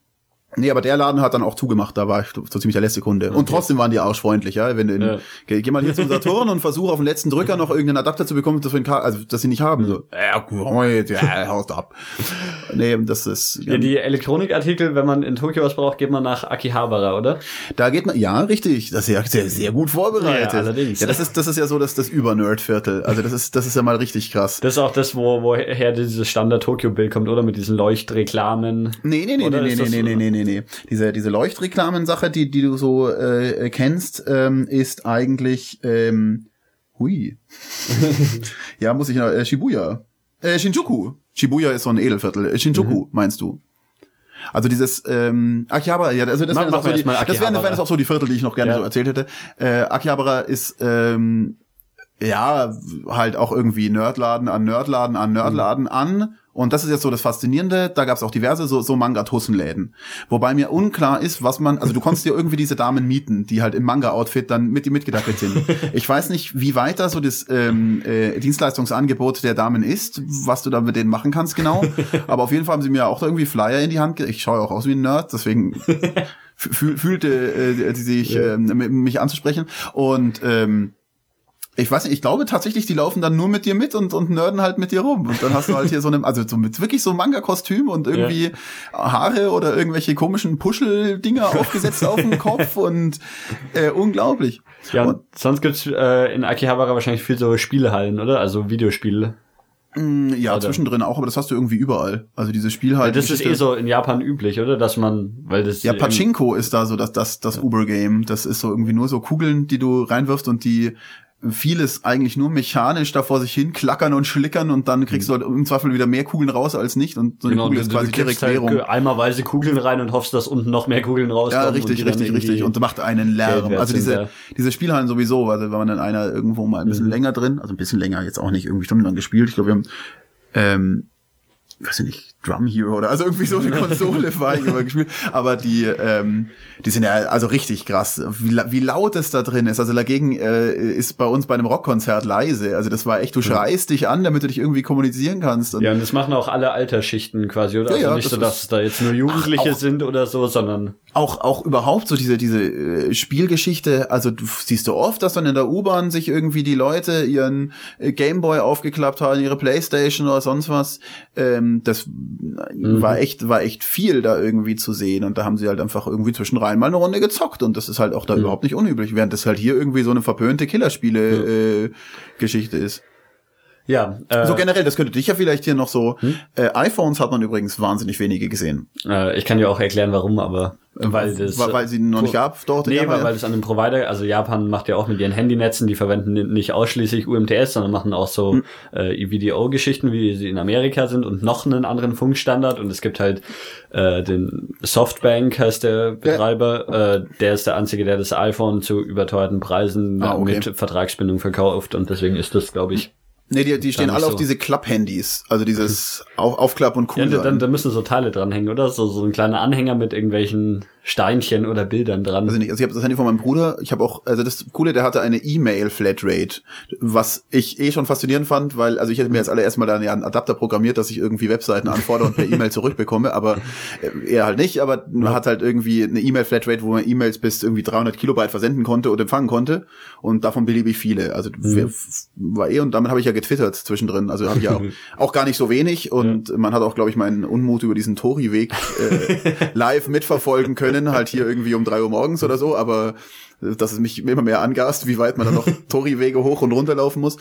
Nee, aber der Laden hat dann auch zugemacht, da war ich so ziemlich der letzte Kunde. Und trotzdem waren die arschfreundlich, ja. Wenn du geh mal hier zum Saturn und versuch auf den letzten Drücker noch irgendeinen Adapter zu bekommen, dass sie nicht haben. So, haust ab. Nee, das ist. Ja, die Elektronikartikel, wenn man in Tokio was braucht, geht man nach Akihabara, oder? Da geht man, ja, richtig. Das ist ja sehr, sehr gut vorbereitet. Ja, allerdings. Ja, das ist ja so das Über-Nerd-Viertel. Also das ist ja mal richtig krass. Das ist auch das, woher dieses Standard-Tokio-Bild kommt, oder? Mit diesen Leuchtreklamen. Nee. Diese Leuchtreklamen-Sache, die du so kennst, ist eigentlich ja, muss ich noch Shibuya. Shinjuku. Shibuya ist so ein Edelviertel. Shinjuku, meinst du? Also dieses Akihabara, ja, also das wären auch so die Viertel, die ich noch gerne so erzählt hätte. Akihabara ist ja halt auch irgendwie Nerdladen an Nerdladen an Nerdladen an. Und das ist jetzt so das Faszinierende, da gab es auch diverse so Manga-Tussenläden. Wobei mir unklar ist, also du konntest dir irgendwie diese Damen mieten, die halt im Manga-Outfit dann mitgedackelt sind. Ich weiß nicht, wie weit da so das Dienstleistungsangebot der Damen ist, was du da mit denen machen kannst genau. Aber auf jeden Fall haben sie mir auch irgendwie Flyer in die Hand Ich schaue auch aus wie ein Nerd, deswegen fühlte sie sich, mich anzusprechen. Und ich weiß nicht, ich glaube tatsächlich, die laufen dann nur mit dir mit und nerden halt mit dir rum. Und dann hast du halt hier so also so mit wirklich so Manga-Kostüm und irgendwie Haare oder irgendwelche komischen Puschel-Dinger aufgesetzt auf dem Kopf und unglaublich. Ja, und sonst gibt's in Akihabara wahrscheinlich viel so Spielehallen, oder? Also Videospiele. Ja, oder? Zwischendrin auch, aber das hast du irgendwie überall. Also diese Spielhallen. Ja, das ist so in Japan üblich, oder? Dass man, weil das. Ja, Pachinko ist da so das Uber-Game. Das ist so irgendwie nur so Kugeln, die du reinwirfst und die vieles eigentlich nur mechanisch da vor sich hin klackern und schlickern und dann kriegst du halt im Zweifel wieder mehr Kugeln raus als nicht und so eine Kugel ist quasi direkt Währung. Eimerweise Kugeln rein und hoffst, dass unten noch mehr Kugeln rauskommen. Ja, richtig. Und macht einen Lärm. Also diese Spielhallen sowieso, also wenn man dann einer irgendwo mal ein bisschen länger drin, also ein bisschen länger, jetzt auch nicht irgendwie stundenlang gespielt. Ich glaube, wir haben weiß ich nicht, Drum Hero oder also irgendwie so eine Konsole war ich immer gespielt, aber die sind ja also richtig krass, wie laut es da drin ist. Also dagegen ist bei uns bei einem Rockkonzert leise. Also das war echt, du schreist dich an, damit du dich irgendwie kommunizieren kannst. Und das machen auch alle Altersschichten quasi, oder? Also nicht so, dass da jetzt nur Jugendliche sind oder so, sondern auch überhaupt so diese Spielgeschichte. Also du siehst oft, dass dann in der U-Bahn sich irgendwie die Leute ihren Gameboy aufgeklappt haben, ihre Playstation oder sonst was. Das war echt viel da irgendwie zu sehen und da haben sie halt einfach irgendwie zwischenrein mal eine Runde gezockt und das ist halt auch da überhaupt nicht unüblich, während das halt hier irgendwie so eine verpönte Killerspiele-Geschichte ist. Ja. So generell, das könnte dich ja vielleicht hier noch so, iPhones hat man übrigens wahnsinnig wenige gesehen. Ich kann dir auch erklären, warum, aber weil sie noch nicht gab dort. Nee, weil das an dem Provider, also Japan macht ja auch mit ihren Handynetzen, die verwenden nicht ausschließlich UMTS, sondern machen auch so EVDO-Geschichten, wie sie in Amerika sind und noch einen anderen Funkstandard und es gibt halt den Softbank heißt der Betreiber, der ist der einzige, der das iPhone zu überteuerten Preisen mit Vertragsbindung verkauft und deswegen ist das, glaube ich, nee, die stehen alle auf diese Klapp-Handys, also dieses Aufklapp und cool. Ja, da müssen so Teile dranhängen, oder? So ein kleiner Anhänger mit irgendwelchen Steinchen oder Bildern dran. Also nicht, ich habe das Handy von meinem Bruder, ich habe auch, also das Coole, der hatte eine E-Mail-Flatrate, was ich schon faszinierend fand, weil, also ich hätte mir jetzt allererst mal dann ja einen Adapter programmiert, dass ich irgendwie Webseiten anfordere und per E-Mail zurückbekomme, aber er halt nicht, aber man hat halt irgendwie eine E-Mail-Flatrate, wo man E-Mails bis irgendwie 300 Kilobyte versenden konnte oder empfangen konnte und davon beliebig viele. Also war und damit habe ich ja getwittert zwischendrin, also habe ich ja auch gar nicht so wenig und man hat auch, glaube ich, meinen Unmut über diesen Tori-Weg live mitverfolgen können, halt hier irgendwie um 3 Uhr morgens oder so, aber dass es mich immer mehr angast, wie weit man dann noch Tori-Wege hoch und runter laufen muss.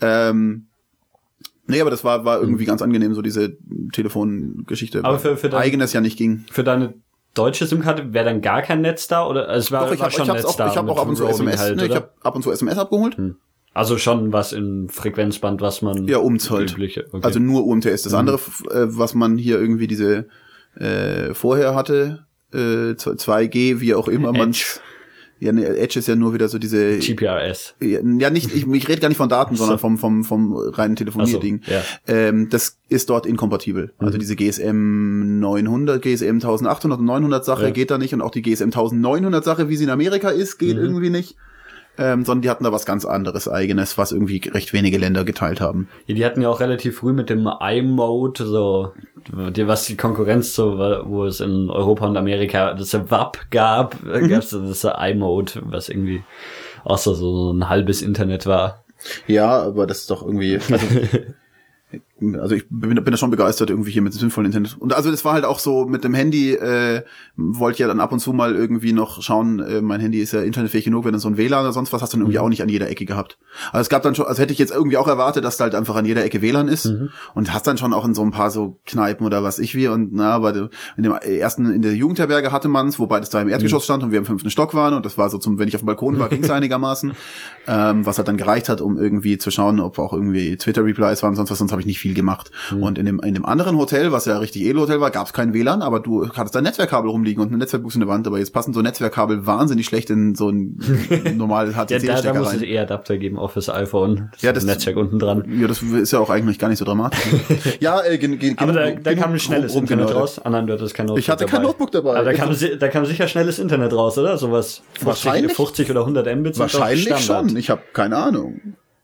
Nee, aber das war irgendwie ganz angenehm, so diese Telefongeschichte. Aber für dein eigenes ja nicht ging. Für deine deutsche SIM-Karte wäre dann gar kein Netz da? Oder es war, doch, ich habe auch ab und zu SMS, halt, ich habe ab und zu SMS abgeholt. Also schon was im Frequenzband, was man übliche, okay. Also nur UMTS. Das andere, was man hier irgendwie diese vorher hatte, 2G, wie auch immer man. Ja, ne, Edge ist ja nur wieder so diese GPRS. Ja, nicht, ich rede gar nicht von Daten, sondern vom reinen Telefonierding. So, ja. Das ist dort inkompatibel. Also diese GSM 900, GSM 1800 und 900 Sache geht da nicht und auch die GSM 1900 Sache, wie sie in Amerika ist, geht irgendwie nicht. sondern die hatten da was ganz anderes Eigenes, was irgendwie recht wenige Länder geteilt haben. Ja, die hatten ja auch relativ früh mit dem iMode so, was die Konkurrenz so, wo es in Europa und Amerika das WAP gab, gab's das iMode, was irgendwie auch so ein halbes Internet war. Ja, aber das ist doch irgendwie, also ich bin da schon begeistert irgendwie hier mit dem sinnvollen Internet. Und also das war halt auch so mit dem Handy, wollte ich ja dann ab und zu mal irgendwie noch schauen, mein Handy ist ja internetfähig genug, wenn du so ein WLAN oder sonst was hast, dann irgendwie auch nicht an jeder Ecke gehabt. Also es gab dann schon, also hätte ich jetzt irgendwie auch erwartet, dass da halt einfach an jeder Ecke WLAN ist und hast dann schon auch in so ein paar so Kneipen oder was ich wie und aber in der Jugendherberge hatte man's, wobei das da im Erdgeschoss stand und wir im 5. Stock waren und das war so wenn ich auf dem Balkon war, ging's einigermaßen, was halt dann gereicht hat, um irgendwie zu schauen, ob auch irgendwie Twitter-Replies waren, sonst habe ich nicht viel gemacht. Und in dem anderen Hotel, was ja richtig Edelhotel war, gab es kein WLAN, aber du hattest da ein Netzwerkkabel rumliegen und eine Netzwerkbuchse in der Wand, aber jetzt passen so Netzwerkkabel wahnsinnig schlecht in so ein normales HTC-Stecker da muss rein. es eher Adapter geben, auch fürs iPhone. Das Netzwerk unten dran. Ja, das ist ja auch eigentlich gar nicht so dramatisch. Ja, aber da kam ein schnelles Internet raus. Nein, du hattest kein Notebook dabei. Ich hatte kein Notebook dabei. Aber da kam sicher schnelles Internet raus, oder? Sowas 50 oder 100 Mbit. Wahrscheinlich schon. Ich habe keine Ahnung.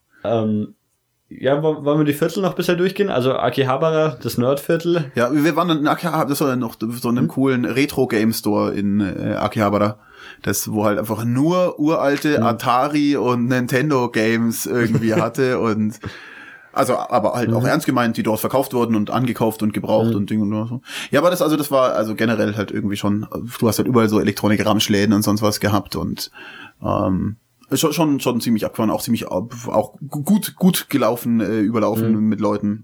Ja, wollen wir die Viertel noch bisher durchgehen? Also Akihabara, das Nerdviertel. Ja, wir waren dann in Akihabara, das war dann noch so einem coolen Retro-Game-Store in Akihabara. Das, wo halt einfach nur uralte Atari und Nintendo-Games irgendwie hatte und also, aber halt auch ernst gemeint, die dort verkauft wurden und angekauft und gebraucht und Ding und so. Ja, aber das war also generell halt irgendwie schon, du hast halt überall so Elektronik-Ramschläden und sonst was gehabt und schon ziemlich abgefahren, auch ziemlich auch gut gelaufen, überlaufen mit Leuten.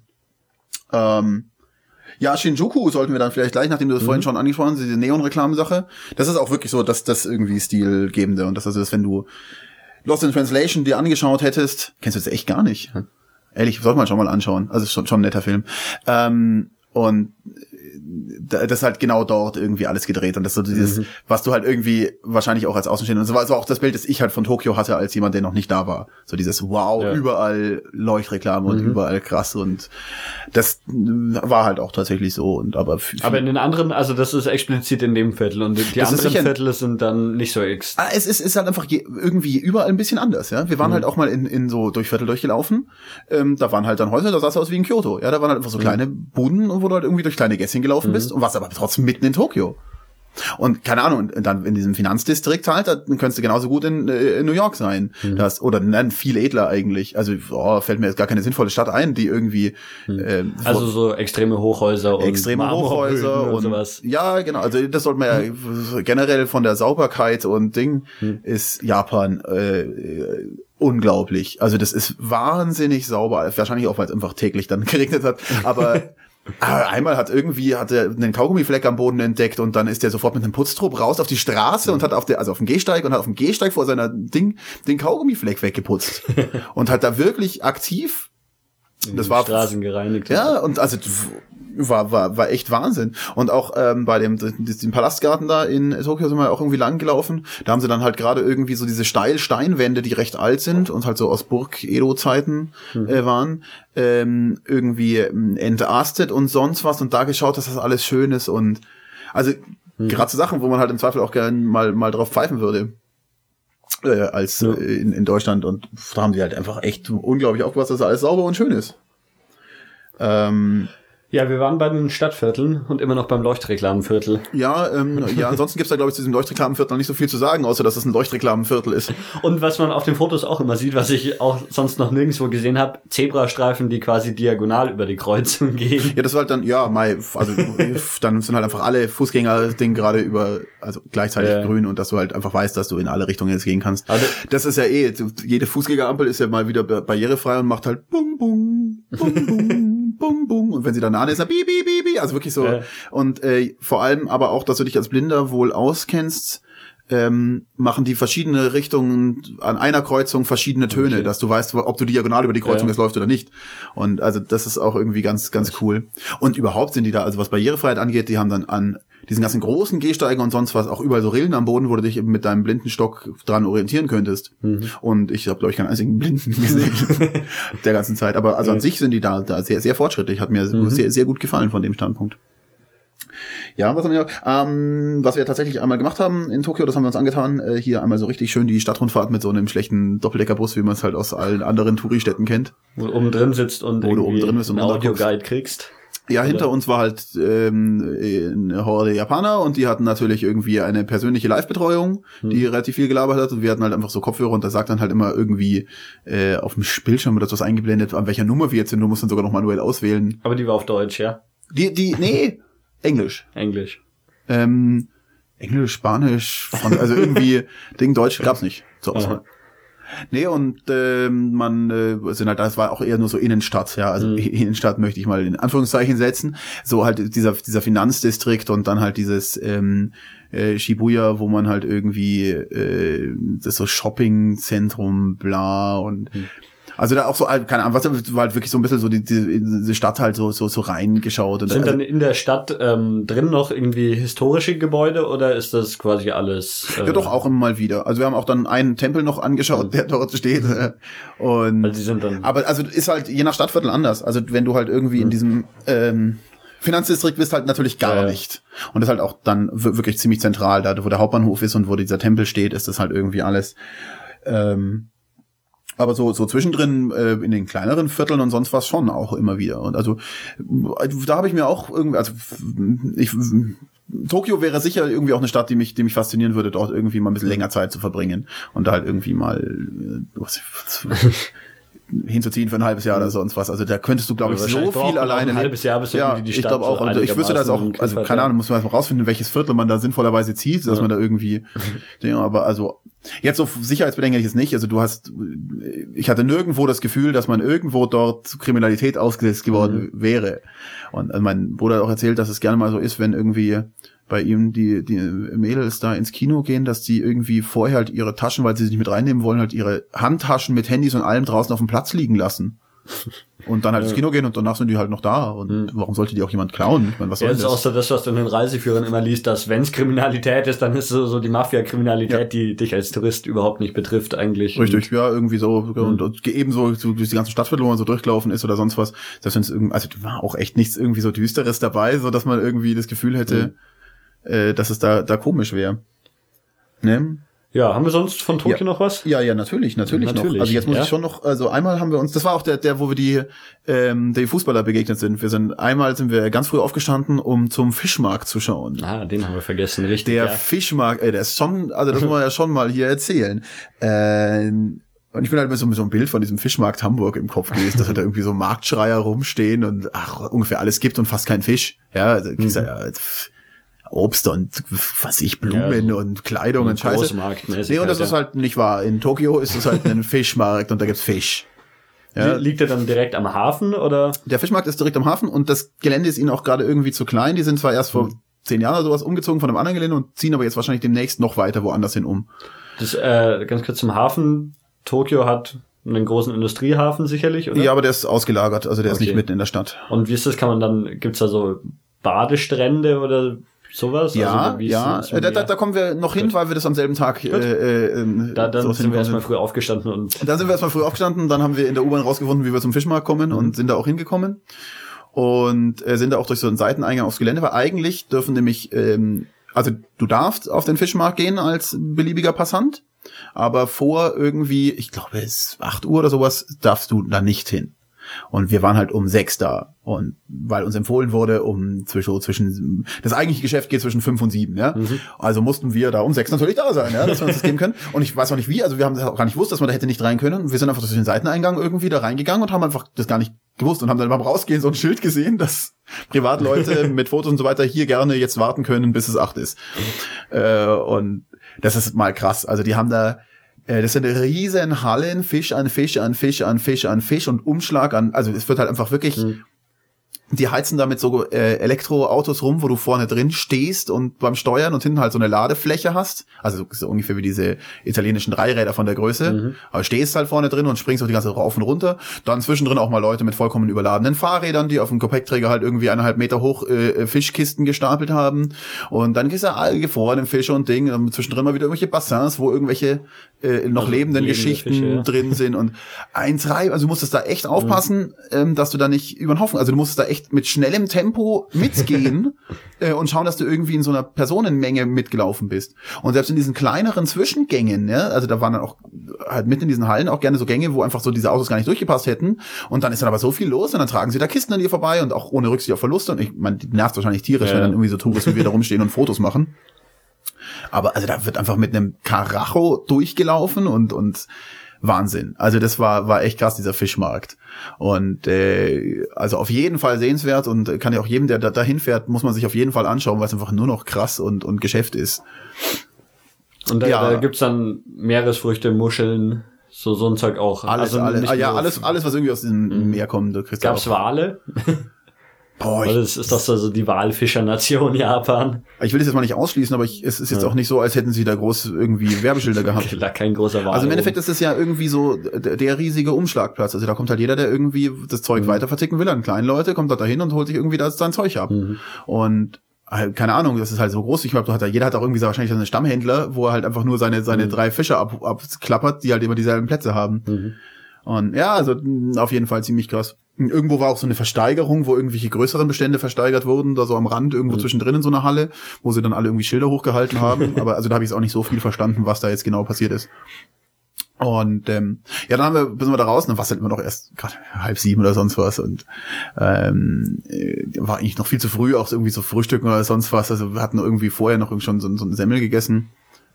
Ja, Shinjuku sollten wir dann vielleicht gleich, nachdem du das vorhin schon angesprochen hast, diese Neon-Reklame-Sache. Das ist auch wirklich so, dass das irgendwie Stilgebende und das also, dass wenn du Lost in Translation dir angeschaut hättest, kennst du das echt gar nicht. Ehrlich, sollte man schon mal anschauen. Also schon ein netter Film. Und das ist halt genau dort irgendwie alles gedreht und das ist so dieses, was du halt irgendwie wahrscheinlich auch als Außenstehender, und so war also auch das Bild, das ich halt von Tokio hatte als jemand, der noch nicht da war. So dieses wow, überall Leuchtreklame und überall krass und das war halt auch tatsächlich so und aber in den anderen, also das ist explizit in dem Viertel und die anderen Viertel sind dann nicht so es ist halt einfach irgendwie überall ein bisschen anders, ja. Wir waren halt auch mal in so durch Viertel durchgelaufen, da waren halt dann Häuser, da sah es aus wie in Kyoto, ja, da waren halt einfach so kleine Buden, wo du halt irgendwie durch kleine Gässchen gelaufen bist und warst aber trotzdem mitten in Tokio. Und keine Ahnung, und dann in diesem Finanzdistrikt halt, dann könntest du genauso gut in New York sein. Oder nein, viel edler eigentlich. Also fällt mir jetzt gar keine sinnvolle Stadt ein, die irgendwie also so extreme Hochhäuser und Hochhäuser und sowas. Ja, genau. Also das sollte man ja generell von der Sauberkeit und Ding ist Japan unglaublich. Also das ist wahnsinnig sauber. Wahrscheinlich auch, weil es einfach täglich dann geregnet hat. Aber einmal hat er einen Kaugummifleck am Boden entdeckt und dann ist er sofort mit einem Putztrupp raus auf die Straße und hat auf dem Gehsteig und hat auf dem Gehsteig vor seiner den Kaugummifleck weggeputzt und hat da wirklich aktiv das war Straßen gereinigt. Ja, und also war echt Wahnsinn. Und auch bei dem Palastgarten da in Tokio sind wir auch irgendwie lang gelaufen. Da haben sie dann halt gerade irgendwie so diese Steilsteinwände, die recht alt sind und halt so aus Burg-Edo-Zeiten waren, irgendwie entastet und sonst was und da geschaut, dass das alles schön ist und also gerade so Sachen, wo man halt im Zweifel auch gerne mal drauf pfeifen würde. Als in Deutschland und da haben die halt einfach echt unglaublich aufgepasst, dass alles sauber und schön ist. Ja, wir waren bei den Stadtvierteln und immer noch beim Leuchtreklamenviertel. Ja, ansonsten gibt's da, glaube ich, zu diesem Leuchtreklamenviertel noch nicht so viel zu sagen, außer dass es ein Leuchtreklamenviertel ist. Und was man auf den Fotos auch immer sieht, was ich auch sonst noch nirgendwo gesehen habe, Zebrastreifen, die quasi diagonal über die Kreuzung gehen. Ja, das war halt dann, dann sind halt einfach alle Fußgänger-Ding gerade also gleichzeitig grün und dass du halt einfach weißt, dass du in alle Richtungen jetzt gehen kannst. Also, das ist ja jede Fußgängerampel ist ja mal wieder barrierefrei und macht halt bum, bum, bum, bum, bum, bum. Und wenn sie dann ist, dann bi, bi, bi, bi. Also wirklich so. Ja. Und vor allem aber auch, dass du dich als Blinder wohl auskennst, machen die verschiedene Richtungen an einer Kreuzung verschiedene Töne, dass du weißt, ob du diagonal über die Kreuzung jetzt läufst oder nicht. Und also das ist auch irgendwie ganz, ganz cool. Und überhaupt sind die da, also was Barrierefreiheit angeht, die haben dann an diesen ganzen großen Gehsteigen und sonst was auch überall so Rillen am Boden, wo du dich eben mit deinem Blindenstock dran orientieren könntest. Und ich habe, glaube ich, keinen einzigen Blinden gesehen der ganzen Zeit. Aber also an sich sind die da sehr, sehr fortschrittlich. Hat mir sehr, sehr gut gefallen von dem Standpunkt. Ja, was wir tatsächlich einmal gemacht haben in Tokio, das haben wir uns angetan, hier einmal so richtig schön die Stadtrundfahrt mit so einem schlechten Doppeldeckerbus, wie man es halt aus allen anderen Touri-Städten kennt. Wo du oben drin sitzt und wo du oben drin bist und einen Audioguide kriegst. Ja, hinter uns war halt eine Horde Japaner und die hatten natürlich irgendwie eine persönliche Live-Betreuung, die relativ viel gelabert hat und wir hatten halt einfach so Kopfhörer und da sagt dann halt immer irgendwie auf dem Bildschirm oder so was eingeblendet, an welcher Nummer wir jetzt sind, du musst dann sogar noch manuell auswählen. Aber die war auf Deutsch, ja? Nee, Englisch. Englisch, Spanisch, also irgendwie Deutsch gab's nicht zur Auswahl. Nee, und man sind halt, das war auch eher nur so Innenstadt, ja, also Innenstadt möchte ich mal in Anführungszeichen setzen, so halt dieser Finanzdistrikt und dann halt dieses Shibuya, wo man halt irgendwie das so Shoppingzentrum, bla und also da auch so, keine Ahnung, was war halt wirklich so ein bisschen so diese Stadt halt so reingeschaut. Und sind dann in der Stadt drin noch irgendwie historische Gebäude oder ist das quasi alles? Ja, doch, auch immer mal wieder. Also wir haben auch dann einen Tempel noch angeschaut, der dort steht. Und also die sind dann aber also ist halt je nach Stadtviertel anders. Also wenn du halt irgendwie in diesem Finanzdistrikt bist, halt natürlich gar nicht. Und das ist halt auch dann wirklich ziemlich zentral, da wo der Hauptbahnhof ist und wo dieser Tempel steht, ist das halt irgendwie alles. Aber so zwischendrin in den kleineren Vierteln und sonst was schon auch immer wieder. Und also da habe ich mir auch irgendwie, Tokio wäre sicher irgendwie auch eine Stadt, die mich faszinieren würde, dort irgendwie mal ein bisschen länger Zeit zu verbringen und da halt irgendwie mal hinzuziehen für ein halbes Jahr oder sonst was. Also da könntest du, glaube ich, so viel alleine. Ein halbes Jahr bis ja, die ich Stadt. glaube auch. Und ich wüsste das auch, also keine Ahnung, muss man erstmal rausfinden, welches Viertel man da sinnvollerweise zieht, dass man da irgendwie, ja, aber also jetzt so sicherheitsbedenken ich es nicht. Also ich hatte nirgendwo das Gefühl, dass man irgendwo dort zu Kriminalität ausgesetzt geworden wäre. Und mein Bruder hat auch erzählt, dass es gerne mal so ist, wenn irgendwie bei ihm die Mädels da ins Kino gehen, dass die irgendwie vorher halt ihre Taschen, weil sie sich nicht mit reinnehmen wollen, halt ihre Handtaschen mit Handys und allem draußen auf dem Platz liegen lassen. Und dann halt ins Kino gehen und danach sind die halt noch da. Und warum sollte die auch jemand klauen? Ich meine, was soll das? Ja, das ist auch so das, was du in den Reiseführern immer liest, dass wenn es Kriminalität ist, dann ist es so die Mafia-Kriminalität, die dich als Tourist überhaupt nicht betrifft eigentlich. Richtig, ja, irgendwie so. Und ebenso durch die ganzen Stadtviertel, wo man so durchgelaufen ist oder sonst was. Selbst wenn es irgendwie, also war auch echt nichts irgendwie so Düsteres dabei, so dass man irgendwie das Gefühl hätte, dass es da komisch wäre. Ne? Ja, haben wir sonst von Tokio noch was? Ja, natürlich noch. Also jetzt muss ich schon noch, also einmal haben wir uns, das war auch der wo wir die Fußballer begegnet sind. Einmal sind wir ganz früh aufgestanden, um zum Fischmarkt zu schauen. Ah, den haben wir vergessen, richtig. Der Fischmarkt, der ist schon, also das muss man ja schon mal hier erzählen. Und ich bin halt mit so einem Bild von diesem Fischmarkt Hamburg im Kopf gewesen, dass halt da irgendwie so Marktschreier rumstehen und ungefähr alles gibt und fast kein Fisch. Ja, also Obst und Blumen und Kleidung und Scheiße. Nee, und das ist halt nicht wahr. In Tokio ist es halt ein Fischmarkt und da gibt's Fisch. Ja. Liegt der dann direkt am Hafen oder? Der Fischmarkt ist direkt am Hafen und das Gelände ist ihnen auch gerade irgendwie zu klein. Die sind zwar erst vor 10 Jahren oder sowas umgezogen von einem anderen Gelände und ziehen aber jetzt wahrscheinlich demnächst noch weiter woanders hin um. Das ganz kurz zum Hafen. Tokio hat einen großen Industriehafen sicherlich, oder? Ja, aber der ist ausgelagert, also der ist nicht mitten in der Stadt. Und wie ist das, gibt's da so Badestrände oder sowas? Ja, also, da kommen wir noch hin, weil wir das am selben Tag dann sind wir erstmal früh aufgestanden dann haben wir in der U-Bahn rausgefunden, wie wir zum Fischmarkt kommen und sind da auch hingekommen und sind da auch durch so einen Seiteneingang aufs Gelände, weil eigentlich dürfen nämlich also du darfst auf den Fischmarkt gehen als beliebiger Passant, aber vor irgendwie, ich glaube es ist 8 Uhr oder sowas, darfst du da nicht hin. Und wir waren halt um 6 da. Und weil uns empfohlen wurde, zwischen das eigentliche Geschäft geht zwischen 5 und 7, ja. Also mussten wir da um 6 natürlich da sein, ja, dass wir uns das geben können. Und ich weiß auch nicht wie, also wir haben das auch gar nicht gewusst, dass man da hätte nicht rein können. Wir sind einfach durch den Seiteneingang irgendwie da reingegangen und haben einfach das gar nicht gewusst und haben dann beim Rausgehen so ein Schild gesehen, dass Privatleute mit Fotos und so weiter hier gerne jetzt warten können, bis es 8 ist. Und das ist mal krass. Also die haben da das sind riesen Hallen, Fisch an Fisch an Fisch an Fisch an Fisch und Umschlag an, also es wird halt einfach wirklich, die heizen da mit so Elektroautos rum, wo du vorne drin stehst und beim Steuern und hinten halt so eine Ladefläche hast, also so ungefähr wie diese italienischen Dreiräder von der Größe, aber stehst halt vorne drin und springst auch die ganze Zeit rauf und runter, dann zwischendrin auch mal Leute mit vollkommen überladenen Fahrrädern, die auf dem Gepäckträger halt irgendwie 1,5 Meter hoch Fischkisten gestapelt haben und dann gehst du gefrorenen Fische und Ding, und zwischendrin mal wieder irgendwelche Bassins, wo irgendwelche noch lebenden Geschichten Fische, drin sind und also du musstest da echt aufpassen, dass du da nicht über den Haufen, also du musstest da echt echt mit schnellem Tempo mitgehen und schauen, dass du irgendwie in so einer Personenmenge mitgelaufen bist. Und selbst in diesen kleineren Zwischengängen, ja, also da waren dann auch halt mitten in diesen Hallen auch gerne so Gänge, wo einfach so diese Autos gar nicht durchgepasst hätten. Und dann ist dann aber so viel los und dann tragen sie da Kisten an dir vorbei und auch ohne Rücksicht auf Verluste. Und ich meine, die nervt wahrscheinlich tierisch, wenn dann irgendwie so Touristen wie wir da rumstehen und Fotos machen. Aber also da wird einfach mit einem Karacho durchgelaufen und Wahnsinn. Also das war echt krass, dieser Fischmarkt. Und also auf jeden Fall sehenswert und kann ja auch jedem, der da hinfährt, muss man sich auf jeden Fall anschauen, weil es einfach nur noch krass und Geschäft ist. Und da gibt's dann Meeresfrüchte, Muscheln, so ein Zeug auch. Alles, was irgendwie aus diesem Meer kommt. Gab's Wale? Boah, das ist doch so die Walfischernation Japan. Ich will das jetzt mal nicht ausschließen, aber es ist jetzt auch nicht so, als hätten sie da groß irgendwie Werbeschilder gehabt. Da kein großer Wal. Also im Endeffekt ist es ja irgendwie so der riesige Umschlagplatz. Also da kommt halt jeder, der irgendwie das Zeug weiter verticken will an kleinen Leute, kommt da hin und holt sich irgendwie sein Zeug ab. Und keine Ahnung, das ist halt so groß. Ich glaube, jeder hat auch irgendwie so wahrscheinlich so einen Stammhändler, wo er halt einfach nur seine 3 Fische abklappert, die halt immer dieselben Plätze haben. Und ja, also auf jeden Fall ziemlich krass. Irgendwo war auch so eine Versteigerung, wo irgendwelche größeren Bestände versteigert wurden, da so am Rand, irgendwo zwischendrin in so einer Halle, wo sie dann alle irgendwie Schilder hochgehalten haben. Aber also da habe ich auch nicht so viel verstanden, was da jetzt genau passiert ist. Und dann sind wir da raus, dann war es halt immer noch erst gerade 6:30 oder sonst was und war eigentlich noch viel zu früh, auch irgendwie so frühstücken oder sonst was. Also wir hatten irgendwie vorher noch schon so eine Semmel gegessen.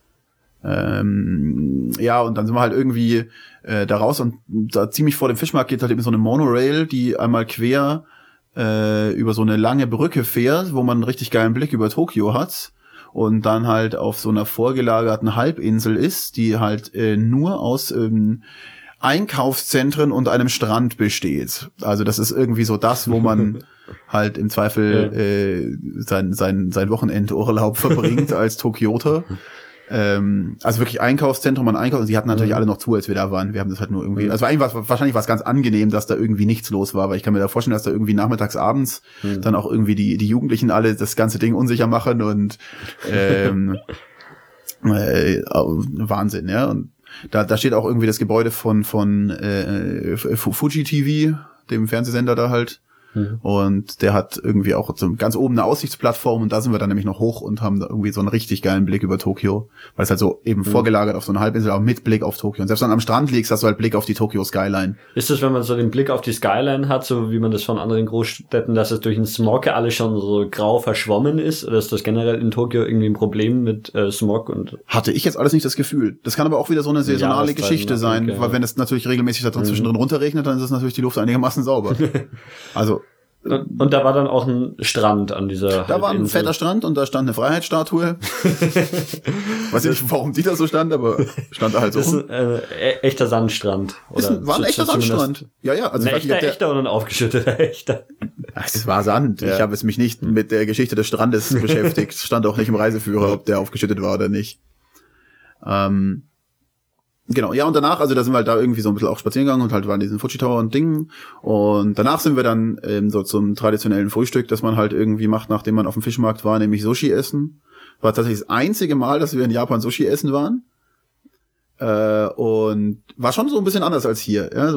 Ja, und dann sind wir halt irgendwie da raus und da ziemlich vor dem Fischmarkt geht halt eben so eine Monorail, die einmal quer über so eine lange Brücke fährt, wo man einen richtig geilen Blick über Tokio hat und dann halt auf so einer vorgelagerten Halbinsel ist, die halt nur aus Einkaufszentren und einem Strand besteht. Also das ist irgendwie so das, wo man halt im Zweifel sein Wochenendurlaub verbringt als Tokioter. Also wirklich Einkaufszentrum an Einkauf. Und sie hatten natürlich alle noch zu, als wir da waren. Wir haben das halt nur irgendwie, also wahrscheinlich war es ganz angenehm, dass da irgendwie nichts los war, weil ich kann mir da vorstellen, dass da irgendwie nachmittags, abends dann auch irgendwie die Jugendlichen alle das ganze Ding unsicher machen und Wahnsinn, ja. Und da steht auch irgendwie das Gebäude von Fuji TV, dem Fernsehsender da halt. Und der hat irgendwie auch so ganz oben eine Aussichtsplattform und da sind wir dann nämlich noch hoch und haben da irgendwie so einen richtig geilen Blick über Tokio, weil es halt so eben vorgelagert auf so eine Halbinsel, aber mit Blick auf Tokio. Und selbst wenn du am Strand liegst, hast du halt Blick auf die Tokio Skyline. Ist es, wenn man so den Blick auf die Skyline hat, so wie man das von anderen Großstädten, dass es durch den Smog alles schon so grau verschwommen ist? Oder ist das generell in Tokio irgendwie ein Problem mit Smog? Und hatte ich jetzt alles nicht das Gefühl. Das kann aber auch wieder so eine saisonale Geschichte sein, weil wenn es natürlich regelmäßig da zwischendrin runterregnet, dann ist es natürlich die Luft einigermaßen sauber. Also und da war dann auch ein Strand an dieser Halbinsel. Da war ein fetter Strand und da stand eine Freiheitsstatue. Weiß nicht, warum die da so stand, aber stand da halt so. Das ist ein echter Sandstrand. Oder war ein echter Sandstrand. Ja. Also ein echter oder ein aufgeschütteter echter? Es war Sand. Ja. Ich habe es mich nicht mit der Geschichte des Strandes beschäftigt. Stand auch nicht im Reiseführer, ob der aufgeschüttet war oder nicht. Genau, ja, und danach, also da sind wir halt da irgendwie so ein bisschen auch spazieren gegangen und halt waren diesen Fuji Tower und Dingen. Und danach sind wir dann so zum traditionellen Frühstück, das man halt irgendwie macht, nachdem man auf dem Fischmarkt war, nämlich Sushi essen. War tatsächlich das einzige Mal, dass wir in Japan Sushi essen waren. Und war schon so ein bisschen anders als hier. Ja.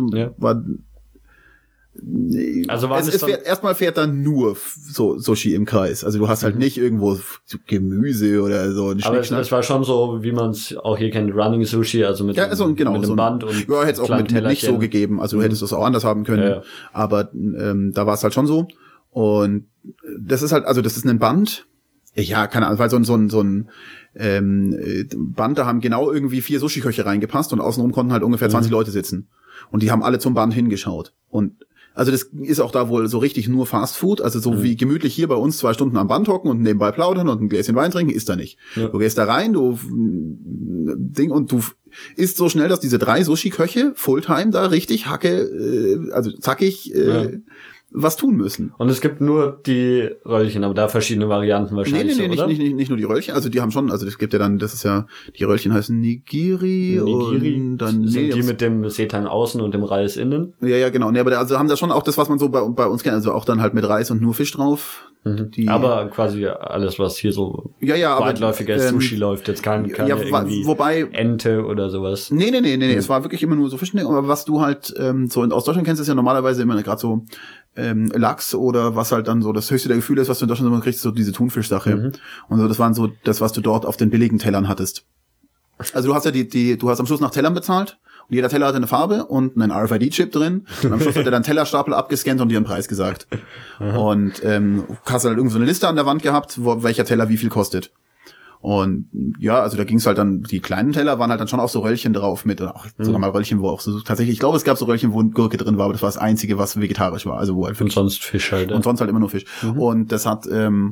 Erstmal fährt dann nur so Sushi im Kreis. Also du hast halt nicht irgendwo Gemüse oder so. Aber es war schon so, wie man es auch hier kennt, Running Sushi, also mit einem Band und ja, hätte es auch mit nicht so gegeben. Also du hättest es auch anders haben können. Ja. Aber da war es halt schon so. Und das ist halt, also das ist ein Band. Ja, keine Ahnung, weil so ein Band, da haben genau irgendwie 4 Sushi-Köche reingepasst und außenrum konnten halt ungefähr 20 Leute sitzen. Und die haben alle zum Band hingeschaut. Und also das ist auch da wohl so richtig nur Fast Food, also so wie gemütlich hier bei uns 2 Stunden am Band hocken und nebenbei plaudern und ein Gläschen Wein trinken, ist da nicht. Ja. Du gehst da rein, und du isst so schnell, dass diese 3 Sushi-Köche Fulltime da richtig zackig was tun müssen. Und es gibt nur die Röllchen, aber da verschiedene Varianten wahrscheinlich. Nee, oder? Nicht nur die Röllchen, also die haben schon, also das gibt ja dann, das ist ja, die Röllchen heißen Nigiri und dann sind die mit dem Seitan außen und dem Reis innen. Ja, genau. Nee, aber also haben da schon auch das, was man so bei uns kennt, also auch dann halt mit Reis und nur Fisch drauf. Aber quasi alles, was hier so aber, weitläufiger Sushi läuft, jetzt keine irgendwie wobei, Ente oder sowas. Nee, es war wirklich immer nur so Fischding, aber was du halt so aus Deutschland kennst, ist ja normalerweise immer gerade so Lachs oder was halt dann so das höchste der Gefühle ist, was du in Deutschland immer kriegst, so diese Thunfischsache. Und so, das waren so das, was du dort auf den billigen Tellern hattest. Also du hast ja du hast am Schluss nach Tellern bezahlt und jeder Teller hatte eine Farbe und einen RFID-Chip drin und am Schluss hat er dann Tellerstapel abgescannt und dir einen Preis gesagt. Und hast halt irgend so eine Liste an der Wand gehabt, welcher Teller wie viel kostet. Und ja, also da ging's halt dann, die kleinen Teller waren halt dann schon auch so Röllchen drauf mit, auch sogar mal Röllchen, wo auch so tatsächlich, ich glaube, es gab so Röllchen, wo Gurke drin war, aber das war das Einzige, was vegetarisch war. Also wo halt und sonst Fisch halt. Und sonst halt immer nur Fisch. Und das hat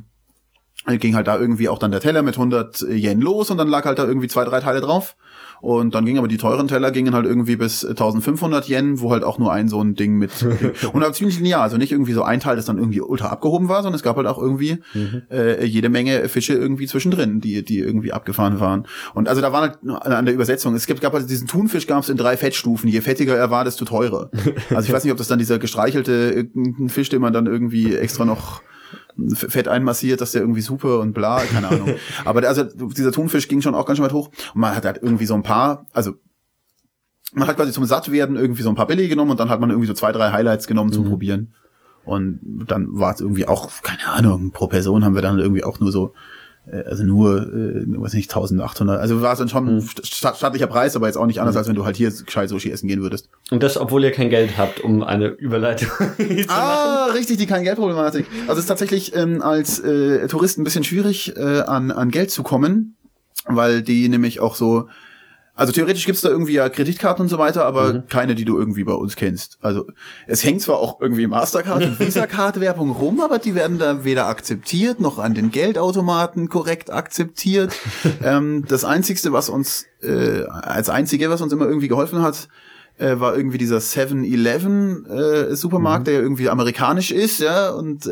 ging halt da irgendwie auch dann der Teller mit 100 Yen los und dann lag halt da irgendwie 2, 3 Teile drauf. Und dann gingen aber die teuren Teller gingen halt irgendwie bis 1500 Yen, wo halt auch nur ein so ein Ding mit und halt ziemlich linear, also nicht irgendwie so ein Teil, das dann irgendwie ultra abgehoben war, sondern es gab halt auch irgendwie jede Menge Fische irgendwie zwischendrin, die irgendwie abgefahren waren. Und also da war halt an der Übersetzung, gab halt diesen Thunfisch, gab es in 3 Fettstufen, je fettiger er war, desto teurer. Also ich weiß nicht, ob das dann dieser gestreichelte Fisch, den man dann irgendwie extra noch Fett einmassiert, dass der irgendwie super und bla, keine Ahnung. Aber also dieser Thunfisch ging schon auch ganz schön weit hoch. Und man hat halt irgendwie so ein paar, also man hat quasi zum Sattwerden irgendwie so ein paar Billige genommen und dann hat man irgendwie so 2, 3 Highlights genommen zum Probieren. Und dann war es irgendwie auch, keine Ahnung, pro Person haben wir dann irgendwie auch nur so, also weiß nicht, 1800. Also war es dann schon ein staatlicher Preis, aber jetzt auch nicht anders, als wenn du halt hier gescheit Sushi essen gehen würdest. Und das, obwohl ihr kein Geld habt, um eine Überleitung zu machen. Richtig, die kein Geldproblematik. Also es ist tatsächlich als Tourist ein bisschen schwierig, an Geld zu kommen, weil die nämlich auch so, also theoretisch gibt's da irgendwie ja Kreditkarten und so weiter, aber keine, die du irgendwie bei uns kennst. Also es hängt zwar auch irgendwie Mastercard und Visa-Card-Werbung rum, aber die werden da weder akzeptiert, noch an den Geldautomaten korrekt akzeptiert. Das Einzigste, was uns was uns immer irgendwie geholfen hat, war irgendwie dieser 7-Eleven Supermarkt, der ja irgendwie amerikanisch ist, ja, und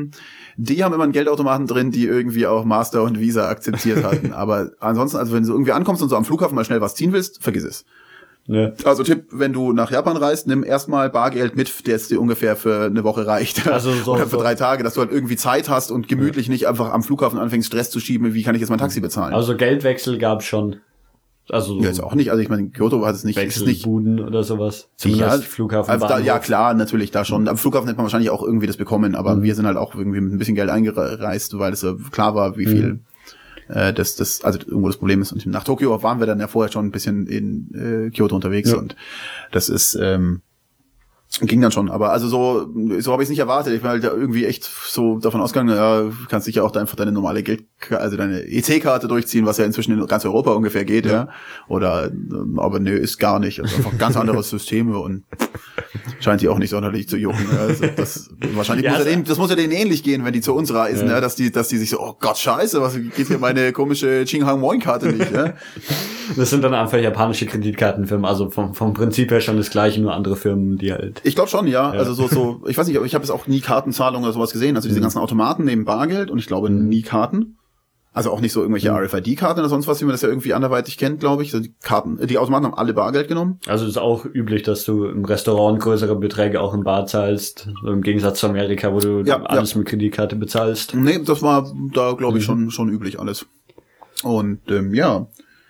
die haben immer einen Geldautomaten drin, die irgendwie auch Master und Visa akzeptiert hatten. Aber ansonsten, also wenn du irgendwie ankommst und so am Flughafen mal schnell was ziehen willst, vergiss es. Ja. Also Tipp, wenn du nach Japan reist, nimm erstmal Bargeld mit, der jetzt dir ungefähr für eine Woche reicht. Also oder für 3 Tage, dass du halt irgendwie Zeit hast und gemütlich nicht einfach am Flughafen anfängst, Stress zu schieben, wie kann ich jetzt mein Taxi bezahlen. Also Geldwechsel gab's schon. Also jetzt auch nicht, also ich meine, in Kyoto hat es nicht. Wechselbuden oder sowas. Zumindest Flughafen. Also ja, klar, natürlich, da schon. Am Flughafen hätte man wahrscheinlich auch irgendwie das bekommen, aber wir sind halt auch irgendwie mit ein bisschen Geld eingereist, weil es ja klar war, wie viel das also irgendwo das Problem ist. Und nach Tokio waren wir dann ja vorher schon ein bisschen in Kyoto unterwegs und das ist ging dann schon, aber also so habe ich es nicht erwartet. Ich bin halt irgendwie echt so davon ausgegangen, ja, kannst sicher auch einfach deine normale also deine EC-Karte durchziehen, was ja inzwischen in ganz Europa ungefähr geht, ja. Oder aber nö, ist gar nicht. Also einfach ganz andere Systeme und scheint die auch nicht sonderlich zu jucken. Also das wahrscheinlich muss ja denen ähnlich gehen, wenn die zu uns reisen, ja, dass die sich so, oh Gott, scheiße, was geht hier meine komische Qinghang Moin Karte nicht, ja? Das sind dann einfach japanische Kreditkartenfirmen, also vom Prinzip her schon das gleiche, nur andere Firmen, die halt. Ich glaube schon, ja. Also so, ich weiß nicht, aber ich habe jetzt auch nie Kartenzahlungen oder sowas gesehen. Also diese ganzen Automaten nehmen Bargeld und ich glaube nie Karten. Also auch nicht so irgendwelche RFID-Karten oder sonst was, wie man das ja irgendwie anderweitig kennt, glaube ich. Also die Automaten haben alle Bargeld genommen. Also ist auch üblich, dass du im Restaurant größere Beträge auch in Bar zahlst, im Gegensatz zu Amerika, wo du alles mit Kreditkarte bezahlst. Nee, das war da, glaube ich, schon üblich alles. Und ja.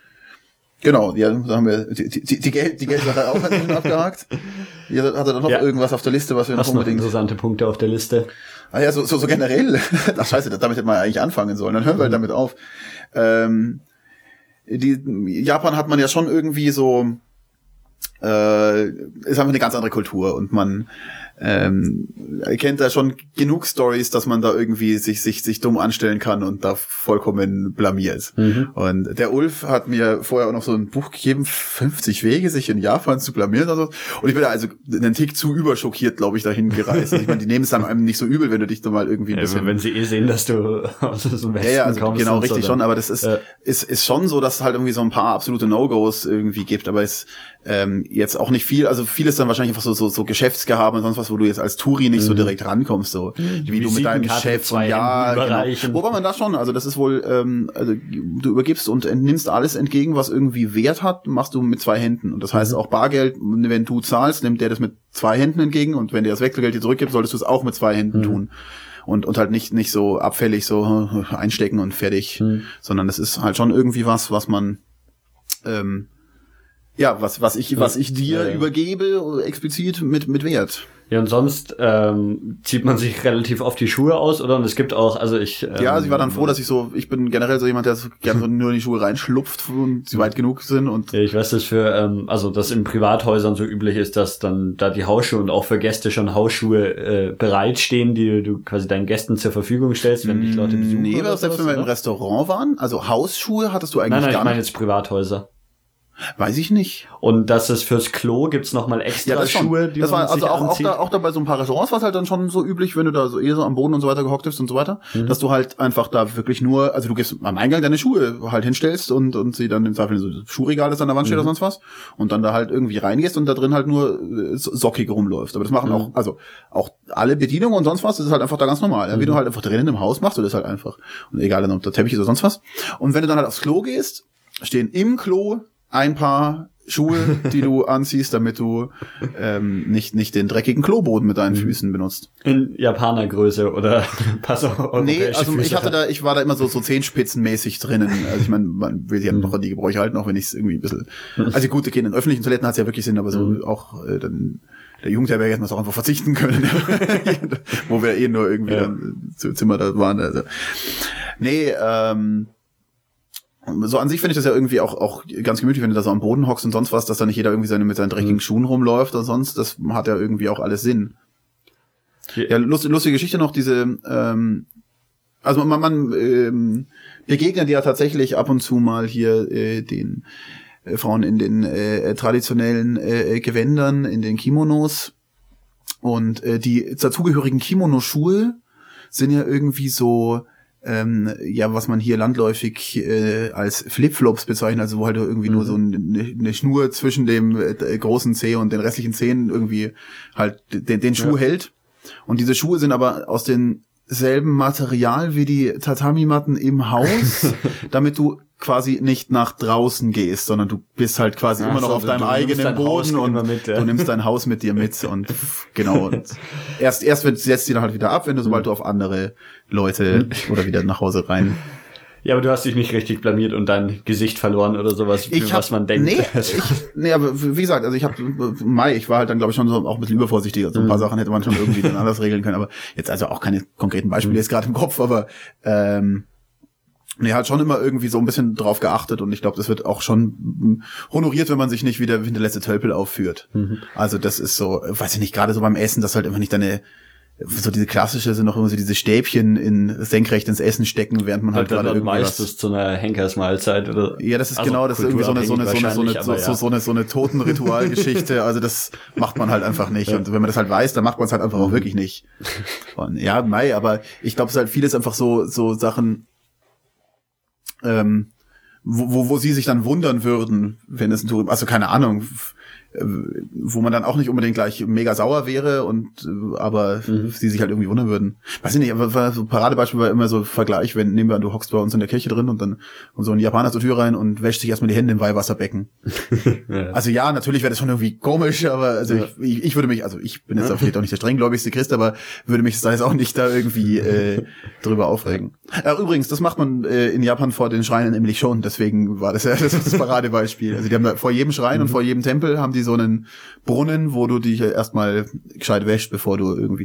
Genau, ja, da haben wir die Geldsache auch abgehakt. Ihr hattet noch irgendwas auf der Liste, was wir noch unbedingt... interessante Punkte auf der Liste. Ah ja, so generell. Ach scheiße, damit hätte man eigentlich anfangen sollen. Dann hören wir halt damit auf. Japan hat man ja schon irgendwie so... ist einfach eine ganz andere Kultur und man kennt da schon genug Stories, dass man da irgendwie sich dumm anstellen kann und da vollkommen blamiert. Und der Ulf hat mir vorher auch noch so ein Buch gegeben, 50 Wege, sich in Japan zu blamieren. Und ich bin da also einen Tick zu überschockiert, glaube ich, dahin gereist. Ich meine, die nehmen es dann einem nicht so übel, wenn du dich da mal irgendwie ein bisschen... Wenn sie sehen, dass du aus dem Westen also kommst. Genau, richtig schon, aber das ist schon so, dass es halt irgendwie so ein paar absolute No-Gos irgendwie gibt, aber es jetzt auch nicht viel, also vieles dann wahrscheinlich einfach so Geschäftsgehabe und sonst was, wo du jetzt als Touri nicht so direkt rankommst, so wie du mit deinem Chef und genau. Wobei man da schon, also das ist wohl, also du übergibst und nimmst alles entgegen, was irgendwie Wert hat, machst du mit 2 Händen und das heißt auch Bargeld, wenn du zahlst, nimmt der das mit 2 Händen entgegen und wenn der das Wechselgeld dir zurückgibt, solltest du es auch mit 2 Händen tun. und halt nicht so abfällig so einstecken und fertig, sondern das ist halt schon irgendwie was man was ich dir übergebe, explizit mit Wert. Ja, und sonst zieht man sich relativ oft die Schuhe aus, oder? Und es gibt auch, also ich war dann froh, dass ich bin generell so jemand, der so gerne so nur in die Schuhe reinschlupft und sie weit genug sind. Und ja, ich weiß, dass dass in Privathäusern so üblich ist, dass dann da die Hausschuhe und auch für Gäste schon Hausschuhe bereitstehen, die du quasi deinen Gästen zur Verfügung stellst, wenn dich Leute besuchen. Nee, aber selbst wenn wir im Restaurant waren, also Hausschuhe hattest du eigentlich gar nicht. Nein, ich meine jetzt Privathäuser. Weiß ich nicht. Und das ist fürs Klo, gibt's nochmal extra Schuhe, die das man war also sich anzieht. auch da bei so ein paar Restaurants war es halt dann schon so üblich, wenn du da so so am Boden und so weiter gehockt bist und so weiter, dass du halt einfach da wirklich nur, also du gehst am Eingang deine Schuhe halt hinstellst und sie dann im Zweifel so Schuhregal, das an der Wand steht oder sonst was, und dann da halt irgendwie reingehst und da drin halt nur sockig rumläufst. Aber das machen auch alle Bedienungen und sonst was, das ist halt einfach da ganz normal. Ja? Wie du halt einfach drinnen im Haus machst, du das halt einfach. Und egal, ob der Teppich ist oder sonst was. Und wenn du dann halt aufs Klo gehst, stehen im Klo ein paar Schuhe, die du anziehst, damit du nicht den dreckigen Kloboden mit deinen Füßen benutzt. In Japanergröße oder pass auf. Nee, also ich war da immer so zehenspitzenmäßig drinnen. Also ich meine, man will sich ja noch an die Gebräuche halten, auch wenn ich es irgendwie ein bisschen. Also gut, okay, in öffentlichen Toiletten hat es ja wirklich Sinn, aber so auch dann der Jugendherberge hätte man es auch einfach verzichten können, wo wir nur irgendwie dann zu Zimmer da waren. Also nee, so an sich finde ich das ja irgendwie auch ganz gemütlich, wenn du da so am Boden hockst und sonst was, dass da nicht jeder irgendwie mit seinen dreckigen Schuhen rumläuft oder sonst. Das hat ja irgendwie auch alles Sinn. Ja, lustige Geschichte noch, diese, also man begegnet ja tatsächlich ab und zu mal hier den Frauen in den traditionellen Gewändern, in den Kimonos, und die dazugehörigen Kimonoschuhe sind ja irgendwie so was man hier landläufig als Flipflops bezeichnet, also wo halt irgendwie nur so eine Schnur zwischen dem großen Zeh und den restlichen Zehen irgendwie halt den Schuh hält. Und diese Schuhe sind aber aus demselben Material wie die Tatami-Matten im Haus, damit du quasi nicht nach draußen gehst, sondern du bist halt quasi immer noch auf deinem eigenen Boden und du nimmst dein Haus mit dir mit und genau. Und erst setzt die dann halt wieder ab, sobald du auf andere Leute oder wieder nach Hause rein. Ja, aber du hast dich nicht richtig blamiert und dein Gesicht verloren oder sowas, was man denkt. Nee, aber wie gesagt, also ich war halt dann, glaube ich, schon so auch ein bisschen übervorsichtig. Also ein paar Sachen hätte man schon irgendwie dann anders regeln können, aber jetzt also auch keine konkreten Beispiele jetzt gerade im Kopf, aber hat schon immer irgendwie so ein bisschen drauf geachtet, und ich glaube, das wird auch schon honoriert, wenn man sich nicht wie der letzte Tölpel aufführt. Also das ist so, weiß ich nicht, gerade so beim Essen, dass halt einfach nicht so diese klassische sind noch immer so diese Stäbchen senkrecht ins Essen stecken, während man halt gerade irgendwie meistens zu einer Henkersmahlzeit oder. Ja, das ist also genau, das ist irgendwie so eine Totenritualgeschichte. Also das macht man halt einfach nicht. Und wenn man das halt weiß, dann macht man es halt einfach auch wirklich nicht. Und aber ich glaube, es ist halt vieles einfach so Sachen, wo sie sich dann wundern würden, wenn es ein Tour, also keine Ahnung, wo man dann auch nicht unbedingt gleich mega sauer wäre aber sie sich halt irgendwie wundern würden. Weiß ich nicht, aber so ein Paradebeispiel war immer so Vergleich, nehmen wir an, du hockst bei uns in der Kirche drin und so ein Japaner zur Tür rein und wäscht sich erstmal die Hände im Weihwasserbecken. Ja. Also ja, natürlich wäre das schon irgendwie komisch, aber also ich würde mich, also ich bin jetzt vielleicht auch nicht der strenggläubigste Christ, aber würde mich da jetzt auch nicht da irgendwie drüber aufregen. Übrigens, das macht man in Japan vor den Schreinen nämlich schon, deswegen war das ja das Paradebeispiel. Also die haben da vor jedem Schrein und vor jedem Tempel haben die so einen Brunnen, wo du dich erstmal gescheit wäschst, bevor du irgendwie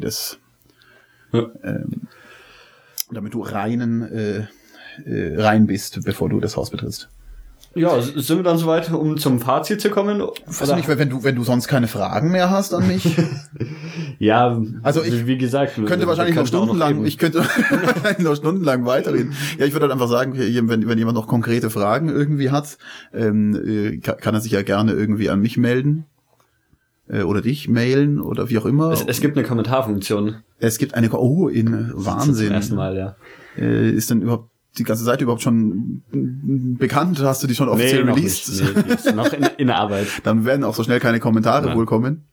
damit du rein bist, bevor du das Haus betrittst. Ja, sind wir dann soweit, um zum Fazit zu kommen? Weiß nicht, wenn du sonst keine Fragen mehr hast an mich. Ja, also wie gesagt, könnte wahrscheinlich noch stundenlang, ich könnte noch stundenlang weiterreden. Ja, ich würde halt einfach sagen, wenn jemand noch konkrete Fragen irgendwie hat, kann er sich ja gerne irgendwie an mich melden. Oder dich mailen oder wie auch immer. Es gibt eine Kommentarfunktion. Es gibt eine, Wahnsinn. Zum ersten Mal, ja. Ist denn überhaupt die ganze Seite überhaupt schon bekannt? Hast du die schon offiziell released? Nee, die ist noch in der Arbeit. Dann werden auch so schnell keine Kommentare wohl kommen.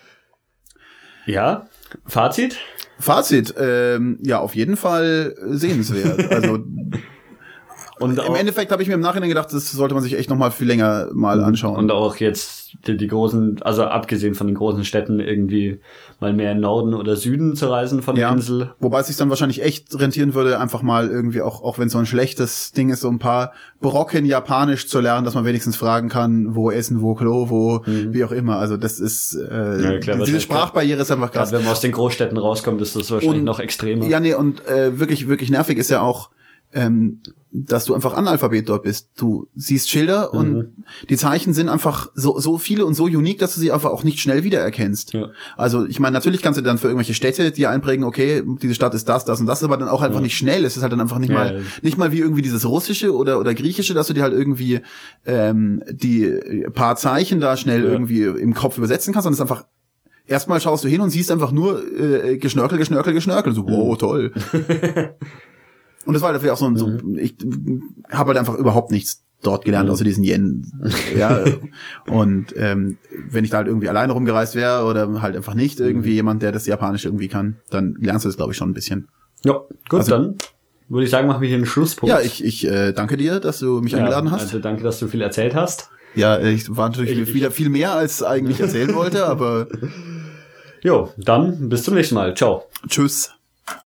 Ja, Fazit? Ja, auf jeden Fall sehenswert. Also Und im Endeffekt habe ich mir im Nachhinein gedacht, das sollte man sich echt noch mal viel länger mal anschauen. Und auch jetzt die großen, also abgesehen von den großen Städten, irgendwie mal mehr in Norden oder Süden zu reisen von der Insel. Wobei es sich dann wahrscheinlich echt rentieren würde, einfach mal irgendwie, auch wenn es so ein schlechtes Ding ist, so ein paar Brocken Japanisch zu lernen, dass man wenigstens fragen kann, wo Essen, wo Klo, wo, wie auch immer. Also das ist, klar, diese Sprachbarriere ist einfach krass. Gerade wenn man aus den Großstädten rauskommt, ist das wahrscheinlich noch extremer. Ja, nee, und wirklich, wirklich nervig ist ja auch, dass du einfach Analphabet dort bist. Du siehst Schilder und die Zeichen sind einfach so viele und so unique, dass du sie einfach auch nicht schnell wiedererkennst. Ja. Also ich meine, natürlich kannst du dann für irgendwelche Städte dir einprägen, okay, diese Stadt ist das und das, aber dann auch einfach nicht schnell. Es ist halt dann einfach nicht mal wie irgendwie dieses Russische oder Griechische, dass du dir halt irgendwie die paar Zeichen da schnell irgendwie im Kopf übersetzen kannst, sondern es ist einfach erstmal schaust du hin und siehst einfach nur Geschnörkel. So, wow, toll. Und das war dafür auch so ich habe halt einfach überhaupt nichts dort gelernt, außer diesen Yen. Ja. Und wenn ich da halt irgendwie alleine rumgereist wäre oder halt einfach nicht irgendwie jemand, der das Japanisch irgendwie kann, dann lernst du das, glaube ich, schon ein bisschen. Ja, gut, also, dann würde ich sagen, machen wir hier einen Schlusspunkt. Ja, ich danke dir, dass du mich eingeladen hast. Also danke, dass du viel erzählt hast. Ja, ich war natürlich wieder viel mehr, als eigentlich erzählen wollte, aber jo, dann bis zum nächsten Mal. Ciao. Tschüss.